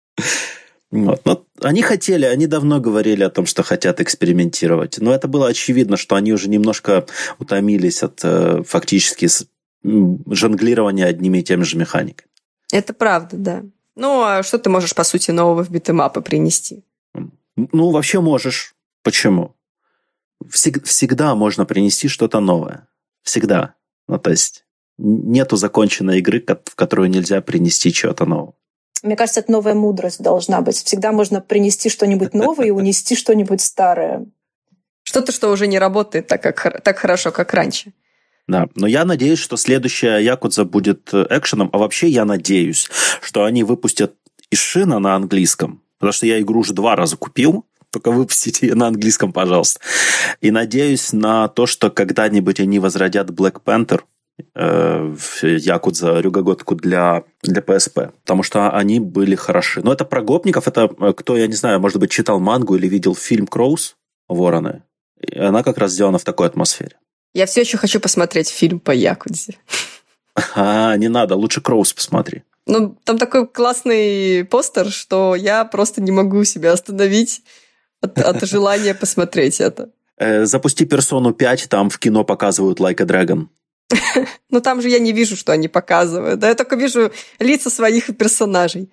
Вот. Но они хотели, они давно говорили о том, что хотят экспериментировать. Но это было очевидно, что они уже немножко утомились от э, фактически жонглирования одними и теми же механиками. Это правда, да. Ну, а что ты можешь, по сути, нового в битэмапы принести? Ну, вообще можешь. Почему? Всег- всегда можно принести что-то новое. Всегда. Ну, то есть нету законченной игры, в которую нельзя принести чего-то нового. Мне кажется, это новая мудрость должна быть. Всегда можно принести что-нибудь новое и унести что-нибудь старое. Что-то, что уже не работает так, как, так хорошо, как раньше. Да, но я надеюсь, что следующая Якудза будет экшеном, а вообще я надеюсь, что они выпустят Ишина на английском, потому что я игру уже два раза купил, Только выпустите ее на английском, пожалуйста. И надеюсь на то, что когда-нибудь они возродят Black Panther, э, Якудза, Рюгаготку для, для пи эс пи, потому что они были хороши. Но это про гопников, это кто, я не знаю, может быть, читал мангу или видел фильм «Кроуз», «Вороны». И она как раз сделана в такой атмосфере. Я все еще хочу посмотреть фильм по Якудзе. А, не надо, лучше «Кроуз» посмотри. Ну, там такой классный постер, что я просто не могу себя остановить от, от желания посмотреть это. Запусти «Персону пять», там в кино показывают «Like a Dragon». Ну, там же я не вижу, что они показывают. Да, я только вижу лица своих персонажей.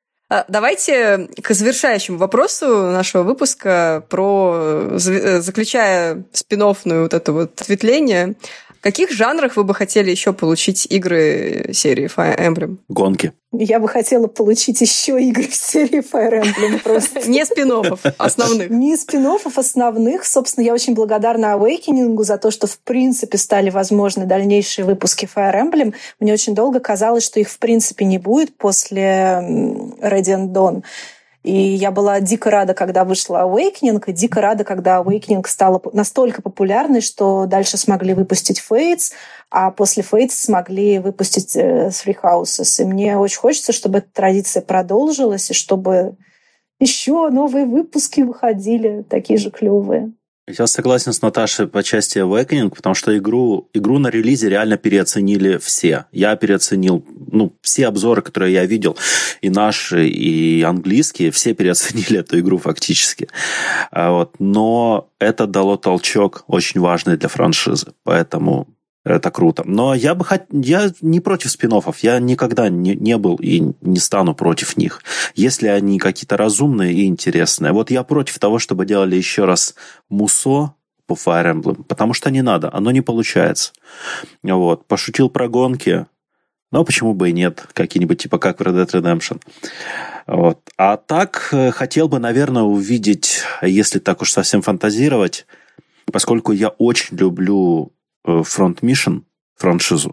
Давайте к завершающему вопросу нашего выпуска, про, заключая спин-оффную вот это вот ответвление. В каких жанрах вы бы хотели еще получить игры серии Fire Emblem? Гонки. Я бы хотела получить еще игры в серии Fire Emblem просто. Не спин-оффов основных. Не спин-оффов основных. Собственно, я очень благодарна Awakening за то, что в принципе стали возможны дальнейшие выпуски Fire Emblem. Мне очень долго казалось, что их в принципе не будет после Radiant Dawn. И я была дико рада, когда вышла Awakening, и дико рада, когда Awakening стала настолько популярной, что дальше смогли выпустить Fates, а после Fates смогли выпустить Three Houses. И мне очень хочется, чтобы эта традиция продолжилась, и чтобы еще новые выпуски выходили, такие же клевые. Я согласен с Наташей по части Awakening, потому что игру, игру на релизе реально переоценили все. Я переоценил, ну, все обзоры, которые я видел, и наши, и английские, все переоценили эту игру фактически. Вот. Но это дало толчок очень важный для франшизы, поэтому это круто. Но я бы хот... я не против спин-оффов, я никогда не, не был и не стану против них, если они какие-то разумные и интересные. Вот я против того, чтобы делали еще раз Мусо по Fire Emblem, потому что не надо, оно не получается. Вот. Пошутил про гонки, но почему бы и нет, какие-нибудь типа как в Red Dead Redemption. Вот. А так хотел бы, наверное, увидеть, если так уж совсем фантазировать, поскольку я очень люблю Front Mission франшизу,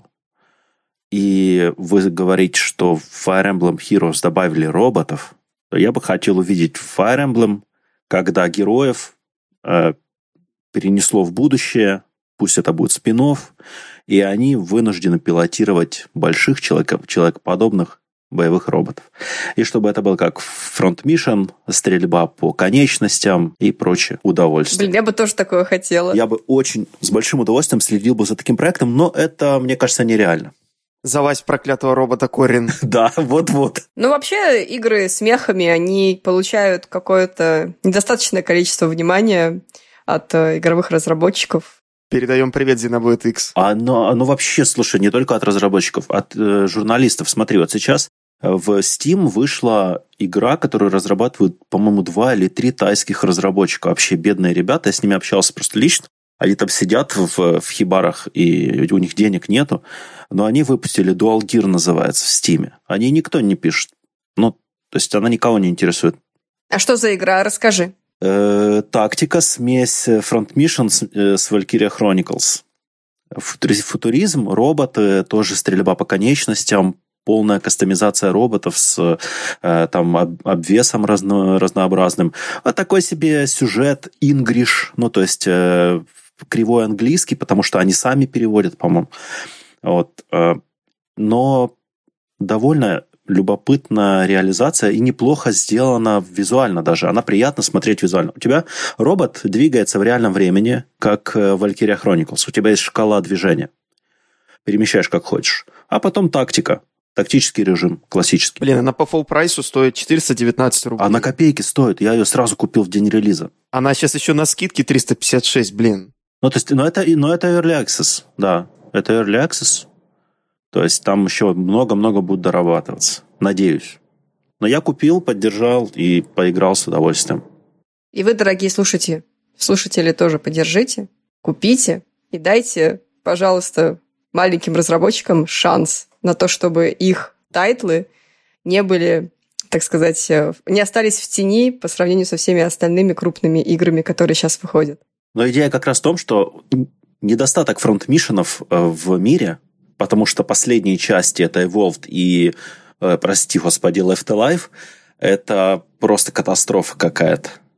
и вы говорите, что в Fire Emblem Heroes добавили роботов, то я бы хотел увидеть Fire Emblem, когда героев э, перенесло в будущее, пусть это будет спин-офф, и они вынуждены пилотировать больших человек, человекоподобных боевых роботов. И чтобы это был как Front Mission, стрельба по конечностям и прочее удовольствие. Блин, я бы тоже такое хотела. Я бы очень с большим удовольствием следил бы за таким проектом, но это, мне кажется, нереально. Залазь в проклятого робота Корин. Да, вот-вот. Ну, вообще, игры с мехами, они получают какое-то недостаточное количество внимания от игровых разработчиков. Передаем привет Xenoblade X. Оно, оно вообще, слушай, не только от разработчиков, от э, журналистов. Смотри, вот сейчас в Steam вышла игра, которую разрабатывают, по-моему, два или три тайских разработчика. Вообще бедные ребята, я с ними общался просто лично. Они там сидят в, в хибарах, и у них денег нету. Но они выпустили Dual Gear, называется, в Steam. О ней никто не пишет. Ну, то есть она никого не интересует. А что за игра? Расскажи. Э, тактика, смесь Front Mission с, э, с Valkyria Chronicles. Футуризм, роботы, тоже стрельба по конечностям, полная кастомизация роботов с э, там, обвесом разно, разнообразным. А такой себе сюжет English, ну, то есть э, кривой английский, потому что они сами переводят, по-моему. Вот. Э, но довольно любопытная реализация и неплохо сделана визуально даже. Она приятно смотреть визуально. У тебя робот двигается в реальном времени, как Valkyria Chronicles. У тебя есть шкала движения. Перемещаешь как хочешь. А потом тактика. Тактический режим, классический. Блин, она по full прайсу стоит четыреста девятнадцать рублей. Она копейки стоит. Я ее сразу купил в день релиза. Она сейчас еще на скидке триста пятьдесят шесть, блин. Ну, то есть, ну, это, ну, это Early Access, да. Это Early Access. То есть там еще много-много будет дорабатываться. Надеюсь. Но я купил, поддержал и поиграл с удовольствием. И вы, дорогие слушатели, слушатели, тоже поддержите, купите и дайте, пожалуйста, маленьким разработчикам шанс на то, чтобы их тайтлы не были, так сказать, не остались в тени по сравнению со всеми остальными крупными играми, которые сейчас выходят. Но идея как раз в том, что недостаток фронт-миссионов в мире, потому что последние части это Evolved и, прости господи, Left Alive, это просто катастрофа какая-то.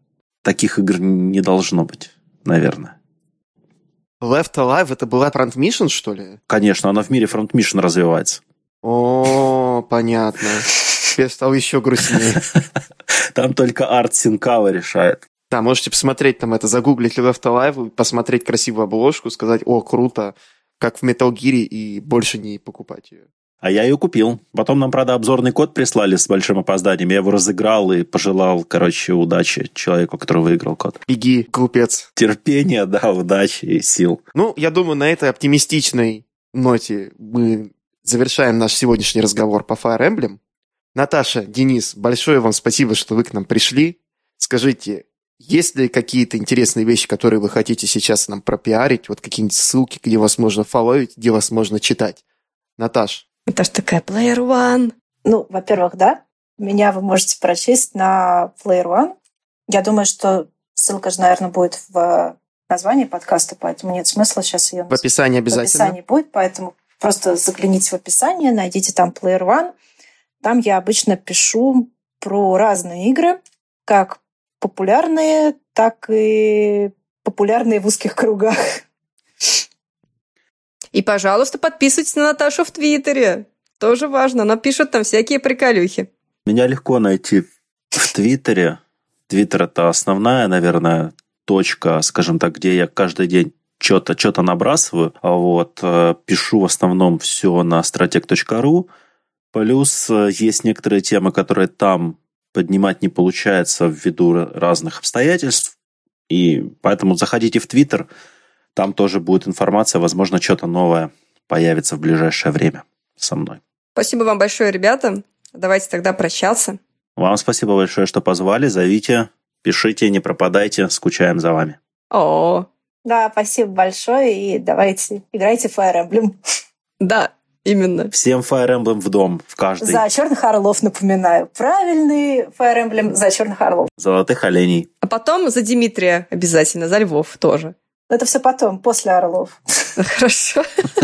таких игр не должно быть, наверное. Left Alive — это была Front Mission, что ли? Конечно, она в мире Front Mission развивается. О, понятно. Теперь стало еще грустнее. Там только арт Синкава решает. Да, можете посмотреть там это, загуглить Left Alive, посмотреть красивую обложку, сказать: о, круто, как в Metal Gear, и больше не покупать ее. А я ее купил. Потом нам, правда, обзорный код прислали с большим опозданием. Я его разыграл и пожелал, короче, удачи человеку, который выиграл код. Беги, глупец. Терпения, да, удачи и сил. Ну, я думаю, на этой оптимистичной ноте мы завершаем наш сегодняшний разговор по Fire Emblem. Наташа, Денис, большое вам спасибо, что вы к нам пришли. Скажите, есть ли какие-то интересные вещи, которые вы хотите сейчас нам пропиарить? Вот какие-нибудь ссылки, где вас можно фолловить, где вас можно читать? Наташ. Наташа такая, Player One. Ну, во-первых, да. Меня вы можете прочесть на Player One. Я думаю, что ссылка же, наверное, будет в названии подкаста, поэтому нет смысла сейчас ее... В описании обязательно. В описании будет, поэтому просто загляните в описание, найдите там Player One. Там я обычно пишу про разные игры, как популярные, так и популярные в узких кругах. И, пожалуйста, подписывайтесь на Наташу в Твиттере. Тоже важно. Она пишет там всякие приколюхи. Меня легко найти в Твиттере. Твиттер — это основная, наверное, точка, скажем так, где я каждый день что-то что-то набрасываю. А вот пишу в основном все на стратег точка ру. Плюс есть некоторые темы, которые там поднимать не получается ввиду разных обстоятельств. И поэтому заходите в Твиттер, там тоже будет информация, возможно, что-то новое появится в ближайшее время со мной. Спасибо вам большое, ребята. Давайте тогда прощаться. Вам спасибо большое, что позвали. Зовите, пишите, не пропадайте, скучаем за вами. О, да, спасибо большое, и давайте играйте в Fire Emblem. Да. Именно. Всем Fire Emblem в дом, в каждый. За черных орлов, напоминаю. Правильный Fire Emblem за черных орлов. Золотых оленей. А потом за Дмитрия обязательно, за львов тоже. Это все потом, после орлов. Хорошо.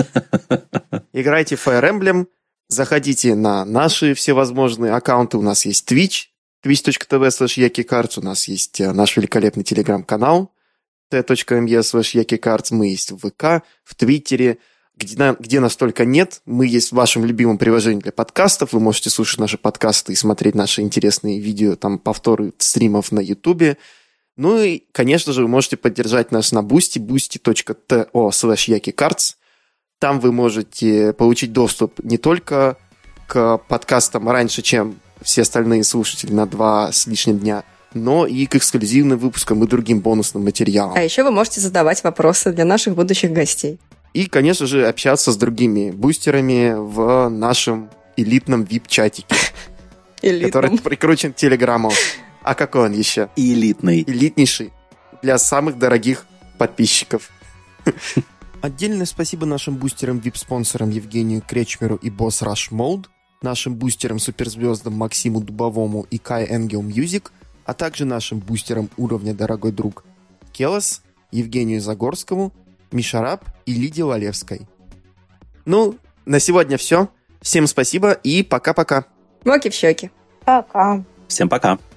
Играйте в Fire Emblem, заходите на наши всевозможные аккаунты. У нас есть Twitch, twitch точка ти ви слэш якикартс. У нас есть наш великолепный телеграм-канал t.me слэш якикартс. Мы есть в ВК, в Твиттере. Где, где нас только нет, мы есть в вашем любимом приложении для подкастов. Вы можете слушать наши подкасты и смотреть наши интересные видео, там повторы стримов на Ютубе. Ну и, конечно же, вы можете поддержать нас на Boosty, boosty точка то слэш якикартс. Там вы можете получить доступ не только к подкастам раньше, чем все остальные слушатели на два с лишним дня, но и к эксклюзивным выпускам и другим бонусным материалам. А еще вы можете задавать вопросы для наших будущих гостей. И, конечно же, общаться с другими бустерами в нашем элитном вип-чатике, который прикручен к Телеграмму. А какой он еще? Элитный. Элитнейший. Для самых дорогих подписчиков. Отдельное спасибо нашим бустерам-вип-спонсорам Евгению Кречмеру и Boss Rush Mode, нашим бустерам-суперзвездам Максиму Дубовому и Kai Angel Music, а также нашим бустерам уровня «Дорогой друг» Келос, Евгению Загорскому, Мишараб и Лидии Лалевской. Ну, на сегодня все. Всем спасибо и пока-пока. Моки в щеки. Пока. Всем пока.